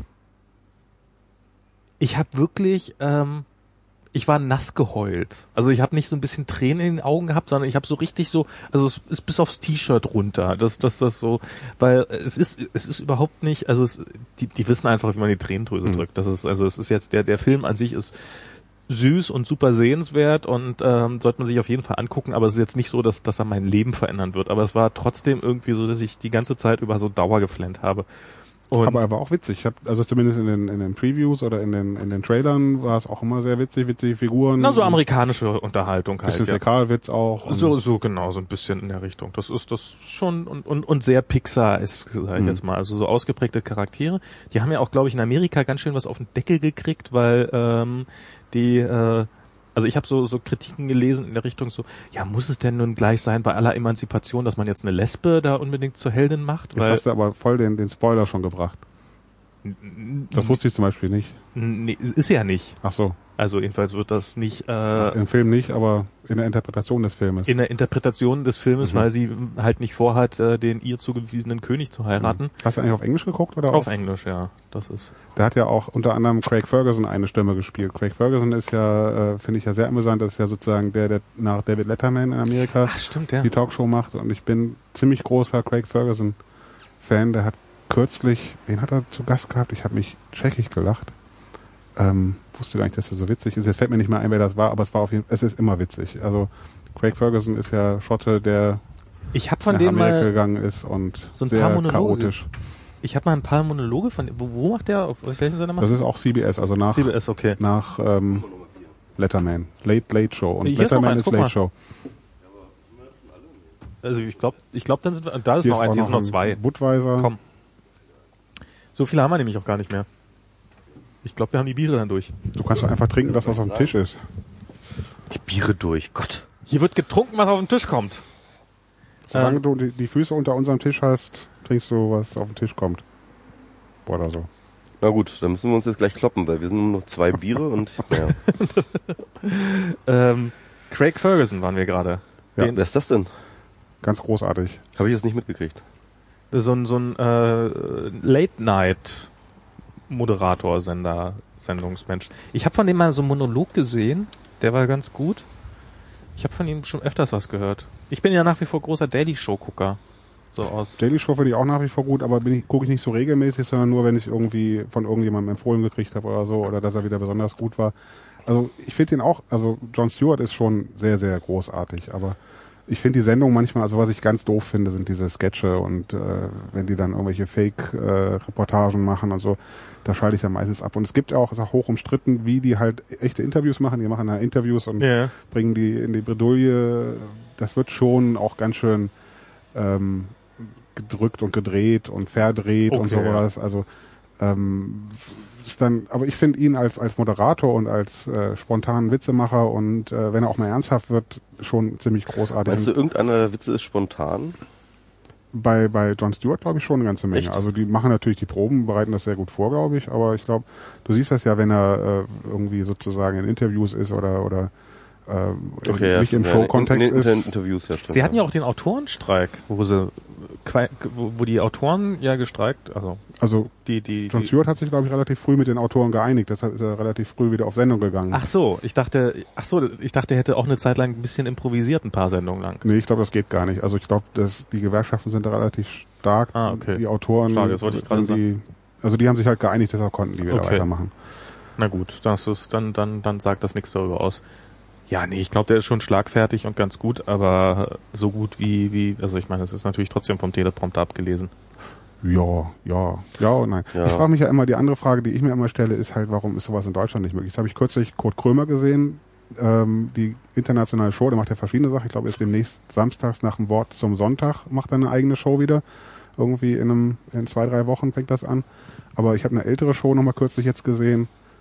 ich habe wirklich, ähm, ich war nass geheult. Also ich habe nicht so ein bisschen Tränen in den Augen gehabt, sondern ich habe so richtig so, also es ist bis aufs T-Shirt runter. Das, das, das so, weil es ist, es ist überhaupt nicht, also es, die, die wissen einfach, wie man die Tränendrüse
Mhm.
drückt. Das ist, also es ist jetzt der, der Film an sich ist süß und super sehenswert und ähm, sollte man sich auf jeden Fall angucken, aber es ist jetzt nicht so, dass, dass er mein Leben verändern wird. Aber es war trotzdem irgendwie so, dass ich die ganze Zeit über so Dauer geflennt habe. Und
Aber er war auch witzig. Ich hab, also zumindest in den, in den Previews oder in den, in den Trailern war es auch immer sehr witzig, witzige Figuren.
na, so amerikanische Unterhaltung
Ein
halt.
bisschen
Ja.
Fäkalwitz auch. und-
So, so genau, so ein bisschen in der Richtung. Das ist das schon und und und sehr Pixar ist, sag ich
Mhm.
jetzt mal, also so ausgeprägte Charaktere. Die haben ja auch, glaube ich, in Amerika ganz schön was auf den Deckel gekriegt, weil ähm, die äh, also ich habe so so Kritiken gelesen in der Richtung so, ja, muss es denn nun gleich sein bei aller Emanzipation, dass man jetzt eine Lesbe da unbedingt zur Heldin macht?
Jetzt
Weil
hast du aber voll den, den Spoiler schon gebracht. Das wusste ich zum Beispiel nicht.
nee, ist ja nicht.
Ach so.
Also jedenfalls wird das nicht äh,
Im Film nicht, aber in der Interpretation des Filmes.
in der Interpretation des Filmes,
Mhm.
weil sie halt nicht vorhat, äh, den ihr zugewiesenen König zu heiraten.
Hast du eigentlich auf Englisch geguckt oder
Auf Englisch, ja. Das ist.
Da hat ja auch unter anderem Craig Ferguson eine Stimme gespielt. Craig Ferguson ist ja, äh, finde ich ja sehr amüsant, das ist ja sozusagen der, der nach David Letterman in Amerika
Ach, stimmt, ja.
die Talkshow macht und ich bin ziemlich großer Craig Ferguson Fan. Der hat kürzlich, wen hat er zu Gast gehabt? Ich habe mich scheckig gelacht. Ähm, wusste gar nicht, dass er so witzig ist. Jetzt fällt mir nicht mehr ein, wer das war, aber es war auf jeden Fall, es ist immer witzig. Also Craig Ferguson ist ja Schotte, der
Ich habe von
nach
dem
Amerika
mal,
gegangen ist und
so ein
sehr
paar Monologe.
chaotisch.
ich habe mal ein paar Monologe von, wo, wo macht der, auf welchen Sender macht
Das ist auch C B S, also nach
C B S, okay.
nach ähm, Letterman. Late Late Show. Und
Hier ist noch
Letterman
eins,
ist
guck
Late
mal.
Show.
Also ich glaube, ich glaube, dann sind wir, da ist
Hier
noch eins, hier
auch
sind noch
ein
zwei.
Budweiser.
Komm. So viele haben wir nämlich auch gar nicht mehr. Ich glaube, wir haben die Biere dann durch.
Du kannst doch einfach trinken, das was auf dem Tisch ist.
Die Biere durch, Gott.
Hier wird getrunken, was auf den Tisch kommt.
Solange
Ähm.
du die, die Füße unter unserem Tisch hast, trinkst du, was auf den Tisch kommt. Oder so.
Na gut, dann müssen wir uns jetzt gleich kloppen, weil wir sind nur noch zwei Biere und naja.
Ähm, Craig Ferguson waren wir gerade.
Ja.
Den-
Wer ist das denn?
Ganz großartig.
Habe ich jetzt nicht mitgekriegt.
So ein, so ein äh, Late-Night-Moderator, Sender, Sendungsmensch. Ich habe von dem mal so einen Monolog gesehen, der war ganz gut. Ich habe von ihm schon öfters was gehört. Ich bin ja nach wie vor großer Daily-Show-Gucker. So aus.
Daily Show finde ich auch nach wie vor gut, aber bin ich, gucke ich nicht so regelmäßig, sondern nur, wenn ich irgendwie von irgendjemandem empfohlen gekriegt habe oder so, oder dass er wieder besonders gut war. Also ich finde ihn auch, also Jon Stewart ist schon sehr, sehr großartig, aber ich finde die Sendung manchmal, also was ich ganz doof finde, sind diese Sketche und äh, wenn die dann irgendwelche Fake-Reportagen äh, machen und so, da schalte ich dann meistens ab. Und es gibt ja auch, ist auch hoch umstritten, wie die halt echte Interviews machen. Die machen da Interviews und
Ja.
bringen die in die Bredouille. Das wird schon auch ganz schön ähm, gedrückt und gedreht und verdreht
Okay,
und sowas. Also ähm, ist dann, aber ich finde ihn als als Moderator und als äh, spontanen Witzemacher und äh, wenn er auch mal ernsthaft wird, schon ziemlich großartig.
Meinst du, irgendeiner der Witze ist spontan?
Bei bei Jon Stewart glaube ich schon eine ganze Menge.
Echt?
Also die machen natürlich die Proben, bereiten das sehr gut vor, glaube ich. Aber ich glaube, du siehst das ja, wenn er äh, irgendwie sozusagen in Interviews ist oder oder äh,
Okay, ja,
nicht im
stimmt, ja.
Showkontext
in, in, in
ist.
Interviews, ja, stimmt.
Sie hatten ja auch den Autorenstreik, wo sie, qua- wo, wo die Autoren ja gestreikt, also
Also
die, die,
Jon
die
Stewart hat sich, glaube ich, relativ früh mit den Autoren geeinigt. Deshalb ist er relativ früh wieder auf Sendung gegangen.
Ach so, ich dachte, ach so, ich dachte, er hätte auch eine Zeit lang ein bisschen improvisiert, ein paar Sendungen lang.
Nee, ich glaube, das geht gar nicht. Also ich glaube, dass die Gewerkschaften sind da relativ stark.
Ah, okay.
Die Autoren,
Stark, das wollte ich gerade
die, also die haben sich halt geeinigt, deshalb konnten die wieder
Okay.
weitermachen.
Na gut, das ist, dann, dann, dann sagt das nichts darüber aus. Ja, nee, ich glaube, der ist schon schlagfertig und ganz gut, aber so gut wie, wie, also ich meine, es ist natürlich trotzdem vom Teleprompter abgelesen.
Ja, ja, ja und nein.
Ja.
Ich frage mich ja immer, die andere Frage, die ich mir immer stelle, ist halt, warum ist sowas in Deutschland nicht möglich? Das habe ich kürzlich Kurt Krömer gesehen, ähm, die internationale Show, der macht ja verschiedene Sachen. Ich glaube, jetzt demnächst samstags nach dem Wort zum Sonntag macht er eine eigene Show wieder. Irgendwie in einem, in zwei, drei Wochen fängt das an. Aber ich habe eine ältere Show nochmal kürzlich jetzt gesehen.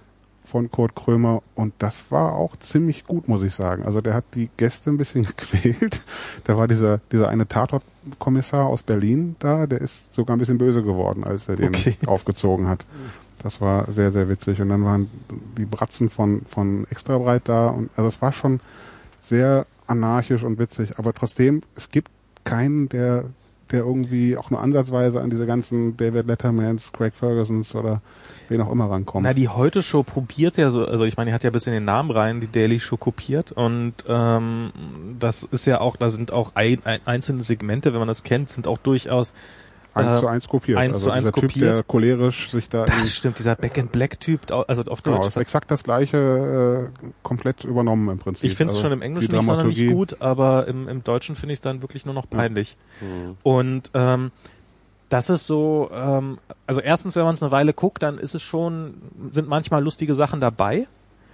von Kurt Krömer und das war auch ziemlich gut, muss ich sagen. Also der hat die Gäste ein bisschen gequält. Da war dieser dieser eine Tatort-Kommissar aus Berlin da, der ist sogar ein bisschen böse geworden, als er den
Okay.
aufgezogen hat. Das war sehr, sehr witzig. Und dann waren die Bratzen von von Extrabreit da und also es war schon sehr anarchisch und witzig, aber trotzdem, es gibt keinen, der der irgendwie auch nur ansatzweise an diese ganzen David Lettermans, Craig Fergusons oder wen auch immer rankommt.
Na, die Heute-Show probiert ja so, also ich meine, die hat ja bis in den Namen rein die Daily Show kopiert und ähm, das ist ja auch, da sind auch ein, ein, einzelne Segmente, wenn man das kennt, sind auch durchaus
Eins
äh,
zu eins kopiert.
eins
also
zu eins
dieser Typ,
kopiert.
der cholerisch sich da in,
Das stimmt, dieser Back in Black Typ, also auf
genau,
Deutsch.
ist exakt das gleiche, äh, komplett übernommen im Prinzip.
Ich finde es
also
schon im Englischen
die
nicht sonderlich
Dramaturgie-
gut, aber im, im Deutschen finde ich es dann wirklich nur noch peinlich.
Mhm.
Und ähm, das ist so, ähm, also erstens, wenn man es eine Weile guckt, dann ist es schon, sind manchmal lustige Sachen dabei.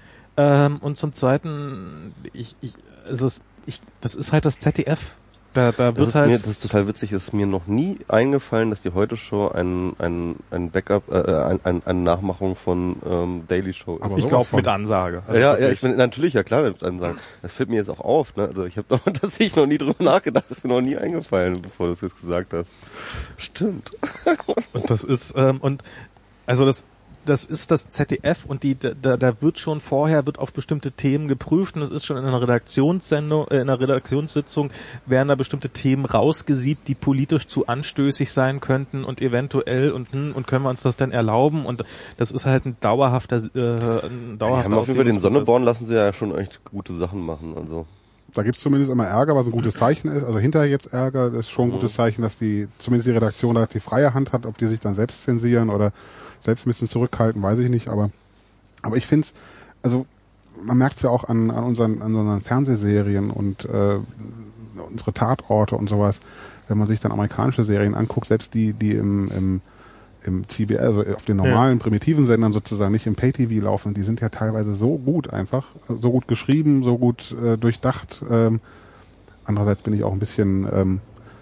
Ähm, und zum Zweiten, ich, ich, also es, ich, das ist halt das Z D F. Da, da
Das
wird
ist,
halt.
mir, das ist total witzig, es ist mir noch nie eingefallen, dass die Heute-Show ein, ein, ein Backup, äh, ein, ein, eine Nachmachung von ähm, Daily Show ist.
Aber
ich
sowas
glaube
von.
mit Ansage. Also
ja, ja,
wirklich.
ich bin natürlich, ja klar, mit Ansagen. Das fällt mir jetzt auch auf, ne? Also ich habe doch tatsächlich noch nie drüber nachgedacht, das ist mir noch nie eingefallen, bevor du es jetzt gesagt hast. Stimmt.
Und das ist, ähm, und also das das ist das Z D F und die da, da wird schon vorher wird auf bestimmte Themen geprüft und es ist schon in einer Redaktionssendung, äh, in einer Redaktionssitzung werden da bestimmte Themen rausgesiebt, die politisch zu anstößig sein könnten und eventuell und hm, und können wir uns das denn erlauben und das ist halt ein dauerhafter äh, ein
Die
dauerhafter
haben auf jeden Fall den
Aussehungsprozess.
Sonneborn lassen sie ja schon echt gute Sachen machen, also.
Da gibt's zumindest immer Ärger, was ein gutes Zeichen ist. Also hinterher jetzt Ärger, das ist schon ein gutes Zeichen, dass die zumindest die Redaktion relativ freie Hand hat, ob die sich dann selbst zensieren oder selbst ein bisschen zurückhalten, weiß ich nicht. Aber aber ich find's, also man merkt's ja auch an, an unseren an unseren Fernsehserien und äh, unsere Tatorte und sowas, wenn man sich dann amerikanische Serien anguckt, selbst die die im im im T V, also auf den normalen, ja. primitiven Sendern sozusagen, nicht im Pay-T V laufen, die sind ja teilweise so gut einfach, so gut geschrieben, so gut äh, durchdacht. Ähm, andererseits bin ich auch ein bisschen, ähm,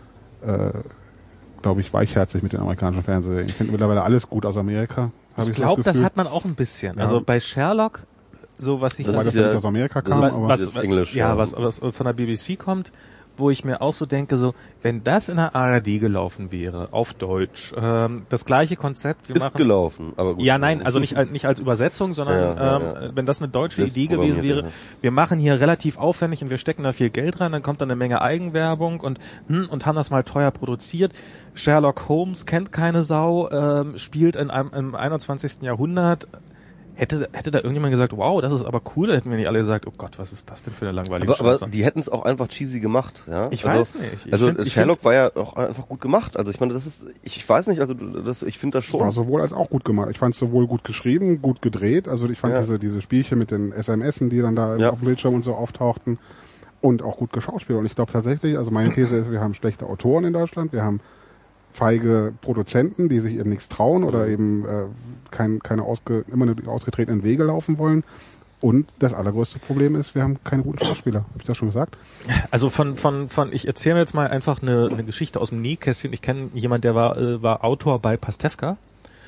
äh, glaube ich, weichherzig mit den amerikanischen Fernsehserien. Ich finde mittlerweile alles gut aus Amerika.
Ich glaube, das, das hat man auch ein bisschen. Ja. Also bei Sherlock, so was ich...
Wobei das ja nicht aus Amerika kam,
was,
aber...
Was, was, Englisch, ja, ja. Was, was von der B B C kommt, wo ich mir auch so denke, so, wenn das in der A R D gelaufen wäre, auf Deutsch, ähm, das gleiche Konzept, wir
ist
machen,
gelaufen, aber gut.
Ja, nein, also nicht, nicht als Übersetzung, sondern
ja, ja,
ähm,
ja.
wenn das eine deutsche Idee gewesen wäre, ja. wir machen hier relativ aufwendig und wir stecken da viel Geld rein, dann kommt da eine Menge Eigenwerbung und hm, und haben das mal teuer produziert. Sherlock Holmes kennt keine Sau, ähm, spielt in einem im einundzwanzigsten Jahrhundert. Hätte, hätte da irgendjemand gesagt, wow, das ist aber cool, da hätten wir nicht alle gesagt, oh Gott, was ist das denn für eine langweilige
aber,
Scheiße.
Aber die hätten es auch einfach cheesy gemacht, ja.
Ich
also,
weiß nicht. Ich
also
find,
Sherlock
find,
war ja auch einfach gut gemacht. Also ich meine, das ist, ich weiß nicht, also das, ich finde das schon.
War sowohl als auch gut gemacht. Ich fand es sowohl gut geschrieben, gut gedreht. Also ich fand
ja.
diese diese Spielchen mit den S M Sen, die dann da ja. auf dem Bildschirm und so auftauchten, und auch gut geschauspielt. Und ich glaube tatsächlich, also meine These ist, wir haben schlechte Autoren in Deutschland, wir haben feige Produzenten, die sich eben nichts trauen oder eben äh, kein, keine ausge, immer nur die ausgetretenen Wege laufen wollen. Und das allergrößte Problem ist, wir haben keine guten Schauspieler. Habe ich das schon gesagt?
Also von von von ich erzähle jetzt mal einfach eine, eine Geschichte aus dem Nähkästchen. Ich kenne jemand, der war äh, war Autor bei Pastewka.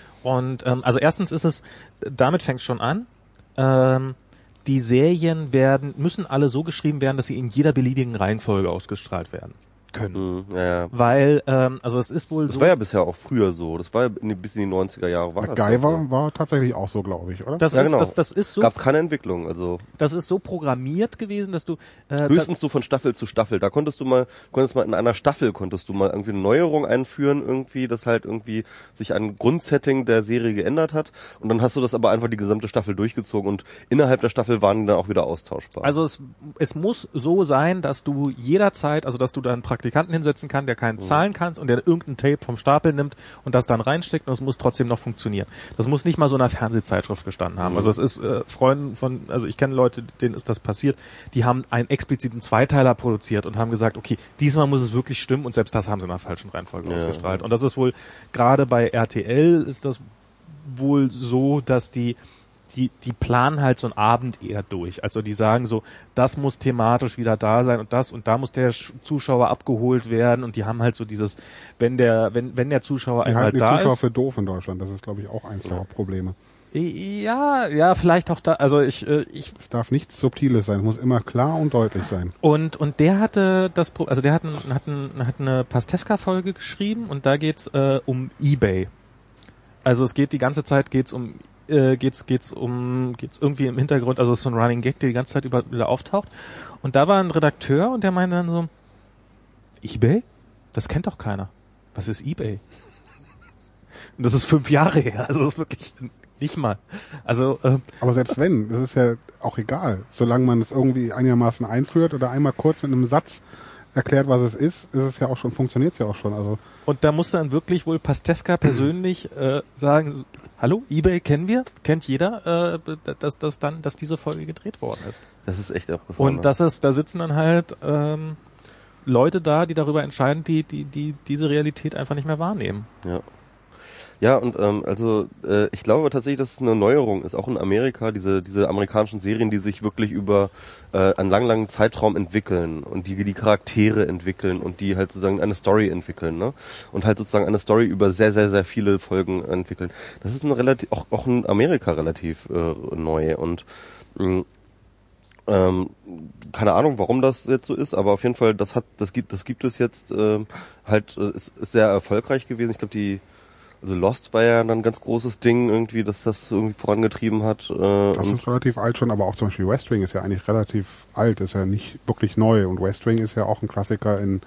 Und ähm, also erstens ist es, damit fängt es schon an. Ähm, die Serien werden müssen alle so geschrieben werden, dass sie in jeder beliebigen Reihenfolge ausgestrahlt werden können.
Mhm, ja, ja.
Weil, ähm, also es ist wohl
das
so...
Das war ja bisher auch früher so. Das war ja in, bis in die neunziger Jahre. War
MacGyver
das so.
war tatsächlich auch so, glaube ich, oder?
Das
ja,
ist,
genau.
das, das ist so...
Gab es keine Entwicklung, also...
Das ist so programmiert gewesen, dass du... Äh,
Höchstens so von Staffel zu Staffel. Da konntest du mal, konntest mal in einer Staffel, konntest du mal irgendwie eine Neuerung einführen, irgendwie, dass halt irgendwie sich ein Grundsetting der Serie geändert hat. Und dann hast du das aber einfach die gesamte Staffel durchgezogen und innerhalb der Staffel waren die dann auch wieder austauschbar.
Also es, es muss so sein, dass du jederzeit, also dass du da einen Praktikanten hinsetzen kannst, der keinen Zahlen kann und der irgendein Tape vom Stapel nimmt und das dann reinsteckt und es muss trotzdem noch funktionieren. Das muss nicht mal so einer Fernsehzeitschrift gestanden haben. Mhm. Also es ist äh, Freunden von, also ich kenne Leute, denen ist das passiert, die haben einen expliziten Zweiteiler produziert und haben gesagt, okay, diesmal muss es wirklich stimmen und selbst das haben sie in einer falschen Reihenfolge ja. ausgestrahlt. Und das ist wohl, gerade bei R T L ist das wohl so, dass die Die, die planen halt so einen Abend eher durch. Also die sagen so, das muss thematisch wieder da sein und das und da muss der Zuschauer abgeholt werden und die haben halt so dieses, wenn der, wenn, wenn der Zuschauer
die
einmal
halten
da
die Zuschauer
ist.
für doof in Deutschland. Das ist, glaube ich, auch eins der
ja.
Hauptprobleme.
Ja, ja, vielleicht auch da, also ich, äh, ich
Es darf nichts Subtiles sein, es muss immer klar und deutlich sein.
und und der hatte das, Pro- also der hat, ein, hat, ein, hat eine Pastewka-Folge geschrieben und da geht's äh, um eBay. Also es geht die ganze Zeit geht's um äh, geht's geht's um geht's irgendwie im Hintergrund, also es ist so ein Running Gag, der die ganze Zeit über, wieder auftaucht. Und da war ein Redakteur und der meinte dann so, eBay? Das kennt doch keiner. Was ist eBay? Und das ist fünf Jahre her, also das ist wirklich nicht mal. Also äh,
Aber selbst wenn, das ist ja auch egal. Solange man es irgendwie einigermaßen einführt oder einmal kurz mit einem Satz erklärt, was es ist, ist es ja auch schon, funktioniert es ja auch schon. Also
und da muss dann wirklich wohl Pastewka persönlich äh, sagen, hallo, eBay kennen wir, kennt jeder, äh, dass, dass dann, dass diese Folge gedreht worden ist.
Das ist echt abgefahren.
Und das ist, da sitzen dann halt ähm, Leute da, die darüber entscheiden, die, die, die diese Realität einfach nicht mehr wahrnehmen.
Ja. Ja, und ähm, also äh, ich glaube tatsächlich, dass es eine Neuerung ist, auch in Amerika, diese diese amerikanischen Serien, die sich wirklich über äh, einen langen, langen Zeitraum entwickeln und die die Charaktere entwickeln und die halt sozusagen eine Story entwickeln, ne? Und halt sozusagen eine Story über sehr, sehr, sehr viele Folgen entwickeln. Das ist ein relativ auch auch in Amerika relativ äh, neu und mh, Ähm, keine Ahnung, warum das jetzt so ist, aber auf jeden Fall, das hat, das gibt, das gibt es jetzt äh, halt, äh, ist, ist sehr erfolgreich gewesen. Ich glaube, die, also Lost war ja ein ganz großes Ding irgendwie, dass das irgendwie vorangetrieben hat. Äh,
das ist relativ alt schon, aber auch zum Beispiel West Wing ist ja eigentlich relativ alt, ist ja nicht wirklich neu und West Wing ist ja auch ein Klassiker in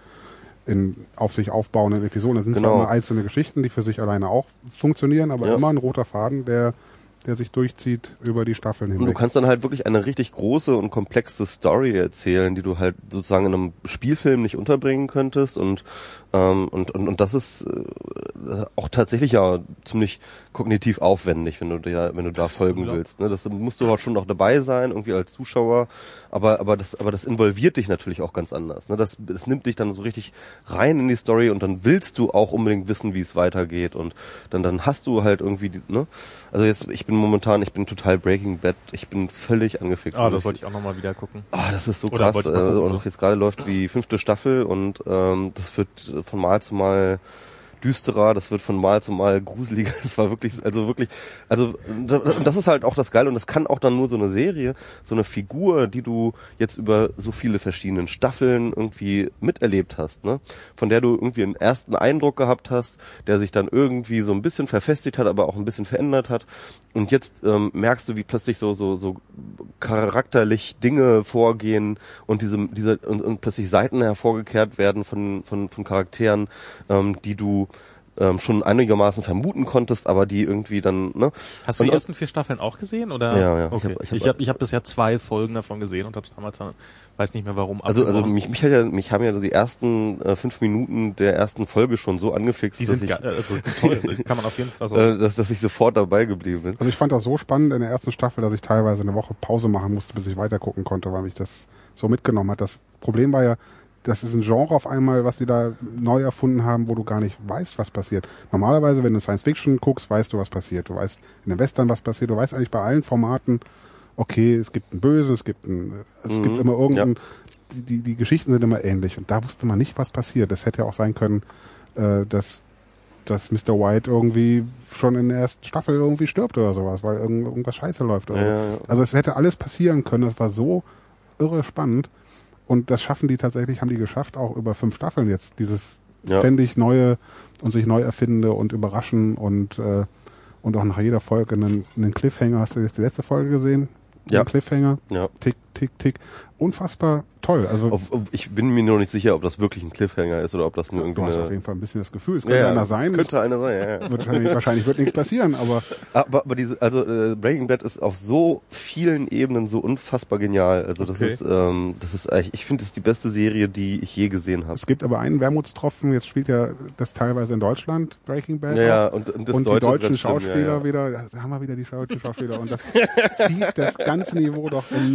in auf sich aufbauenden Episoden. Das sind
Genau.
zwar immer einzelne Geschichten, die für sich alleine auch funktionieren, aber
Ja.
immer ein roter Faden, der der sich durchzieht über die Staffeln hinweg.
Und du kannst dann halt wirklich eine richtig große und komplexe Story erzählen, die du halt sozusagen in einem Spielfilm nicht unterbringen könntest und ähm, und, und und das ist äh, auch tatsächlich ja ziemlich kognitiv aufwendig, wenn du da wenn du da folgen willst. Ne? Das musst du auch schon noch dabei sein, irgendwie als Zuschauer, aber aber das aber das involviert dich natürlich auch ganz anders. Ne? Das, das nimmt dich dann so richtig rein in die Story und dann willst du auch unbedingt wissen, wie es weitergeht und dann dann hast du halt irgendwie die, ne? Also jetzt ich bin momentan, ich bin total Breaking Bad, ich bin völlig angefixt.
Ah, das wollte ich auch nochmal wieder gucken.
Ah, das ist so
Oder
krass.
wollte ich mal gucken,
Äh, und jetzt gerade läuft die fünfte Staffel und ähm, das wird von Mal zu Mal düsterer, das wird von Mal zu Mal gruseliger. Das war wirklich, also wirklich, also das ist halt auch das Geile und das kann auch dann nur so eine Serie, so eine Figur, die du jetzt über so viele verschiedenen Staffeln irgendwie miterlebt hast, ne? Von der du irgendwie einen ersten Eindruck gehabt hast, der sich dann irgendwie so ein bisschen verfestigt hat, aber auch ein bisschen verändert hat. Und jetzt ähm, merkst du, wie plötzlich so so so charakterlich Dinge vorgehen und diese diese und, und plötzlich Seiten hervorgekehrt werden von von von Charakteren, ähm, die du ähm, schon einigermaßen vermuten konntest, aber die irgendwie dann, ne?
Hast du
und,
die ersten vier Staffeln auch gesehen oder?
Ja, ja.
Okay.
Ich habe
ich hab, ich hab bisher zwei Folgen davon gesehen und hab's damals, weiß nicht mehr warum.
Also also
abgebrochen.
mich mich hat ja mich haben ja so die ersten äh, fünf Minuten der ersten Folge schon so angefixt,
Die
dass
sind
ich
ge- also toll, kann man auf jeden Fall so.
äh, dass dass ich sofort dabei geblieben bin.
Also ich fand das so spannend in der ersten Staffel, dass ich teilweise eine Woche Pause machen musste, bis ich weiter gucken konnte, weil mich das so mitgenommen hat. Das Problem war ja, das ist ein Genre auf einmal, was die da neu erfunden haben, wo du gar nicht weißt, was passiert. Normalerweise, wenn du Science Fiction guckst, weißt du, was passiert. Du weißt in den Western, was passiert. Du weißt eigentlich bei allen Formaten, okay, es gibt einen Bösen, es gibt einen, es
Mhm,
gibt immer irgendeinen,
ja.
die, die, die Geschichten sind immer ähnlich. Und da wusste man nicht, was passiert. Das hätte ja auch sein können, äh, dass dass Mister White irgendwie schon in der ersten Staffel irgendwie stirbt oder sowas, weil irgend, irgendwas scheiße läuft oder
Ja,
so.
ja, ja.
Also es hätte alles passieren können, das war so irre spannend und das schaffen die tatsächlich, haben die geschafft, auch über fünf Staffeln jetzt, dieses
Ja.
ständig neue und sich neu erfindende und überraschen und äh, und auch nach jeder Folge einen, einen Cliffhanger. Hast du jetzt die letzte Folge gesehen?
Ja.
Ein Cliffhanger,
Ja.
tick, tick, tick. Unfassbar toll. Also
Auf, auf, ich bin mir noch nicht sicher, ob das wirklich ein Cliffhanger ist oder ob das nur irgendwie
du hast
eine...
auf jeden Fall ein bisschen das Gefühl, es könnte
ja, ja,
einer
das
sein.
könnte einer sein, ja, ja.
Wird wahrscheinlich, wahrscheinlich wird nichts passieren, aber
Aber, aber diese, also äh, Breaking Bad ist auf so vielen Ebenen so unfassbar genial. Also das
Okay.
ist, ähm, das ist, eigentlich- ich finde, das ist die beste Serie, die ich je gesehen habe.
es gibt aber einen Wermutstropfen, jetzt spielt ja das teilweise in Deutschland, Breaking Bad.
Ja, ja,
auch.
und, und das
und die
Deutsche ist
deutschen
ganz schlimm,
Schauspieler
ja, ja.
wieder, da haben wir wieder die deutschen Schauspieler und das zieht das ganze Niveau doch enorm nach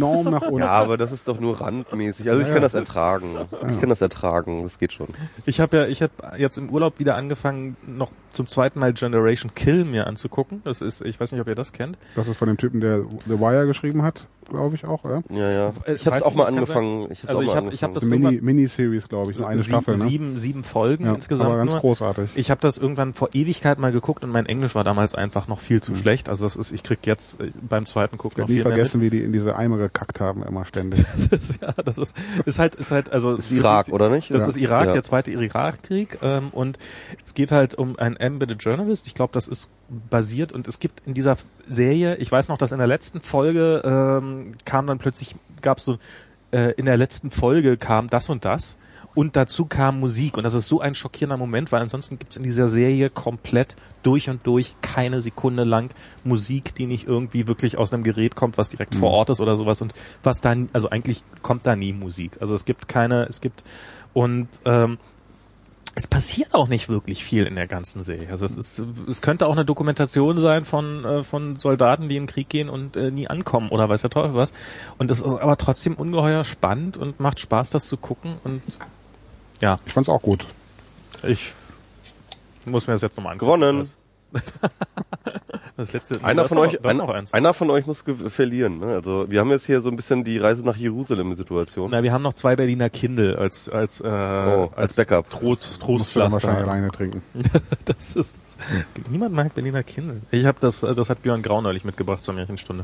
Und
Ja, aber das ist doch nur randmäßig. Also ich
Ja,
kann
ja.
das ertragen. Ich kann das ertragen. Das geht schon.
Ich habe ja, ich habe jetzt im Urlaub wieder angefangen, noch zum zweiten Mal Generation Kill mir anzugucken. Das ist, ich weiß nicht, ob ihr das kennt.
das ist von dem Typen, der The Wire geschrieben hat, glaube ich auch, oder?
Ja, ja.
Äh,
Ich habe es
weiß
auch
ich
mal
nicht, kann
angefangen. Ich hab's
Also
auch
ich
mal
habe, ich habe das
Eine
irgendwann
Mini, Miniseries, glaube ich, nur eine
sie,
Staffel, ne?
sieben, sieben Folgen
Ja,
insgesamt
aber ganz
nur.
großartig.
Ich habe das irgendwann vor Ewigkeit mal geguckt und mein Englisch war damals einfach noch viel zu
Mhm.
schlecht. Also das ist, ich krieg jetzt äh, beim zweiten Gucken
Ich
noch
werde nie
viel
vergessen, wie die in diese Eimer gekackt haben, immer ständig.
mehr mit. Das ist, ja, das ist, ist halt, ist halt, also
Das ist Irak, oder nicht?
Das
Ja.
ist Irak,
Ja.
der zweite Irakkrieg, ähm, und es geht halt um einen Embedded Journalist. Ich glaube, das ist basiert und es gibt in dieser Serie, ich weiß noch, dass in der letzten Folge ähm, kam dann plötzlich, gab es so, äh, in der letzten Folge kam das und das und dazu kam Musik und das ist so ein schockierender Moment, weil ansonsten gibt es in dieser Serie komplett durch und durch keine Sekunde lang Musik, die nicht irgendwie wirklich aus einem Gerät kommt, was direkt
Mhm.
vor Ort ist oder sowas und was dann, also eigentlich kommt da nie Musik. Also es gibt keine, es gibt und ähm, es passiert auch nicht wirklich viel in der ganzen Serie. Also es ist, es könnte auch eine Dokumentation sein von äh, von Soldaten, die in den Krieg gehen und äh, nie ankommen oder weiß der Teufel was. Und es ist aber trotzdem ungeheuer spannend und macht Spaß, das zu gucken. Und ja,
Ich fand's auch gut.
ich muss mir das jetzt nochmal angucken.
Gewonnen.
Das, das letzte.
Einer
das
von
noch,
euch,
das
ein,
noch eins.
einer von euch muss ge- verlieren. Ne? Also wir haben jetzt hier so ein bisschen die Reise nach Jerusalem-Situation.
Na, wir haben noch zwei Berliner Kindle als als äh,
Oh, als Backup.
Trost,
Musst du dann wahrscheinlich
Trostpflaster.
alleine trinken.
Das ist niemand mag Berliner Kindle. Ich habe das das hat Björn Grau neulich mitgebracht zur Märchenstunde.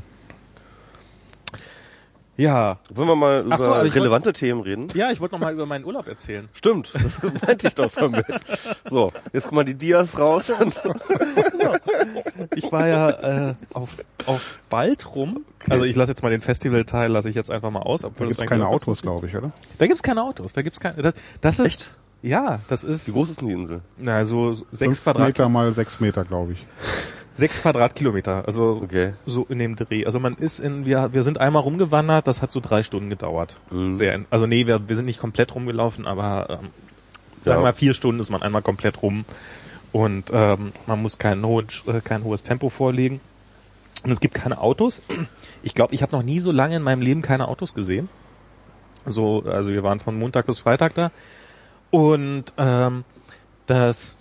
Ja,
Wollen wir mal über
Ach so, aber ich
relevante Themen reden?
ja, ich wollte noch mal über meinen Urlaub erzählen.
Stimmt, das meinte ich doch damit. So, jetzt kommen mal die Dias raus. Und
Ich war ja äh, auf auf Baltrum. Also ich lasse jetzt mal den Festivalteil lasse ich jetzt einfach mal aus, obwohl
Da
das
gibt's
eigentlich
keine
auch ganz
Autos,
lustig-
glaube ich, oder?
Da gibt's keine Autos. Da gibt's keine. Das, das ist
Echt?
ja, das ist
wie groß ist denn die Insel?
na so sechs
Fünf
Quadrat
Meter mal sechs Meter, glaube ich.
sechs Quadratkilometer. Also
Okay.
so in dem Dreh. Also man ist in, wir, wir sind einmal rumgewandert, das hat so drei Stunden gedauert.
Mhm.
Sehr, in- also nee, wir, wir sind nicht komplett rumgelaufen, aber ähm, sagen wir
Ja.
mal vier Stunden ist man einmal komplett rum und ähm, man muss kein, hohen, äh, kein hohes Tempo vorlegen. Und es gibt keine Autos. Ich glaube, ich habe noch nie so lange in meinem Leben keine Autos gesehen. So, also wir waren von Montag bis Freitag da. Und ähm, das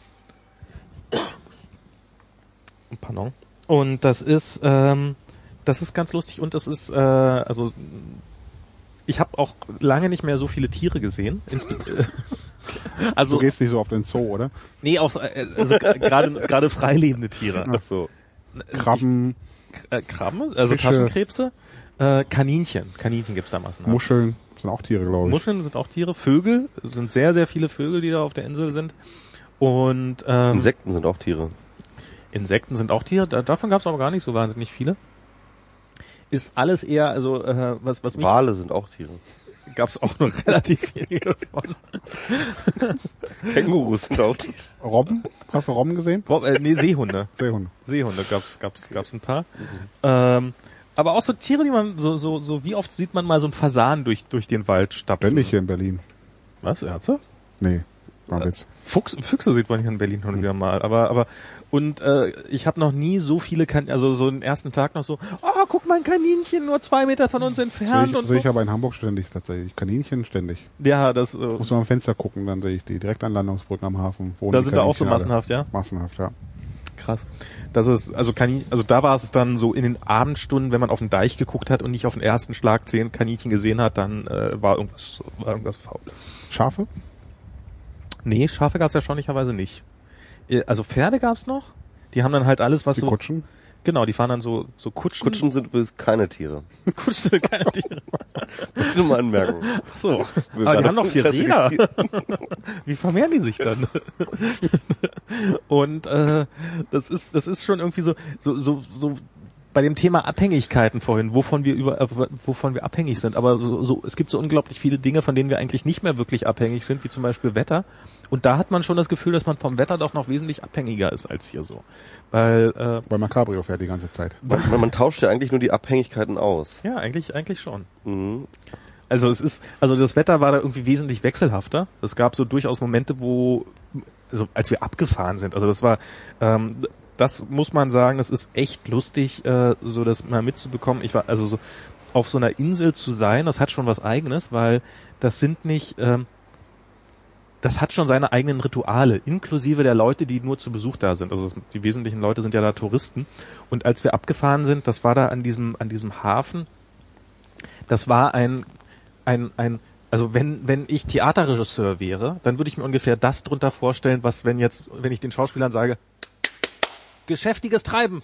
Pardon. Und das ist, ähm, das ist ganz lustig und das ist, äh, also ich habe auch lange nicht mehr so viele Tiere gesehen. Insbe- also
Du gehst nicht so auf den Zoo, oder?
nee, auch äh, also g- gerade gerade freilebende Tiere.
Ach so.
Krabben,
Ich, äh, Krabben, also
Fische.
Taschenkrebse, äh, Kaninchen. Kaninchen gibt's da massenhaft.
Muscheln, sind auch Tiere, glaube ich.
Muscheln sind auch Tiere. Vögel, es sind sehr, sehr viele Vögel, die da auf der Insel sind. Und ähm,
Insekten sind auch Tiere.
Insekten sind auch Tiere, da, davon gab es aber gar nicht so wahnsinnig viele. Ist alles eher, also äh, was was mich
Wale sind auch Tiere.
gab es auch nur relativ wenige von.
Kängurus sind auch Tiere.
Robben? Hast du Robben gesehen?
Rob, äh, nee, Seehunde.
Seehunde.
Seehunde gab's gab's gab's ein paar. Ähm, aber auch so Tiere, die man so so so wie oft sieht man mal so einen Fasan durch durch den Wald stapfen.
Ständig hier in Berlin.
Was? Ernsthaft?
Nee, war jetzt.
Fuchs, Füchse sieht man hier in Berlin schon wieder mal, aber aber und äh, ich habe noch nie so viele kan also so den ersten Tag noch so, oh, guck mal ein Kaninchen nur zwei Meter von uns
Sehe
entfernt
ich,
und
sehe
so.
ich aber in Hamburg ständig tatsächlich. Kaninchen ständig.
Ja, das äh,
Muss man am Fenster gucken, dann sehe ich die direkt an Landungsbrücken am Hafen. wohnen
da
die
sind da auch so
Kaninchen alle.
massenhaft, ja.
Massenhaft, ja.
Krass. Das ist also Kanin, also da war es dann so in den Abendstunden, wenn man auf den Deich geguckt hat und nicht auf den ersten Schlag zehn Kaninchen gesehen hat, dann äh, war irgendwas war irgendwas faul.
Schafe?
Nee, Schafe gab's erstaunlicherweise nicht. Äh, Also Pferde gab's noch. Die haben dann halt alles, was
Die
so
Kutschen?
genau, die fahren dann so so Kutschen.
Kutschen sind übrigens keine Tiere.
Kutschen, keine Tiere.
Wollte nur mal anmerken.
Ach so.
Wir
Aber die
gerade
haben noch vier Räder.
klassifizieren.
Wie vermehren die sich dann? Und äh, das ist das ist schon irgendwie so so so so bei dem Thema Abhängigkeiten vorhin, wovon wir über äh, wovon wir abhängig sind, aber so, so es gibt so unglaublich viele Dinge, von denen wir eigentlich nicht mehr wirklich abhängig sind, wie zum Beispiel Wetter. Und da hat man schon das Gefühl, dass man vom Wetter doch noch wesentlich abhängiger ist als hier so, weil äh,
Weil man Cabrio fährt die ganze Zeit.
Man, man tauscht ja eigentlich nur die Abhängigkeiten aus.
ja eigentlich eigentlich schon.
Mhm.
Also es ist, also das Wetter war da irgendwie wesentlich wechselhafter. Es gab so durchaus Momente, wo, also als wir abgefahren sind, also das war, ähm, das muss man sagen, das ist echt lustig, äh, so das mal mitzubekommen. Ich war, also so, auf so einer Insel zu sein, das hat schon was Eigenes, weil das sind nicht, ähm, das hat schon seine eigenen Rituale, inklusive der Leute, die nur zu Besuch da sind. Also es, die wesentlichen Leute sind ja da Touristen. Und als wir abgefahren sind, das war da an diesem, an diesem Hafen, das war ein, ein, ein, also wenn, wenn ich Theaterregisseur wäre, dann würde ich mir ungefähr das drunter vorstellen, was wenn jetzt, wenn ich den Schauspielern sage, geschäftiges Treiben.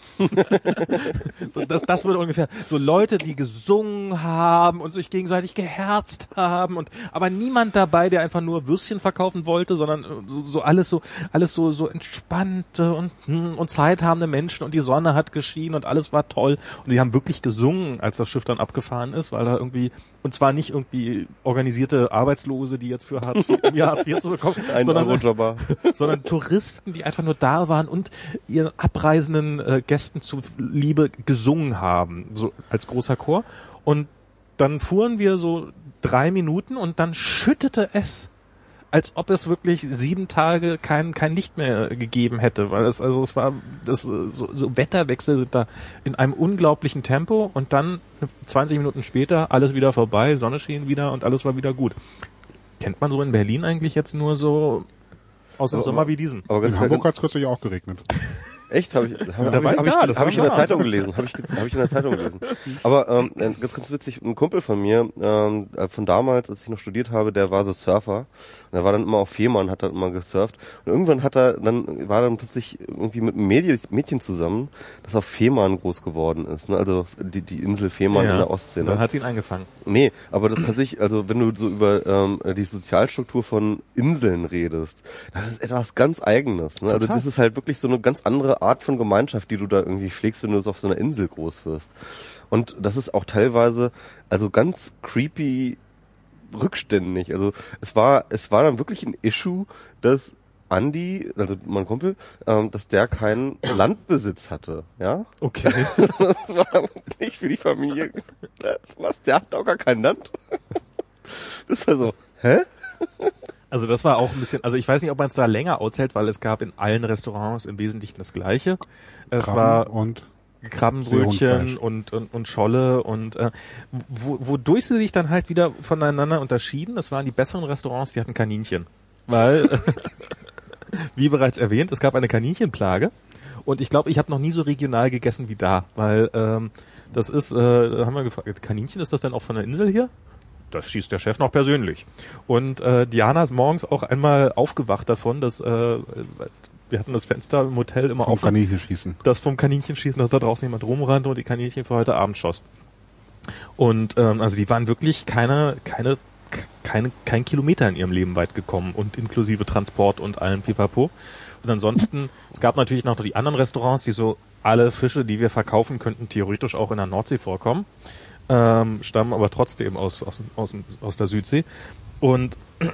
so, das, das würde ungefähr so Leute, die gesungen haben und sich gegenseitig geherzt haben und aber niemand dabei, der einfach nur Würstchen verkaufen wollte, sondern so, so alles so alles so so entspannte und und zeithabende Menschen und die Sonne hat geschienen und alles war toll und die haben wirklich gesungen, als das Schiff dann abgefahren ist, weil da irgendwie und zwar nicht irgendwie organisierte Arbeitslose, die jetzt für Hartz vier, um ihr Hartz vier zu bekommen, sondern, sondern Touristen, die einfach nur da waren und ihren abreisenden äh, Gästen zuliebe gesungen haben, so als großer Chor. Und dann fuhren wir so drei Minuten und dann schüttete es, als ob es wirklich sieben Tage kein kein Licht mehr gegeben hätte, weil es also es war das so, so Wetterwechsel da in einem unglaublichen Tempo und dann zwanzig Minuten später alles wieder vorbei, Sonne schien wieder und alles war wieder gut. Kennt man so in Berlin eigentlich jetzt nur so aus dem aber, Sommer wie diesen?
Aber in Hamburg hat es kürzlich auch geregnet.
Echt? Habe ich, hab, da hab, hab ich, hab ich in der Zeitung gelesen. Habe ich, hab ich in der Zeitung gelesen. Aber ähm, ganz, ganz witzig, ein Kumpel von mir, ähm, von damals, als ich noch studiert habe, der war so Surfer. Und er war dann immer auf Fehmarn, hat dann immer gesurft. Und irgendwann hat er dann, war dann plötzlich irgendwie mit einem Mädchen, Mädchen zusammen, das auf Fehmarn groß geworden ist. Ne? Also die, die Insel Fehmarn ja, in der Ostsee. Ne?
Dann hat sie ihn eingefangen.
Nee, aber das tatsächlich, also wenn du so über ähm, die Sozialstruktur von Inseln redest, das ist etwas ganz Eigenes. Ne? Also das ist halt wirklich so eine ganz andere Art von Gemeinschaft, die du da irgendwie pflegst, wenn du so auf so einer Insel groß wirst. Und das ist auch teilweise also ganz creepy rückständig. Also es war es war dann wirklich ein Issue, dass Andi, also mein Kumpel, ähm, dass der keinen Landbesitz hatte, ja?
Okay.
Das war nicht für die Familie. Was, der hat auch gar kein Land? Das war so, hä?
Also das war auch ein bisschen, also ich weiß nicht, ob man es da länger aushält, weil es gab in allen Restaurants im Wesentlichen das Gleiche. Es
Krabben
war
und
Krabbenbrötchen und, und, und Scholle und äh, wo, wodurch sie sich dann halt wieder voneinander unterschieden. Das waren die besseren Restaurants, die hatten Kaninchen. Weil, wie bereits erwähnt, es gab eine Kaninchenplage und ich glaube, ich habe noch nie so regional gegessen wie da, weil ähm, das ist, äh, da haben wir gefragt, Kaninchen, ist das denn auch von der Insel hier? Das schießt der Chef noch persönlich. Und äh, Diana ist morgens auch einmal aufgewacht davon, dass äh, wir hatten das Fenster im Hotel immer
vom
offen.
Vom Kaninchenschießen.
Das vom Kaninchenschießen, dass da draußen jemand rumrannte und die Kaninchen für heute Abend schoss. Und ähm, also die waren wirklich keine, keine, keine, kein Kilometer in ihrem Leben weit gekommen und inklusive Transport und allem Pipapo. Und ansonsten, es gab natürlich noch die anderen Restaurants, die so alle Fische, die wir verkaufen, könnten theoretisch auch in der Nordsee vorkommen. Ähm, stammen aber trotzdem aus, aus, aus, aus der Südsee. Und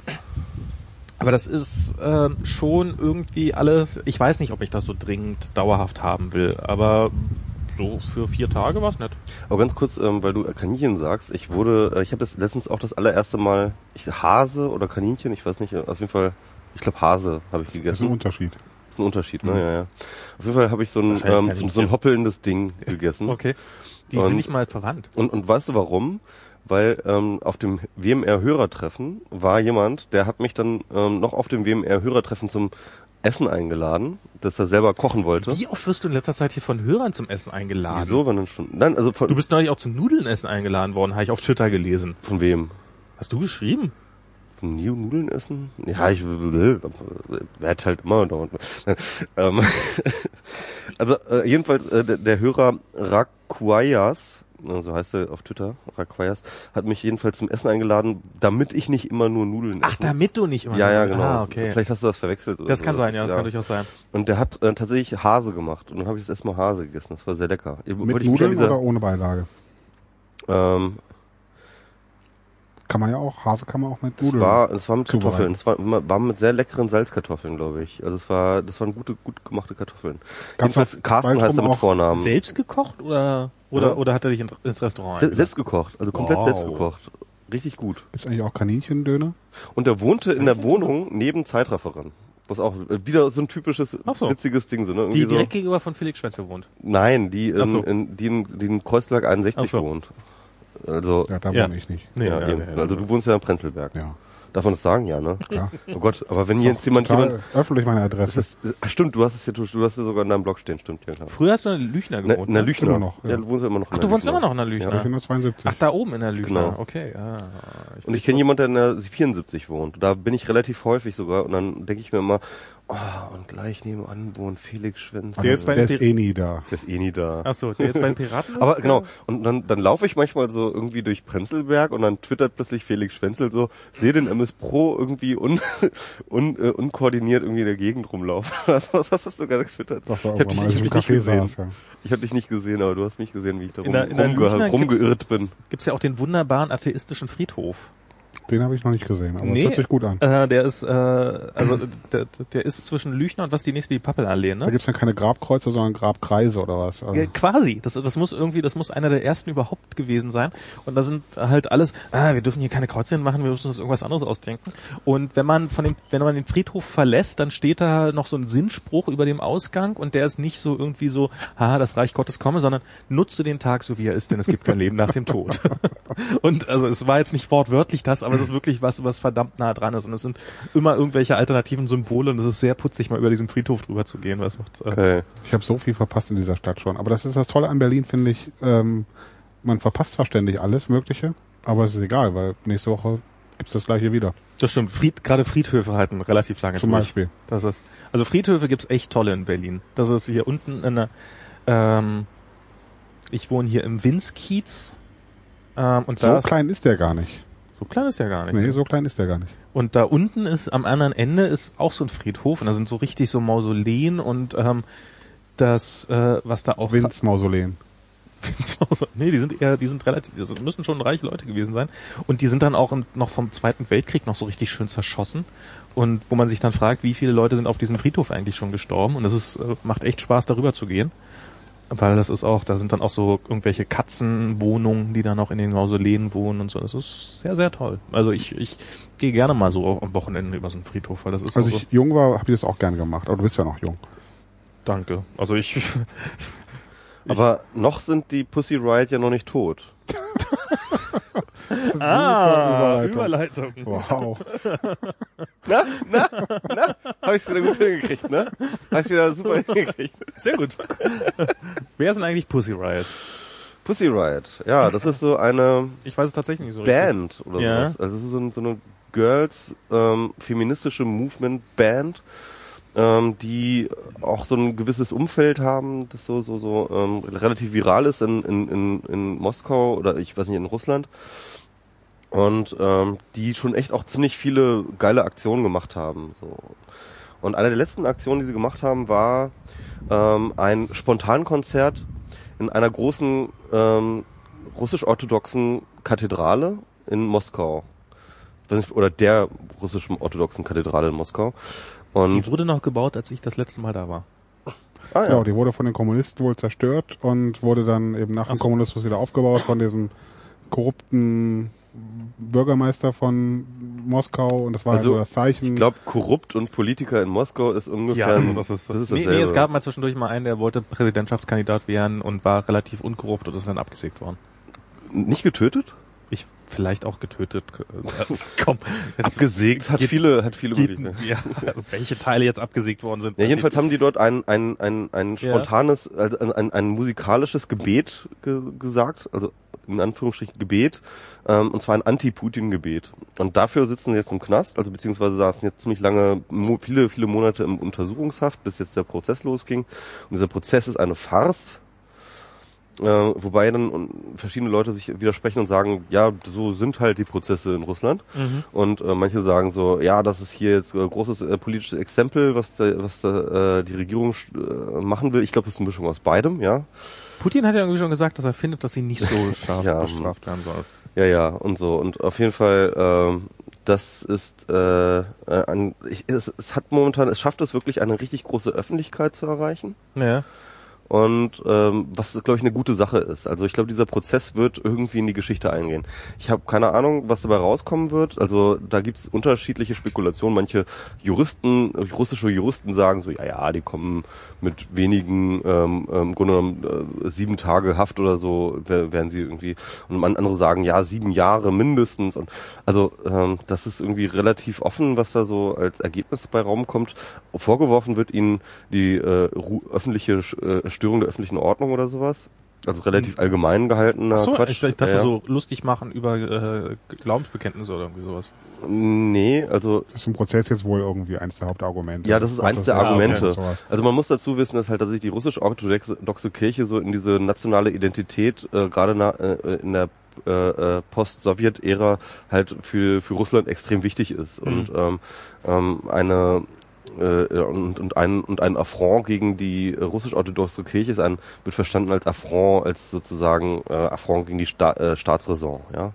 aber das ist äh, schon irgendwie alles, ich weiß nicht, ob ich das so dringend dauerhaft haben will, aber so für vier Tage war es nett.
Aber ganz kurz, ähm, weil du Kaninchen sagst, ich wurde, äh, ich habe das letztens auch das allererste Mal, ich, Hase oder Kaninchen, ich weiß nicht, auf jeden Fall, ich glaube Hase habe ich gegessen.
Das ist ein Unterschied.
Das ist ein Unterschied, ne? Mhm. Ja, ja. Auf jeden Fall habe ich so ein, ähm, so, so ein hoppelndes Ding gegessen.
Okay. Die
und,
sind nicht mal verwandt.
Und, und weißt du warum? Weil ähm, auf dem W M R-Hörertreffen war jemand, der hat mich dann ähm, noch auf dem W M R-Hörertreffen zum Essen eingeladen, das er selber kochen wollte.
Wie oft wirst du in letzter Zeit hier von Hörern zum Essen eingeladen?
Wieso, wenn denn schon? Nein, also von,
du bist neulich auch zum Nudelnessen eingeladen worden, habe ich auf Twitter gelesen.
Von wem?
Hast du geschrieben?
Von New Nudeln essen? Ja, ich will, werde halt immer dauernd. ähm, also äh, jedenfalls äh, der, der Hörer Raquayas, so heißt er auf Twitter, Raquayas, hat mich jedenfalls zum Essen eingeladen, damit ich nicht immer nur Nudeln esse.
Ach, damit du nicht immer
ja,
nur
Ja, genau.
Ah, okay.
Vielleicht hast du das verwechselt. Oder
das
so.
kann sein,
das
ja, das
ist,
kann durchaus sein.
Und der hat äh, tatsächlich Hase gemacht und dann habe ich das erstmal Hase gegessen. Das war sehr lecker.
Mit Nudeln dieser, oder ohne Beilage?
Ähm,
Kann man ja auch, Hase kann man auch mit Nudeln.
Es war, es war mit Kartoffeln. Es war, war mit sehr leckeren Salzkartoffeln, glaube ich. Also es war, das waren gute, gut gemachte Kartoffeln.
Gab's
Jedenfalls Carsten heißt er mit Vornamen.
Selbst gekocht oder oder
ja.
oder hat er dich ins Restaurant
Se- Selbst gekocht, also komplett
wow.
selbst gekocht. Richtig gut.
Gibt's eigentlich auch Kaninchendöner?
Und er wohnte in der Wohnung neben Zeitrafferern. Was auch wieder so ein typisches,
so.
witziges Ding. So, ne?
Die direkt
so.
gegenüber von Felix Schwänze wohnt?
Nein, die in,
so.
in, die in, die in Kreuzberg einundsechzig
so.
wohnt. Also,
Ja, da
Ja.
wohne ich nicht.
Nee,
ja,
ja,
eben.
ja,
also du wohnst ja in Prenzlberg.
Ja,
Darf man das sagen? Ja, ne?
klar.
Oh Gott, aber wenn
Ist
jetzt
auch
jemand,
total
jemand,
öffentlich meine
das
Adresse.
ist, ach, stimmt, du hast es ja, du hast es sogar in deinem Blog stehen, stimmt, ja klar.
Früher hast du in Lüchner
Na,
gewohnt,
in der
ne?
Lüchner.
Immer noch, ja.
Ja, du wohnst ja immer noch in
Ach,
der
du wohnst
Lüchner.
immer noch in der Lüchner?
Ich bin nur zweiundsiebzig.
Ach, da oben in der Lüchner.
Genau.
Okay, ah.
Und ich kenne jemanden, der in der vierundsiebzig wohnt. Da bin ich relativ häufig sogar. Und dann denke ich mir immer, oh, und gleich nebenan wohnt Felix Schwenz.
Der ist bei
Der
den
ist eh nie da.
Der ist eh nie da.
Ach so, der jetzt bei den Piraten ist?
Aber genau, und dann, dann laufe ich manchmal so irgendwie durch Prenzlberg und dann twittert plötzlich Felix Schwenzel so, sehe den M S Pro irgendwie un, un, äh, unkoordiniert irgendwie in der Gegend rumlaufen. Was, was hast du gerade getwittert?
Das war
Ich hab
irgendwann
dich,
mal,
ich
als
hab
ich
dich
im
nicht
Café
gesehen.
saß. Ja.
Ich habe dich nicht gesehen, aber du hast mich gesehen, wie ich da rum,
In der- in der
rumge
Lüchner
rumgeirrt bin.
Gibt's ja auch den wunderbaren atheistischen Friedhof.
Den habe ich noch nicht gesehen, aber es
Nee.
hört sich gut an.
Äh, der ist, äh, also der, der ist zwischen Lüchner und was ist die nächste, die Pappelallee,
Da
ne?
gibt's dann keine Grabkreuze, sondern Grabkreise oder was. Also,
Ja, quasi. Das, das muss irgendwie, das muss einer der ersten überhaupt gewesen sein. Und da sind halt alles, ah, wir dürfen hier keine Kreuze machen, wir müssen uns irgendwas anderes ausdenken. Und wenn man von dem, wenn man den Friedhof verlässt, dann steht da noch so ein Sinnspruch über dem Ausgang und der ist nicht so irgendwie so, haha, das Reich Gottes komme, sondern nutze den Tag so wie er ist, denn es gibt kein Leben nach dem Tod. Und also es war jetzt nicht wortwörtlich das, aber es ist wirklich was, was verdammt nah dran ist. Und es sind immer irgendwelche alternativen Symbole und es ist sehr putzig, mal über diesen Friedhof drüber zu gehen. Was macht, äh,
Okay.
ich habe so viel verpasst in dieser Stadt schon. Aber das ist das Tolle an Berlin, finde ich. Ähm, man verpasst zwar ständig alles Mögliche, aber es ist egal, weil nächste Woche gibt's das gleiche wieder.
Das stimmt. Fried, gerade Friedhöfe halten relativ lange
Zum
durch.
Beispiel.
Das ist, also Friedhöfe gibt's echt tolle in Berlin. Das ist hier unten in der, ähm, ich wohne hier im Winskiez, ähm, und
So
da ist,
klein ist der gar nicht.
so klein ist der gar nicht.
Nee, so klein ist der gar nicht.
Und da unten ist, am anderen Ende ist auch so ein Friedhof und da sind so richtig so Mausoleen und, ähm, das, äh, was da auch
Winz-Mausoleen.
nee, die sind eher, die sind relativ, das müssen schon reiche Leute gewesen sein. Und die sind dann auch im, noch vom Zweiten Weltkrieg noch so richtig schön zerschossen. Und wo man sich dann fragt, wie viele Leute sind auf diesem Friedhof eigentlich schon gestorben. Und das ist, äh, macht echt Spaß, darüber zu gehen. Weil das ist auch, da sind dann auch so irgendwelche Katzenwohnungen, die dann auch in den Mausoleen wohnen und so. Das ist sehr, sehr toll. Also ich, ich gehe gerne mal so am Wochenende über so einen Friedhof, weil das ist
Als
auch so.
ich jung war, habe ich das auch gern gemacht. Aber du bist ja noch jung.
Danke. Also ich,
Aber noch sind die Pussy Riot ja noch nicht tot.
ah, Überleitung.
Wow.
Na, na, na, hab ich's wieder gut hingekriegt, ne? Hab ich's wieder super hingekriegt.
Sehr gut. Wer ist denn eigentlich Pussy Riot?
Pussy Riot, ja, das ist so eine
Ich weiß es tatsächlich nicht so
Band oder
Ja.
sowas. Also das ist so, ein, so eine Girls ähm, feministische Movement Band, ähm, die auch so ein gewisses Umfeld haben, das so so so ähm, relativ viral ist in, in in in Moskau oder ich weiß nicht in Russland. Und ähm, die schon echt auch ziemlich viele geile Aktionen gemacht haben. So. Und eine der letzten Aktionen, die sie gemacht haben, war ähm, ein Spontankonzert in einer großen ähm, russisch-orthodoxen Kathedrale in Moskau. Weiß nicht, oder der russischen orthodoxen Kathedrale in Moskau. Und
Die wurde noch gebaut, als ich das letzte Mal da war.
ah,
Ja, die wurde von den Kommunisten wohl zerstört und wurde dann eben nach dem
so.
Kommunismus wieder aufgebaut von diesem korrupten Bürgermeister von Moskau und das war
Also,
also das Zeichen.
ich glaube, korrupt und Politiker in Moskau ist ungefähr...
also das ist,
das ist
nee,
dasselbe.
nee, es gab mal zwischendurch mal einen, der wollte Präsidentschaftskandidat werden und war relativ unkorrupt und ist dann abgesägt worden.
Nicht getötet?
Ich vielleicht auch getötet. Das, komm, jetzt
Abgesägt, hat
geht-
viele, hat viele
geht,
Möglichkeiten.
ja, welche Teile jetzt abgesägt worden sind.
Ja, jedenfalls haben die dort ein, ein, ein, ein
Ja.
spontanes, also ein, ein, ein musikalisches Gebet ge gesagt, also in Anführungsstrichen Gebet, ähm, und zwar ein Anti-Putin-Gebet. Und dafür sitzen sie jetzt im Knast, also beziehungsweise saßen jetzt ziemlich lange, mo viele, viele Monate im Untersuchungshaft, bis jetzt der Prozess losging. Und dieser Prozess ist eine Farce. Äh, wobei dann und verschiedene Leute sich widersprechen und sagen, ja, so sind halt die Prozesse in Russland.
Mhm.
Und äh, manche sagen so, ja, das ist hier jetzt ein großes äh, politisches Exempel, was da, was da äh, die Regierung äh, machen will. Ich glaube, das ist eine Mischung aus beidem, ja.
Putin hat ja irgendwie schon gesagt, dass er findet, dass sie nicht so scharf
Ja,
bestraft werden soll.
Ja, ja, und so. Und auf jeden Fall, ähm, das ist äh, ein, ich, es, es hat momentan, es schafft es wirklich, eine richtig große Öffentlichkeit zu erreichen.
Ja.
und ähm, was, glaube ich, eine gute Sache ist. Also ich glaube, dieser Prozess wird irgendwie in die Geschichte eingehen. Ich habe keine Ahnung, was dabei rauskommen wird. Also da gibt's unterschiedliche Spekulationen. Manche Juristen, russische Juristen sagen so, ja, ja, die kommen mit wenigen, ähm, im Grunde genommen äh, sieben Tage Haft oder so, werden sie irgendwie. Und andere sagen, ja, sieben Jahre mindestens. Und also ähm, das ist irgendwie relativ offen, was da so als Ergebnis bei Raum kommt. Vorgeworfen wird ihnen die äh, öffentliche äh, Störung der öffentlichen Ordnung oder sowas. Also relativ allgemein gehaltener
Ach so,
Quatsch.
ich, ich dachte
ja, ja.
so lustig machen über äh, Glaubensbekenntnisse oder irgendwie sowas.
Nee, also
Das ist im Prozess jetzt wohl irgendwie eins der Hauptargumente.
ja, das ist eins der
Gottes
Argumente.
und sowas.
Also man muss dazu wissen, dass halt, dass sich die russisch-orthodoxe Kirche so in diese nationale Identität äh, gerade na, äh, in der äh, Post-Sowjet-Ära halt für für Russland extrem wichtig ist
Mhm.
und ähm, ähm, eine äh, und, und ein und ein Affront gegen die äh, russisch-orthodoxe Kirche ist ein wird verstanden als Affront, als sozusagen äh, Affront gegen die Sta äh, Staatsräson, ja.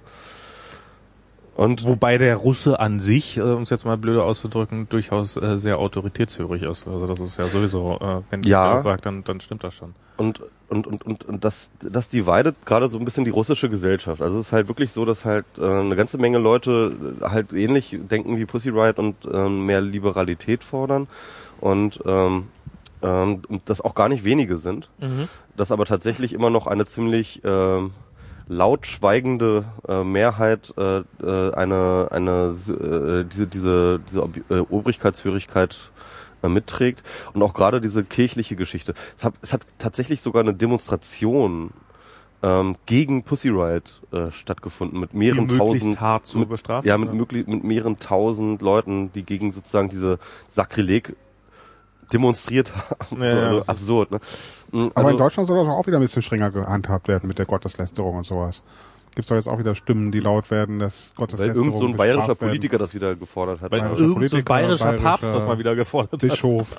Und
Wobei der Russe an sich, äh, um es jetzt mal blöde auszudrücken, durchaus äh, sehr autoritätshörig ist. Also das ist ja sowieso, äh, wenn
Ja.
der das sagt, dann, dann stimmt das schon.
und und und und, und das das dividet gerade so ein bisschen die russische Gesellschaft. Also es ist halt wirklich so, dass halt äh, eine ganze Menge Leute halt ähnlich denken wie Pussy Riot und äh, mehr Liberalität fordern und ähm, ähm, und das auch gar nicht wenige sind.
Mhm.
Dass aber tatsächlich immer noch eine ziemlich ähm, laut schweigende äh, Mehrheit äh, äh, eine eine äh, diese diese diese Ob äh, Obrigkeitshörigkeit äh, mitträgt und auch gerade diese kirchliche Geschichte. Es hat, es hat tatsächlich sogar eine Demonstration ähm, gegen Pussy Riot äh, stattgefunden mit mehreren
Die möglichst
tausend
hart zu
mit,
bestrafen.
ja mit
oder?
möglich mit mehreren tausend Leuten, die gegen sozusagen diese Sakrileg demonstriert haben.
Ja,
so,
ja,
also
das ist-
absurd, ne? Also,
Aber in Deutschland soll das auch wieder ein bisschen strenger gehandhabt werden mit der Gotteslästerung und sowas. Gibt's doch jetzt auch wieder Stimmen, die laut werden, dass
weil
Gotteslästerung
irgend so ein bayerischer
bestraft werden.
Politiker das wieder gefordert hat.
Weil
bayerischer
irgend so ein
Politiker,
bayerischer
bayerischer
Papst das mal wieder gefordert hat.
Bischof.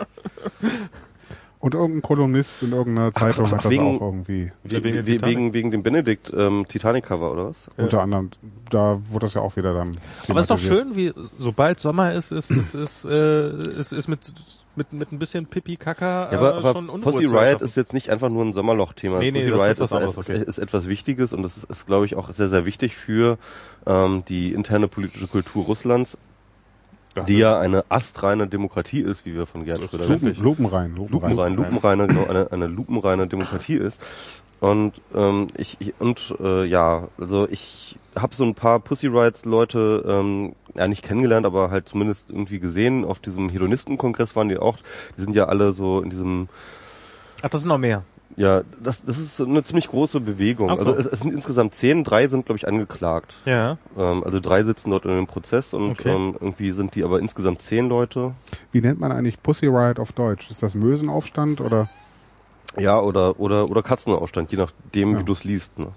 Und irgendein Kolumnist in irgendeiner Zeitung
ach,
hat das
wegen-
auch irgendwie.
Wegen,
Wegen
wegen,
Titanic.
wegen, wegen dem Benedikt ähm, Titanic-Cover, oder was?
Ja.
Unter anderem, da wurde das ja auch wieder dann
Aber es ist doch
thematisiert.
schön, wie sobald Sommer ist, ist ist ist äh, ist, ist mit mit mit ein bisschen Pipi Kaka
Ja, aber,
äh,
aber
schon Unruhe
Pussy
zu
Riot
erschaffen.
ist jetzt nicht einfach nur ein Sommerloch-Thema.
Nee, nee,
Pussy
das
Riot
ist was anderes,
ist,
okay.
ist etwas Wichtiges und das ist, ist glaube ich, auch sehr, sehr wichtig für ähm, die interne politische Kultur Russlands,
Ja.
die ja eine astreine Demokratie ist, wie wir von Gerd Schröder
Lupen,
wissen.
lupenrein, lupenrein.
Lupenrein, lupenreine, genau, eine, eine lupenreine Demokratie ist. Und ähm, ich, ich und äh, ja, also ich habe so ein paar Pussy Riot Leute ähm, ja nicht kennengelernt, aber halt zumindest irgendwie gesehen. Auf diesem Hedonistenkongress waren die auch. Die sind ja alle so in diesem
Ach, das sind noch mehr.
ja, das das ist so eine ziemlich große Bewegung.
Ach so.
Also es, es sind insgesamt zehn, drei sind glaube ich angeklagt.
Ja.
Ähm, also drei sitzen dort in dem Prozess und
Okay.
ähm, irgendwie sind die aber insgesamt zehn Leute.
Wie nennt man eigentlich Pussy Riot auf Deutsch? Ist das Mösenaufstand oder?
Ja, oder oder oder Katzenaufstand, je nachdem,
Ja.
wie du es liest. Ne?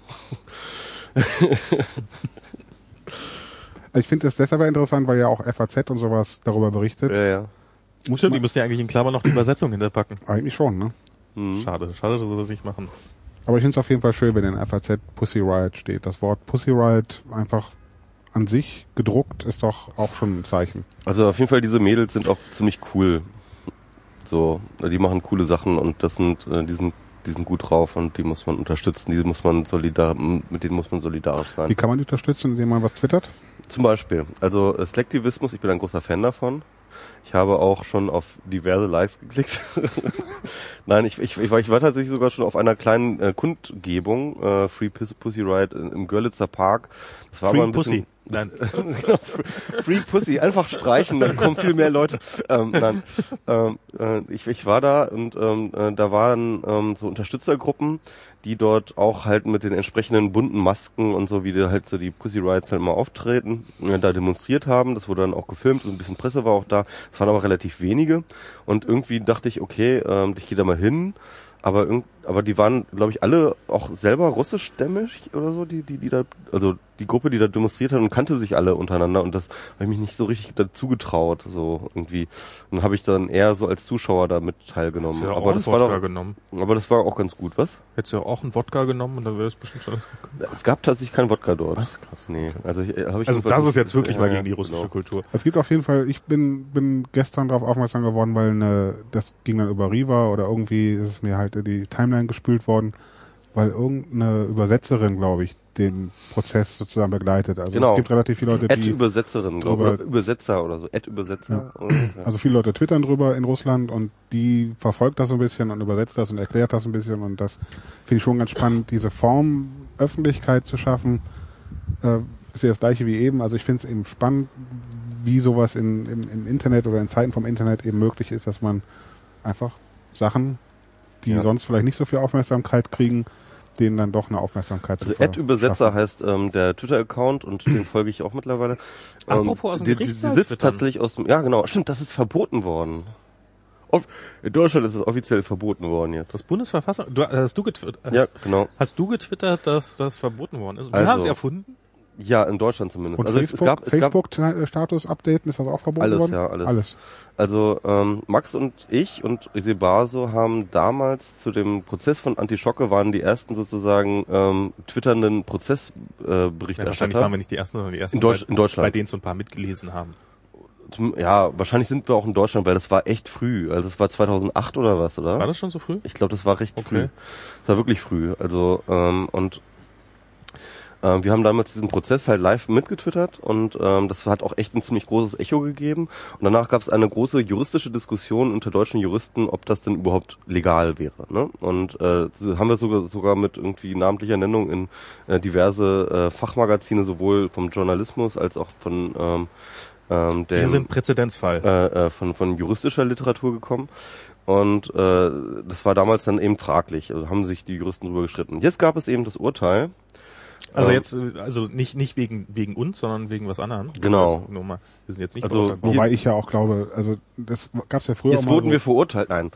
Also ich finde das deshalb interessant, weil ja auch F A Z und sowas darüber berichtet.
Ja, ja.
Muss
Stimmt, die
man,
müssten ja eigentlich in Klammern noch die Übersetzung hinterpacken.
eigentlich schon, ne?
Mhm.
Schade, schade, dass sie das nicht machen.
Aber ich finde es auf jeden Fall schön, wenn in F A Z Pussy Riot steht. Das Wort Pussy Riot einfach an sich gedruckt ist doch auch schon ein Zeichen.
Also auf jeden Fall, diese Mädels sind auch ziemlich cool. So, die machen coole Sachen und das sind, äh, die sind, die sind gut drauf und die muss man unterstützen, die muss man solidar, mit denen muss man solidarisch sein.
Wie kann man die unterstützen, indem man was twittert?
Zum Beispiel, also äh, Slacktivismus, ich bin ein großer Fan davon. Ich habe auch schon auf diverse Likes geklickt. Nein, ich, ich, ich, war, ich war tatsächlich sogar schon auf einer kleinen äh, Kundgebung, äh, Free Pussy Riot im Görlitzer Park. Das war
Free
aber ein bisschen,
Pussy. Nein.
Genau, Free Pussy, einfach streichen, dann kommen viel mehr Leute. Ähm, nein, ähm, äh, ich, ich war da und ähm, äh, da waren ähm, so Unterstützergruppen, die dort auch halt mit den entsprechenden bunten Masken und so, wie die halt so die Pussy Riots halt mal auftreten, äh, da demonstriert haben. Das wurde dann auch gefilmt und ein bisschen Presse war auch da. Es waren aber relativ wenige und irgendwie dachte ich, okay, ähm, ich gehe da mal hin. Aber irgend, aber die waren, glaube ich, alle auch selber russischstämmig oder so, die, die, die da, also die Gruppe, die da demonstriert hat und kannte sich alle untereinander und das habe ich mich nicht so richtig dazu getraut, so irgendwie. Und dann habe ich dann eher so als Zuschauer da mit teilgenommen.
Ja
aber das war
Wodka
doch,
genommen.
aber das war auch ganz gut, was?
Hättest du ja auch einen Wodka genommen und dann wäre das bestimmt schon alles gekommen.
Es gab tatsächlich keinen Wodka dort.
Was? Krass.
Nee, also ich, hab ich
Also das ist jetzt wirklich
ja,
mal gegen die russische
genau.
Kultur.
Es gibt auf jeden Fall, ich bin, bin gestern darauf aufmerksam geworden, weil eine, das ging dann über Riva oder irgendwie ist es mir halt in die Timeline gespült worden, weil irgendeine Übersetzerin, glaube ich, den Prozess sozusagen begleitet. Also
Genau.
es gibt relativ viele Leute, die...
Ad-Übersetzerin, glaube ich.
drüber-
Oder Übersetzer oder so. Ad-Übersetzer.
Ja.
Ja.
Also viele Leute twittern drüber in Russland und die verfolgt das so ein bisschen und übersetzt das und erklärt das ein bisschen und das finde ich schon ganz spannend, diese Form Öffentlichkeit zu schaffen. Äh, ist wieder das gleiche wie eben. Also ich finde es eben spannend, wie sowas in, im, im Internet oder in Zeiten vom Internet eben möglich ist, dass man einfach Sachen, die
Ja.
sonst vielleicht nicht so viel Aufmerksamkeit kriegen, denen dann doch eine Aufmerksamkeit
Also
zu ver-
Ad-Übersetzer
schaffen.
heißt ähm, der Twitter-Account und den folge ich auch mittlerweile. Ähm,
Apropos aus dem
die, die, die
Gerichtssaal
sitzt
twittern.
tatsächlich aus dem... Ja, genau. Stimmt, das ist verboten worden. Off- In Deutschland ist es offiziell verboten worden jetzt.
Das Bundesverfassung, du, hast du getwittert, hast,
Ja, genau.
hast du getwittert, dass das verboten worden ist? Wir
Also,
haben es erfunden.
Ja, in Deutschland zumindest.
Und
also es, es
Facebook,
gab, es gab
Facebook-Status updaten, ist das auch verboten
alles,
worden?
ja, alles.
Alles.
Also ähm, Max und ich und Sebaso haben damals zu dem Prozess von Antischocke waren die ersten sozusagen ähm, twitternden Prozessberichterstatter. Äh,
Ja,
Berichterstatter.
wahrscheinlich waren wir nicht die Ersten, sondern die Ersten,
In Deutsch-
bei,
in Deutschland.
bei denen so ein paar mitgelesen haben.
Zum- Ja, wahrscheinlich sind wir auch in Deutschland, weil das war echt früh. Also es war zweitausendacht oder was, oder?
War das schon so früh?
Ich glaube, das war recht
Okay.
früh. Das war wirklich früh. Also ähm, und ähm, wir haben damals diesen Prozess halt live mitgetwittert und ähm, das hat auch echt ein ziemlich großes Echo gegeben. Und danach gab es eine große juristische Diskussion unter deutschen Juristen, ob das denn überhaupt legal wäre. Ne? Und äh, so haben wir sogar sogar mit irgendwie namentlicher Nennung in äh, diverse äh, Fachmagazine sowohl vom Journalismus als auch von ähm, ähm, der
Wir sind Präzedenzfall.
äh, äh, von, von juristischer Literatur gekommen. Und äh, das war damals dann eben fraglich. Also haben sich die Juristen drüber gestritten. Jetzt gab es eben das Urteil.
Also
ähm,
jetzt, äh, also nicht nicht wegen wegen uns, sondern wegen was anderem.
Genau.
Also, nur mal, wir sind jetzt nicht
Also,
verurteilt.
Wobei ich ja auch glaube, also das gab's ja früher
Jetzt
auch mal
wurden
so,
wir verurteilt. Nein.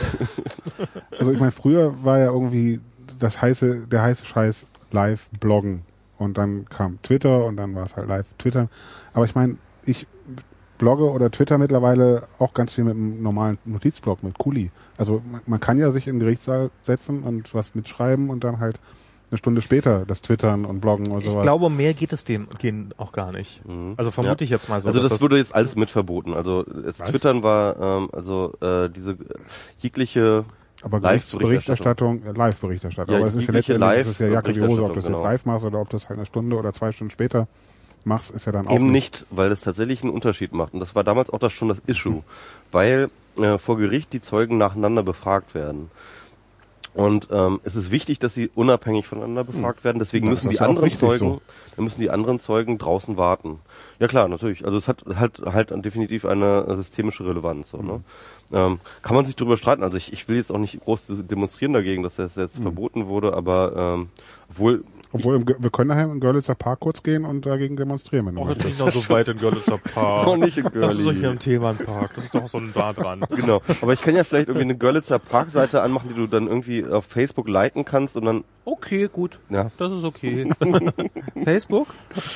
Also ich meine, früher war ja irgendwie das heiße, der heiße Scheiß live bloggen und dann kam Twitter und dann war es halt live twittern. Aber ich meine, ich blogge oder Twitter mittlerweile auch ganz viel mit einem normalen Notizblock, mit Kuli. Also man, man kann ja sich in den Gerichtssaal setzen und was mitschreiben und dann halt eine Stunde später das Twittern und Bloggen und
Ich
sowas.
glaube, mehr geht es dem gehen auch gar nicht.
Mhm.
Also vermute
Ja.
ich jetzt mal so.
Also
dass
das wurde jetzt alles mit verboten. Also das
Was?
Twittern war ähm, also äh, diese äh, jegliche
aber
Live-Berichterstattung.
Gerichtsberichterstattung, äh, Live-Berichterstattung.
Ja,
aber es ist ja
jegliche
letztendlich ist es ja
Live-
Jacke wie Hose, ob du das jetzt
Berichterstattung,
live machst oder ob du das halt eine Stunde oder zwei Stunden später machst, ist ja dann auch
Eben nicht, weil das tatsächlich einen Unterschied macht. Und das war damals auch das schon das Issue. Weil äh, vor Gericht die Zeugen nacheinander befragt werden. Und ähm, es ist wichtig, dass sie unabhängig voneinander befragt werden. Deswegen
Ja,
müssen
das
die
ist ja auch
anderen
richtig
Zeugen,
so.
dann müssen die anderen Zeugen draußen warten. Ja klar, natürlich. Also es hat halt halt definitiv eine systemische Relevanz. So, ne? ähm, kann man sich darüber streiten. Also ich, ich will jetzt auch nicht groß demonstrieren dagegen, dass das jetzt
Mhm.
verboten wurde, aber ähm, obwohl
Obwohl, im Ge- wir können nachher im Görlitzer Park kurz gehen und dagegen demonstrieren. Wenn du
auch jetzt
möchtest.
nicht noch so weit in Görlitzer Park.
noch nicht in
Das ist doch
Görli.
hier im Themenpark. Das ist doch so nah dran.
Genau, aber ich kann ja vielleicht irgendwie eine Görlitzer Parkseite anmachen, die du dann irgendwie auf Facebook liken kannst und dann,
Okay, gut.
ja,
Das ist okay. Facebook?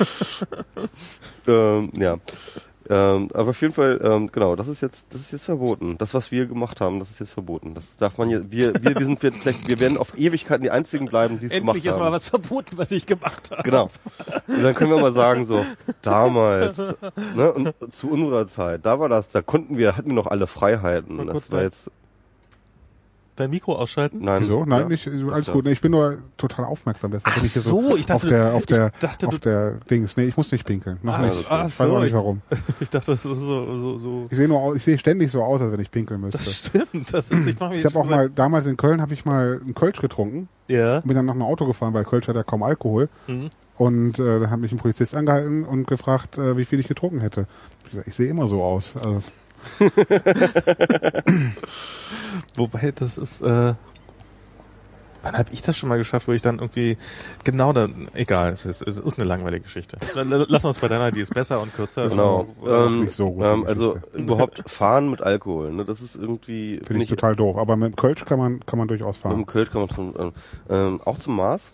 ähm, ja. Ähm, aber auf jeden Fall, ähm, genau, das ist jetzt, das ist jetzt verboten. Das, was wir gemacht haben, das ist jetzt verboten. Das darf man hier, wir, wir, wir sind vielleicht, wir werden auf Ewigkeiten die einzigen bleiben, die es gemacht haben.
Endlich ist mal was verboten, was ich gemacht habe.
Genau. Und dann können wir mal sagen, so, damals, ne, und zu unserer Zeit, da war das, da konnten wir, hatten wir noch alle Freiheiten.
Mal kurz
Das war
da.
jetzt,
Dein Mikro ausschalten?
nein.
Wieso? Nein,
ja.
nicht, alles
Ja.
gut. Ich bin nur total aufmerksam, deshalb
Ach
bin ich hier
so,
so,
ich dachte,
auf der, auf
ich
der,
dachte,
auf
du-
der Dings. Nee, ich muss nicht pinkeln. Noch
Ach,
nicht.
so,
Ich
ach
weiß
so,
auch nicht
ich-
warum.
Ich dachte, das ist so, so, so.
Ich sehe nur, au- ich sehe ständig so aus, als wenn ich pinkeln müsste.
Das stimmt. Das ist, ich mach mich
Ich habe auch mal, damals in Köln habe ich mal einen Kölsch getrunken
Ja.
und bin dann nach einem Auto gefahren, weil Kölsch hat ja kaum Alkohol.
Mhm.
Und äh, da hat mich ein Polizist angehalten und gefragt, äh, wie viel ich getrunken hätte. Ich hab gesagt, ich sehe immer so aus. Also,
Wobei, das ist, äh, Wann habe ich das schon mal geschafft, wo ich dann irgendwie genau dann, egal, es ist, es ist eine langweilige Geschichte. Lass uns bei deiner, die ist besser und kürzer.
Genau.
Das ist auch
Ähm,
nicht so gut,
ähm,
die
also
Geschichte.
überhaupt fahren mit Alkohol, ne? Das ist irgendwie
Finde find ich total doof. Aber mit dem Kölsch kann man kann man durchaus
Mit
fahren.
dem Kölsch kann man zum, ähm, ähm, auch zum Mars.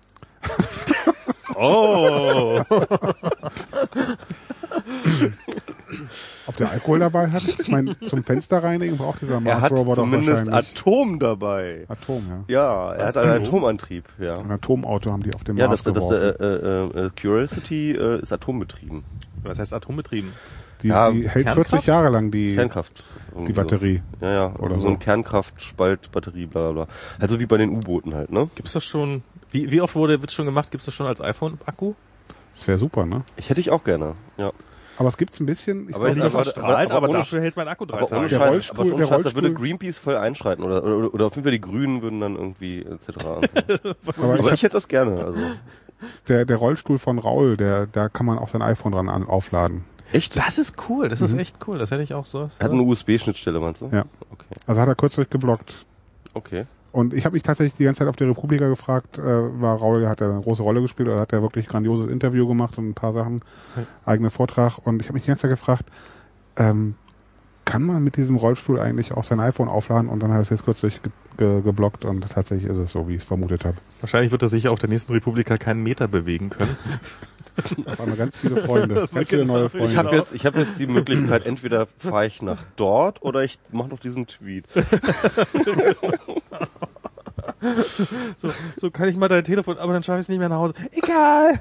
Oh!
Ob der Alkohol dabei hat? Ich meine, zum Fenster reinigen braucht dieser
Er hat
Mars-Roboter
zumindest
wahrscheinlich.
Atom dabei.
Atom, ja.
Ja, er
Was,
hat einen
Atom?
Atomantrieb, ja.
Ein Atomauto haben die auf dem
Ja,
Mars
das, das,
geworfen.
äh, äh, äh, Curiosity äh, ist atombetrieben.
Was heißt atombetrieben?
die,
ja,
die hält
Kernkraft?
vierzig Jahre lang die,
Kernkraft. Irgendwie
die Batterie.
so. Ja, ja.
Oder
so.
so.
ein Kernkraftspaltbatterie, bla bla bla. Also wie bei den U-Booten halt, ne?
Gibt's das schon, wie, wie oft wurde, wird's schon gemacht, gibt's das schon als iPhone-Akku?
Das wäre super, ne?
Ich hätte ich auch gerne, ja.
Aber es gibt's ein bisschen. Ich
Aber
glaube,
ich-
das
aber-
ist,
Strahlt, aber,
ohne-
dafür hält mein Akku drei
Aber ohne
Tage.
Der
Scheiß,
Rollstuhl-
aber ohne
der
Scheiß, da würde
Rollstuhl-
Greenpeace voll einschreiten oder, oder, oder auf jeden Fall die Grünen würden dann irgendwie et cetera. und so.
aber ich
Aber
hab,
ich hätte das gerne, also.
der, der Rollstuhl von Raul, der, da kann man auch sein iPhone dran an, aufladen.
Echt?
Das ist cool, das ist echt cool, das hätte ich auch so.
Er hat eine U S B-Schnittstelle, meinst du?
Ja.
Okay.
Also hat er kürzlich geblockt.
Okay.
Und ich habe mich tatsächlich die ganze Zeit auf der Republika gefragt, äh, war Raul, hat er eine große Rolle gespielt oder hat er wirklich grandioses Interview gemacht und ein paar Sachen, eigenen Vortrag. Und ich habe mich die ganze Zeit gefragt, ähm, kann man mit diesem Rollstuhl eigentlich auch sein iPhone aufladen? Und dann hat er es jetzt kürzlich ge ge geblockt und tatsächlich ist es so, wie ich es vermutet habe.
Wahrscheinlich wird er sich auf der nächsten Republika keinen Meter bewegen können.
Auf einmal ganz viele Freunde, ganz viele neue Freunde.
Ich habe jetzt, ich habe jetzt die Möglichkeit, entweder fahre ich nach dort oder ich mache noch diesen Tweet.
So, so kann ich mal dein Telefon, aber dann schaffe ich es nicht mehr nach Hause. Egal!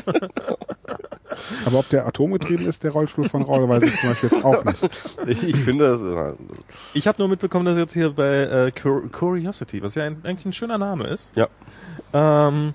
Aber ob der atomgetrieben ist, der Rollstuhl von Raul, weiß ich zum Beispiel jetzt auch nicht.
Ich, ich finde das, äh,
Ich habe nur mitbekommen, dass jetzt hier bei äh, Cur Curiosity, was ja ein, eigentlich ein schöner Name ist,
ja.
ähm,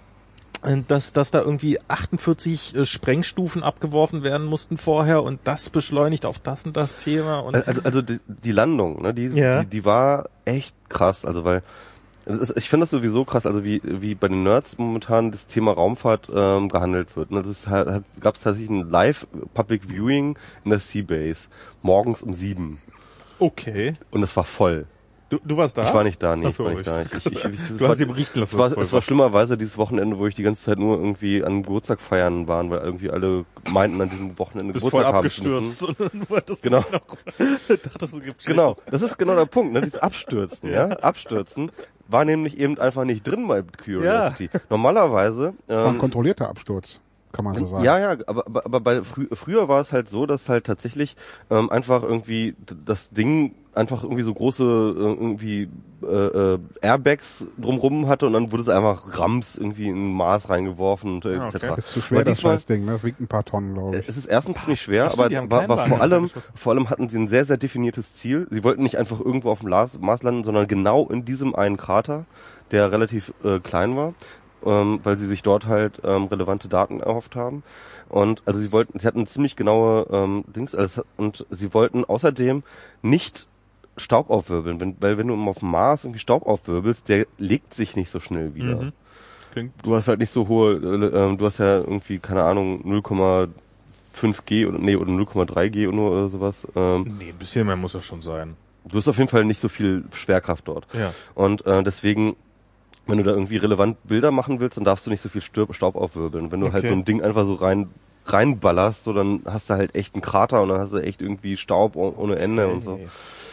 dass, dass da irgendwie achtundvierzig äh, Sprengstufen abgeworfen werden mussten vorher und das beschleunigt auf das und das Thema. Und
Also, also die, die Landung, ne, die,
Ja.
die, die war echt krass, also weil es ist, ich finde das sowieso krass, also wie wie bei den Nerds momentan das Thema Raumfahrt ähm, gehandelt wird. Ne? Das ist halt, hat, gab es tatsächlich ein Live Public Viewing in der Seabase morgens um sieben
okay.
und es war voll.
Du, du warst da?
Ich war nicht da, nee,
Ach
ich
so,
war nicht
ich-
da. Ich, ich, ich, ich, es
Du
war-
hast dir berichten lassen.
Es war,
dass voll
es war schlimmerweise dieses Wochenende, wo ich die ganze Zeit nur irgendwie an Geburtstag feiern waren, weil irgendwie alle meinten, an diesem Wochenende
Du bist voll
Geburtstag haben zu
abgestürzt
müssen.
und du wolltest
Genau.
noch, dachtest, du gibst
Genau, das ist genau der Punkt, ne? Dieses Abstürzen, ja? Abstürzen war nämlich eben einfach nicht drin bei Curiosity. Normalerweise,
Das war ein
ähm,
kontrollierter Absturz, kann man so sagen.
ja, ja, aber, aber, aber bei frü früher war es halt so, dass halt tatsächlich ähm, einfach irgendwie d- das Ding einfach irgendwie so große äh, irgendwie äh, äh, Airbags drumrum hatte und dann wurde es einfach rams irgendwie in ein Maß reingeworfen und äh,
Ah,
et cetera.
okay.
Das ist zu schwer,
Aber
das
diesmal-
Scheißding, ne? Das wiegt ein paar Tonnen, glaube ich.
Es ist erstens ziemlich schwer,
Ach stimmt,
aber
die haben
war, war
Kleinwagen
vor allem,
angeschlossen.
vor allem hatten sie ein sehr, sehr definiertes Ziel. Sie wollten nicht einfach irgendwo auf dem Las- Mars landen, sondern genau in diesem einen Krater, der relativ äh, klein war, ähm, weil sie sich dort halt ähm, relevante Daten erhofft haben. Und also sie wollten, sie hatten ziemlich genaue ähm, Dings, also, und sie wollten außerdem nicht Staub aufwirbeln, wenn, weil wenn du auf dem Mars irgendwie Staub aufwirbelst, der legt sich nicht so schnell wieder.
Mhm. Klingt
Du hast halt nicht so hohe, äh, ähm, du hast ja irgendwie, keine Ahnung, null Komma fünf G oder nee, oder null Komma drei G nur oder sowas. Ähm,
Nee, ein bisschen mehr muss das schon sein.
du hast auf jeden Fall nicht so viel Schwerkraft dort.
Ja.
Und äh, deswegen, wenn du da irgendwie relevant Bilder machen willst, dann darfst du nicht so viel Stirb, Staub aufwirbeln. Wenn du halt
Okay.
so ein Ding einfach so rein reinballerst, so dann hast du halt echt einen Krater und dann hast du echt irgendwie Staub oh- ohne Ende und so.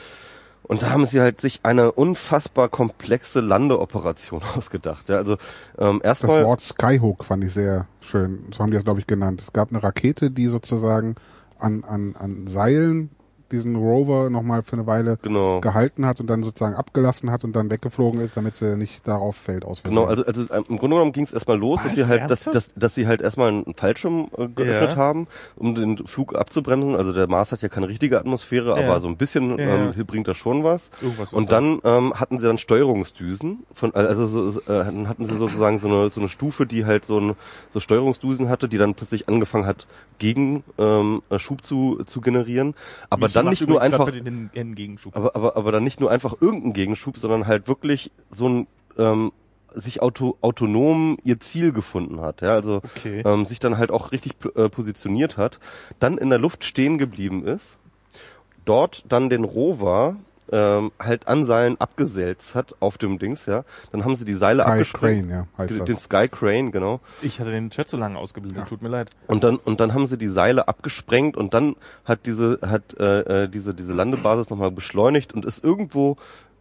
Und da haben sie halt sich eine unfassbar komplexe Landeoperation ausgedacht. Ja, also ähm,
Das
erstmal
Wort Skyhook fand ich sehr schön. So haben die das, glaube ich, genannt. Es gab eine Rakete, die sozusagen an, an, an Seilen diesen Rover nochmal für eine Weile
genau.
gehalten hat und dann sozusagen abgelassen hat und dann weggeflogen ist, damit sie nicht darauf fällt aus Versehen.
Genau, also, also ähm, im Grunde genommen ging es erstmal los, dass
Was?
sie halt, dass,
Ernsthaft?
dass, dass sie halt erstmal einen Fallschirm äh, geöffnet
Ja.
haben, um den Flug abzubremsen. Also der Mars hat ja keine richtige Atmosphäre,
Ja.
aber so ein bisschen
Ja.
ähm, bringt das schon was.
Irgendwas ist
Und
da.
dann ähm, hatten sie dann Steuerungsdüsen, von, also so, so, äh, hatten hatten sie sozusagen so eine so eine Stufe, die halt so ein so Steuerungsdüsen hatte, die dann plötzlich angefangen hat, gegen ähm, Schub zu zu generieren, aber
Michi
dann
macht
nicht nur
übrigens grad
einfach
bitte den, den Gegenschub.
aber, aber, aber dann nicht nur einfach irgendein Gegenschub, sondern halt wirklich so ein ähm, sich auto, autonom ihr Ziel gefunden hat, ja, also
Okay.
ähm, sich dann halt auch richtig äh, positioniert hat, dann in der Luft stehen geblieben ist, dort dann den Rover ähm, halt an Seilen abgeselzt hat auf dem Dings, ja. Dann haben sie die Seile
Sky
abgesprengt.
Crane, ja, heißt
Den,
das.
den Sky Crane, genau.
Ich hatte den Chat so lange ausgebildet, tut mir leid.
Und dann und dann haben sie die Seile abgesprengt und dann hat diese hat äh, äh, diese diese Landebasis nochmal beschleunigt und ist irgendwo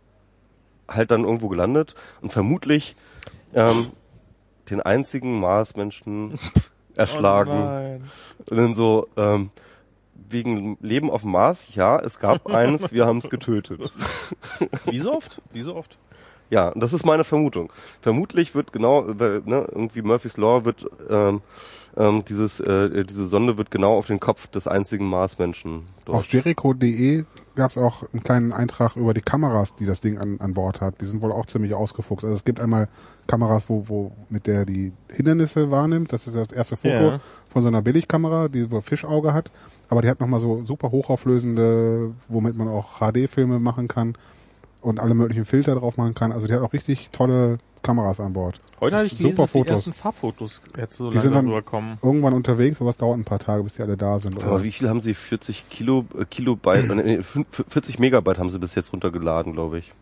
halt dann irgendwo gelandet und vermutlich ähm, den einzigen Marsmenschen erschlagen.
Oh nein.
Und dann so ähm, wegen Leben auf dem Mars, ja, es gab eins, wir haben es getötet.
Wie so oft? Wie so oft?
Ja, und das ist meine Vermutung. Vermutlich wird genau, weil, ne, irgendwie Murphy's Law wird ähm, ähm, dieses äh, diese Sonde wird genau auf den Kopf des einzigen Marsmenschen dort.
Auf Jericho punkt de gab es auch einen kleinen Eintrag über die Kameras, die das Ding an, an Bord hat. Die sind wohl auch ziemlich ausgefuchst. Also es gibt einmal Kameras, wo, wo mit der die Hindernisse wahrnimmt. Das ist das erste Foto
Ja.
von so einer Billigkamera, die so ein Fischauge hat. Aber die hat nochmal so super hochauflösende, womit man auch H D-Filme machen kann und alle möglichen Filter drauf machen kann. Also die hat auch richtig tolle Kameras an Bord.
Heute habe ich gelesen,
Super
dass die
Fotos.
ersten Farbfotos jetzt so
Die sind
langsam
dann
rüberkommen.
irgendwann unterwegs, aber es dauert ein paar Tage, bis die alle da sind.
Aber wie viel haben sie? vierzig Kilo, äh, Kilobyte, äh, vierzig Megabyte haben sie bis jetzt runtergeladen, glaube ich.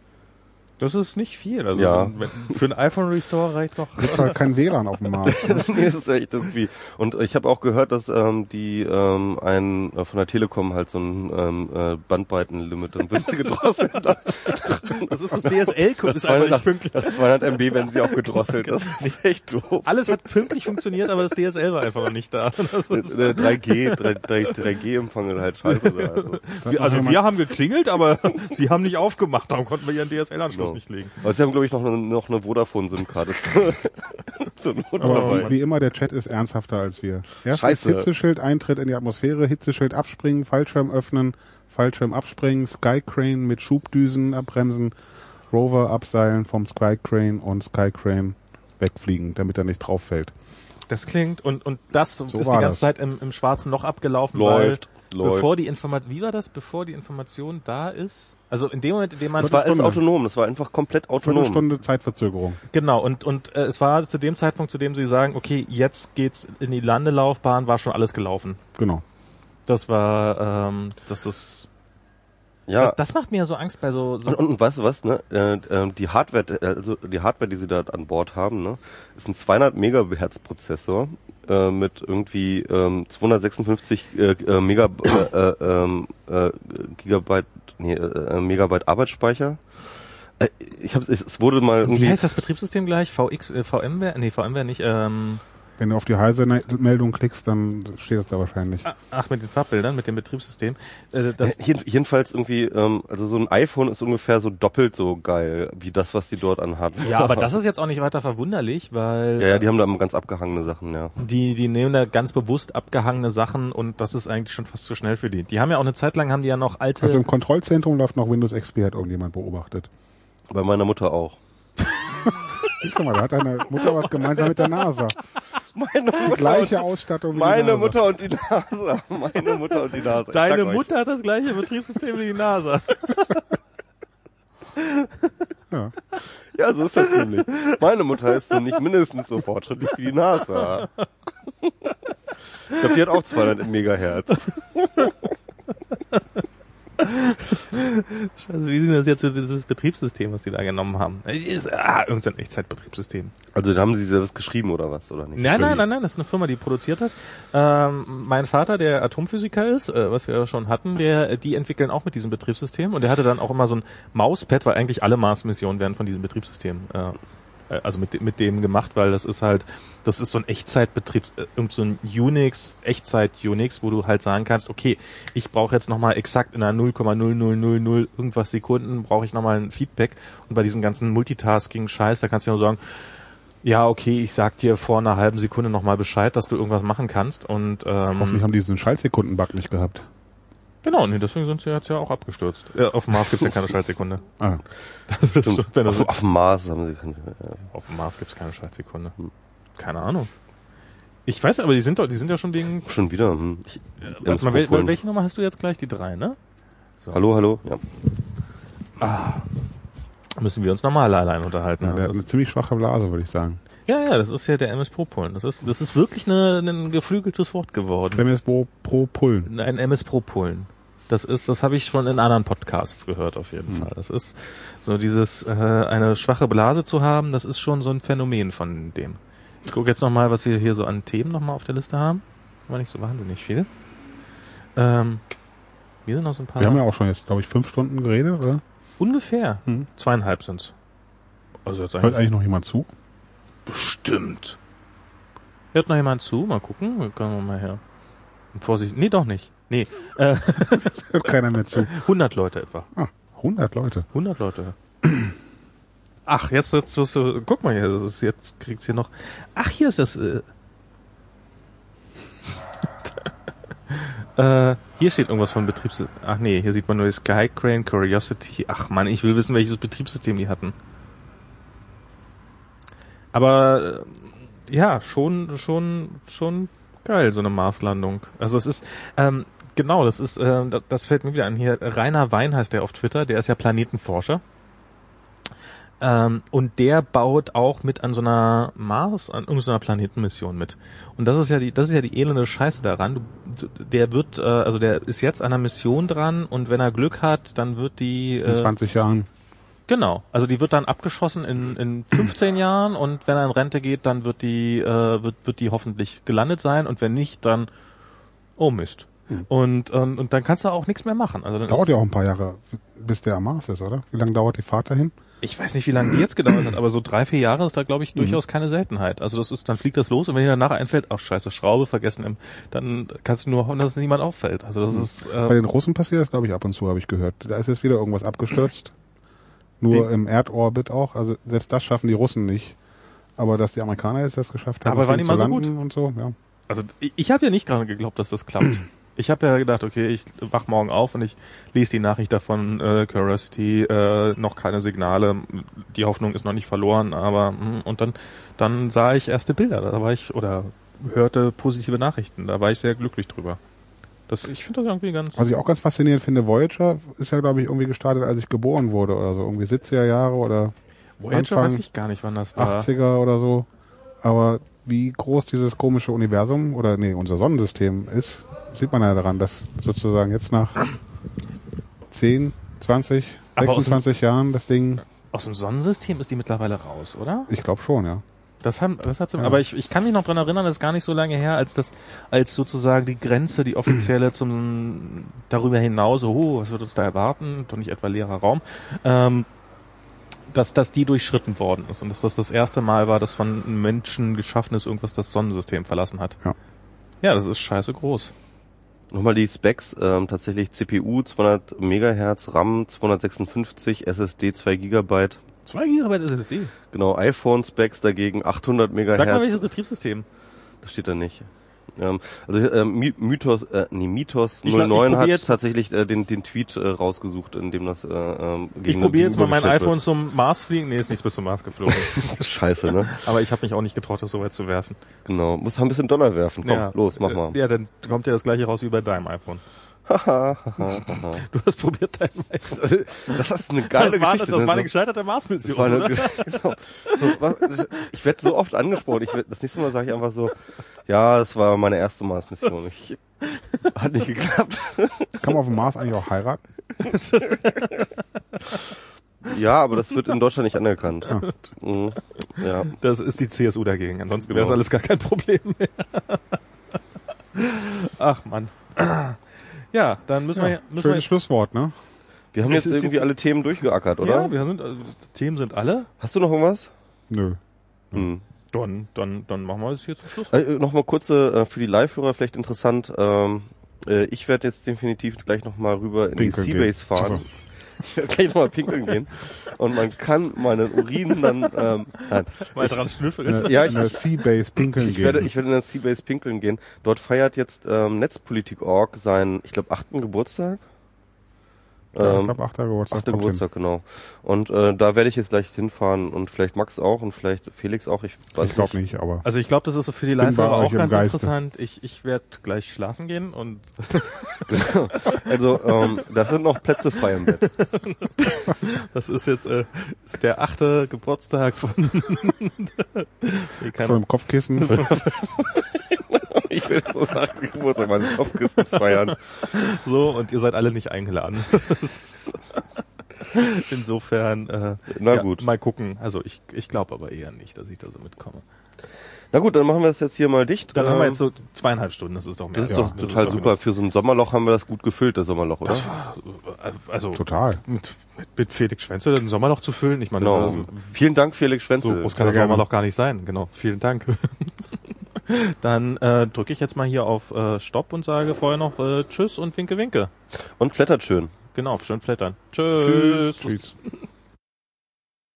Das ist nicht viel. Also
Ja.
wenn, für ein iPhone Restore reicht's noch.
Es gibt halt kein W L A N auf dem Mars.
Nee, das ist echt irgendwie. Und ich habe auch gehört, dass ähm, die ähm, ein äh, von der Telekom halt so ein ähm, äh, Bandbreitenlimit dann wenn sie gedrosselt haben.
Das ist das D S L-Code, ist einfach nicht
zweihundert,
pünktlich.
zweihundert Megabyte werden sie auch gedrosselt. Das ist echt doof.
Alles hat pünktlich funktioniert, aber das D S L war einfach noch nicht da. Das ist,
Äh, drei G, drei G-Empfang ist halt scheiße da. Also.
wir, also wir haben geklingelt, aber sie haben nicht aufgemacht, darum konnten wir ihren D S L-Anschluss
Genau.
nicht legen.
Aber sie haben, glaube ich, noch eine, noch eine Vodafone-SIM-Karte zur, zur Not
Aber
dabei.
wie, wie immer, der Chat ist ernsthafter als wir. Erstes
Scheiße.
Hitzeschild, Eintritt in die Atmosphäre, Hitzeschild abspringen, Fallschirm öffnen, Fallschirm abspringen, Skycrane mit Schubdüsen abbremsen, Rover abseilen vom Skycrane und Skycrane wegfliegen, damit er nicht drauf fällt.
Das klingt, und, und das ist die
war
ganze
das.
Zeit im, im schwarzen Loch abgelaufen,
Läuft,
weil
läuft.
bevor die Information, wie war das, bevor die Information da ist? Also in dem Moment, in dem man,
Das war alles
Stunde.
autonom, das war einfach komplett
Für eine
autonom.
Stunde Zeitverzögerung.
genau, und, und äh, es war zu dem Zeitpunkt, zu dem sie sagen, okay, jetzt geht's in die Landelaufbahn, war schon alles gelaufen.
Genau.
Das war, ähm, das ist,
Ja.
das, das macht mir so Angst bei so, so
Und, und, und weißt du was, ne? Äh, äh, die Hardware, also die Hardware, die sie da an Bord haben, ne, ist ein zweihundert Megahertz Prozessor äh, mit irgendwie ähm, zweihundertsechsundfünfzig äh, äh, Mega, äh, äh, äh, Gigabyte, nee, äh, Megabyte Arbeitsspeicher. Äh, ich habe, es, es wurde mal irgendwie.
wie heißt das Betriebssystem gleich? V X, äh, VMware? Nee, VMware nicht, ähm,
Wenn du auf die Heise-Meldung klickst, dann steht das da wahrscheinlich.
ach, mit den Farbbildern, mit dem Betriebssystem. Äh, das,
Ja, jeden- jedenfalls irgendwie, ähm, also so ein iPhone ist ungefähr so doppelt so geil wie das, was die dort an Hardware
ja, aber das ist jetzt auch nicht weiter verwunderlich, weil
Ja, ja, die haben da immer ganz abgehangene Sachen, ja.
die, die nehmen da ganz bewusst abgehangene Sachen und das ist eigentlich schon fast zu schnell für die. Die haben ja auch eine Zeit lang, haben die ja noch alte...
Also im Kontrollzentrum läuft noch Windows X P, hat irgendjemand beobachtet.
Bei meiner Mutter auch.
Siehst du mal, da hat deine Mutter was gemeinsam mit der NASA.
Meine
Die
Mutter,
gleiche
und,
Ausstattung wie die
meine
NASA.
Mutter und die NASA. Meine Mutter und die NASA. Ich
Deine
sag euch.
Mutter hat das gleiche Betriebssystem wie die NASA.
Ja.
Ja, so ist das nämlich. Meine Mutter ist nun nicht mindestens so fortschrittlich wie die NASA. Ich glaube, die hat auch zweihundert Megahertz.
Also wie sind das jetzt für dieses Betriebssystem, was die da genommen haben? Ist, ah, irgendein Echtzeitbetriebssystem.
Also da haben sie selbst geschrieben oder was, oder nicht?
Nein, nein, nein, nein, das ist eine Firma, die produziert das. Ähm, mein Vater, der Atomphysiker ist, äh, was wir ja schon hatten, der, die entwickeln auch mit diesem Betriebssystem und der hatte dann auch immer so ein Mauspad, weil eigentlich alle Mars-Missionen werden von diesem Betriebssystem, äh, also mit, mit dem gemacht, weil das ist halt, das ist so ein Echtzeitbetriebs, äh, irgend so ein Unix, Echtzeit-Unix, wo du halt sagen kannst, okay, ich brauche jetzt nochmal exakt in einer null Komma null null null null irgendwas Sekunden brauche ich nochmal ein Feedback und bei diesen ganzen Multitasking-Scheiß, da kannst du ja nur sagen, ja, okay, ich sag dir vor einer halben Sekunde nochmal Bescheid, dass du irgendwas machen kannst und ähm,
Hoffentlich haben die diesen Schaltsekunden-Bug nicht gehabt.
genau, nee, deswegen sind sie jetzt ja auch abgestürzt. Ja, auf dem Mars gibt's ja keine Schaltsekunde.
Ah,
Das ist schon, wenn du
Auf,
so,
auf dem Mars haben sie keine. Ja.
auf dem Mars gibt's keine Schaltsekunde. Keine Ahnung. Ich weiß, aber die sind doch, die sind ja schon wegen.
Schon wieder. Hm. Ich,
Warte mal, wel, welche Nummer hast du jetzt gleich? Die drei, ne? So.
Hallo, hallo. Ja.
Ah, müssen wir uns nochmal allein unterhalten.
ja, der hat
das
eine
ist,
ziemlich schwache Blase, würde ich sagen.
ja, ja, das ist ja der M S Pro Pullen. Das ist, das ist wirklich eine, ein geflügeltes Wort geworden.
M S Pro Pro Pullen.
Ein M S Pro Pullen. Das ist, das habe ich schon in anderen Podcasts gehört, auf jeden hm. Fall. Das ist so dieses, äh, eine schwache Blase zu haben, das ist schon so ein Phänomen von dem. Ich gucke jetzt nochmal, was wir hier so an Themen nochmal auf der Liste haben. War nicht so wahnsinnig viel. Ähm, wir sind noch so ein paar.
Wir haben ja auch schon jetzt, glaube ich, fünf Stunden geredet, oder?
Ungefähr.
Hm.
Zweieinhalb sind's. Also jetzt eigentlich
Hört eigentlich noch jemand zu?
Bestimmt. Hört noch jemand zu? Mal gucken. Wir können mal her. Vorsicht. Nee, doch nicht. Nee. Äh,
hört keiner mehr zu.
hundert Leute etwa.
Ah, hundert Leute.
hundert Leute. Ach, jetzt, jetzt, jetzt, guck mal hier, das ist, jetzt kriegt's hier noch. Ach, hier ist das, äh, äh, hier steht irgendwas von Betriebssystem. Ach nee, hier sieht man nur das Skycrane, Curiosity. Ach man, ich will wissen, welches Betriebssystem die hatten. Aber, äh, ja, schon, schon, schon geil, so eine Marslandung. Also es ist, ähm, genau, das ist, äh, das, das fällt mir wieder an. Hier, Rainer Wein heißt der auf Twitter, der ist ja Planetenforscher. Ähm, und der baut auch mit an so einer Mars, an irgendeiner Planetenmission mit. Und das ist ja die, das ist ja die elende Scheiße daran. Du, der wird, äh, also der ist jetzt an einer Mission dran und wenn er Glück hat, dann wird die äh,
in zwanzig Jahren.
Genau, also die wird dann abgeschossen in, in fünfzehn Jahren und wenn er in Rente geht, dann wird die, äh, wird, wird die hoffentlich gelandet sein und wenn nicht, dann, oh Mist. Hm. Und, und, und dann kannst du auch nichts mehr machen. Also dann
dauert ja auch ein paar Jahre, bis der am Mars ist, oder? Wie lange dauert die Fahrt dahin?
Ich weiß nicht, wie lange die jetzt gedauert hat, aber so drei, vier Jahre ist da, glaube ich, durchaus keine Seltenheit. Also das ist, dann fliegt das los und wenn dir danach einfällt, ach scheiße, Schraube vergessen, im, dann kannst du nur hoffen, dass es niemand auffällt. Also das ist. Äh,
Bei den Russen passiert das, glaube ich, ab und zu, habe ich gehört. Da ist jetzt wieder irgendwas abgestürzt. Nur die, im Erdorbit auch. Also selbst das schaffen die Russen nicht. Aber dass die Amerikaner jetzt das geschafft haben,
aber waren die mal so gut
und so, ja.
Also ich, ich habe ja nicht gerade geglaubt, dass das klappt. Ich habe ja gedacht, okay, ich wach morgen auf und ich lese die Nachricht davon, äh, Curiosity, äh, noch keine Signale, die Hoffnung ist noch nicht verloren, aber mh, und dann dann sah ich erste Bilder, da war ich, oder hörte positive Nachrichten, da war ich sehr glücklich drüber. Das, ich finde das irgendwie ganz...
Was ich auch ganz faszinierend finde, Voyager ist ja, glaube ich, irgendwie gestartet, als ich geboren wurde oder so, irgendwie siebziger Jahre oder
Voyager
Anfang
weiß ich gar nicht, wann das war.
achtziger oder so, aber wie groß dieses komische Universum oder nee, unser Sonnensystem ist, sieht man ja daran, dass sozusagen jetzt nach zehn, zwanzig, sechsundzwanzig Jahren das Ding...
Aus dem Sonnensystem ist die mittlerweile raus, oder?
Ich glaube schon, ja.
Das haben, das hat,
ja.
Aber ich, ich kann mich noch dran erinnern, das ist gar nicht so lange her, als das, als sozusagen die Grenze, die offizielle zum, darüber hinaus, oh, was wird uns da erwarten? Doch nicht etwa leerer Raum, ähm, dass, dass die durchschritten worden ist und dass das das erste Mal war, dass von Menschen geschaffen ist, irgendwas das Sonnensystem verlassen hat.
Ja.
Ja, das ist scheiße groß.
Nochmal die Specs, ähm, tatsächlich C P U zweihundert Megahertz, RAM zweihundertsechsundfünfzig, S S D zwei Gigabyte.
zwei Gigabyte S S D?
Genau, iPhone-Specs dagegen achthundert Megahertz.
Sag mal, welches Betriebssystem?
Das steht da nicht. Ähm, also ähm, Mythos, äh, nee, Mythos
Ich
null neun
ich probier
hat
jetzt-
tatsächlich äh, den, den Tweet äh, rausgesucht, in dem das äh, ähm,
Ich
gegen
probiere jetzt mal mein
gegenübergestellt
iPhone zum Mars fliegen. Nee, ist nichts bis zum Mars geflogen.
wird. Scheiße, ne?
Aber ich habe mich auch nicht getraut, das so weit zu werfen.
Genau. Muss ein bisschen Dollar werfen. Komm,
ja.
los, mach mal.
Ja, dann kommt ja das gleiche raus wie bei deinem iPhone. Du hast probiert, dein iPhone.
Also, das ist eine geile
Das war,
Geschichte.
das
ne?
war eine gescheiterte Mars-Mission,
Das war eine,
oder?
genau. So, was, ich werde so oft angesprochen. Ich werd, das nächste Mal sage ich einfach so, ja, das war meine erste Mars-Mission. Ich, hat nicht geklappt.
Kann man auf dem Mars eigentlich auch heiraten?
Ja, aber das wird in Deutschland nicht anerkannt.
Ja.
Mhm. Ja.
Das ist die C S U dagegen. Ansonsten wäre das
Ja.
alles gar kein Problem mehr. Ach, Mann. Ja, dann müssen
Ja,
wir... Müssen
schönes
wir
Schlusswort, ne?
Wir haben
Es
jetzt
ist
irgendwie
jetzt-
alle Themen durchgeackert, oder?
Ja, wir sind, also, die Themen sind alle.
Hast du noch irgendwas?
Nö.
Hm.
Dann, dann, dann machen wir das hier zum Schluss.
Äh, Nochmal kurze, äh, für die Live-Hörer vielleicht interessant, ähm, äh, ich werde jetzt definitiv gleich nochmal rüber in
Pinkeln
die
gehen.
Seabase fahren.
Also.
Ich werde gleich nochmal pinkeln gehen. Und man kann meinen Urin dann, ähm, nein.
Mal
Ich,
dran schnüffeln.
In der,
Ja, ich-
in der Seabase pinkeln
ich
gehen.
werde, ich werde in der Seabase pinkeln gehen. Dort feiert jetzt ähm, Netzpolitik Punkt org seinen, ich glaube, achten Geburtstag.
ja, ich
Ähm,
glaube, achter Geburtstag.
Achter
kommt
Geburtstag, genau. Und äh, da werde ich jetzt gleich hinfahren und vielleicht Max auch und vielleicht Felix auch. Ich
hin.
weiß
Ich glaube nicht, aber
Also ich glaube, das ist so für die
bin bei
Live-Hörer
euch
auch
im
ganz
Geiste.
interessant. Ich, ich werde gleich schlafen gehen und
Also, ähm, das sind noch Plätze frei im Bett.
das ist jetzt äh, ist der achte Geburtstag von... Nee, keine
von dem Kopfkissen.
Ich will so sagen, die Geburtstag meines Kopfkissens feiern.
So, und ihr seid alle nicht eingeladen. Insofern, äh,
Na
ja,
gut.
mal gucken. Also ich, ich glaube aber eher nicht, dass ich da so mitkomme.
Na gut, dann machen wir das jetzt hier mal dicht.
Dann
ähm,
haben wir jetzt so zweieinhalb Stunden, das ist doch mehr.
Das ist
ja,
doch
das
total
ist doch
super. Für so ein Sommerloch haben wir das gut gefüllt, das Sommerloch, oder?
Das war, also
Total.
Mit, mit, mit Felix Schwänze ein Sommerloch zu füllen, ich meine,
Genau.
also,
Vielen Dank, Felix Schwänze.
so groß kann das
Sehr gerne.
Sommerloch gar nicht sein. Genau, vielen Dank. Dann äh, drücke ich jetzt mal hier auf äh, Stopp und sage vorher noch äh, Tschüss und Winke Winke.
Und flattert schön.
Genau, schön flattern. Tschüss.
Tschüss.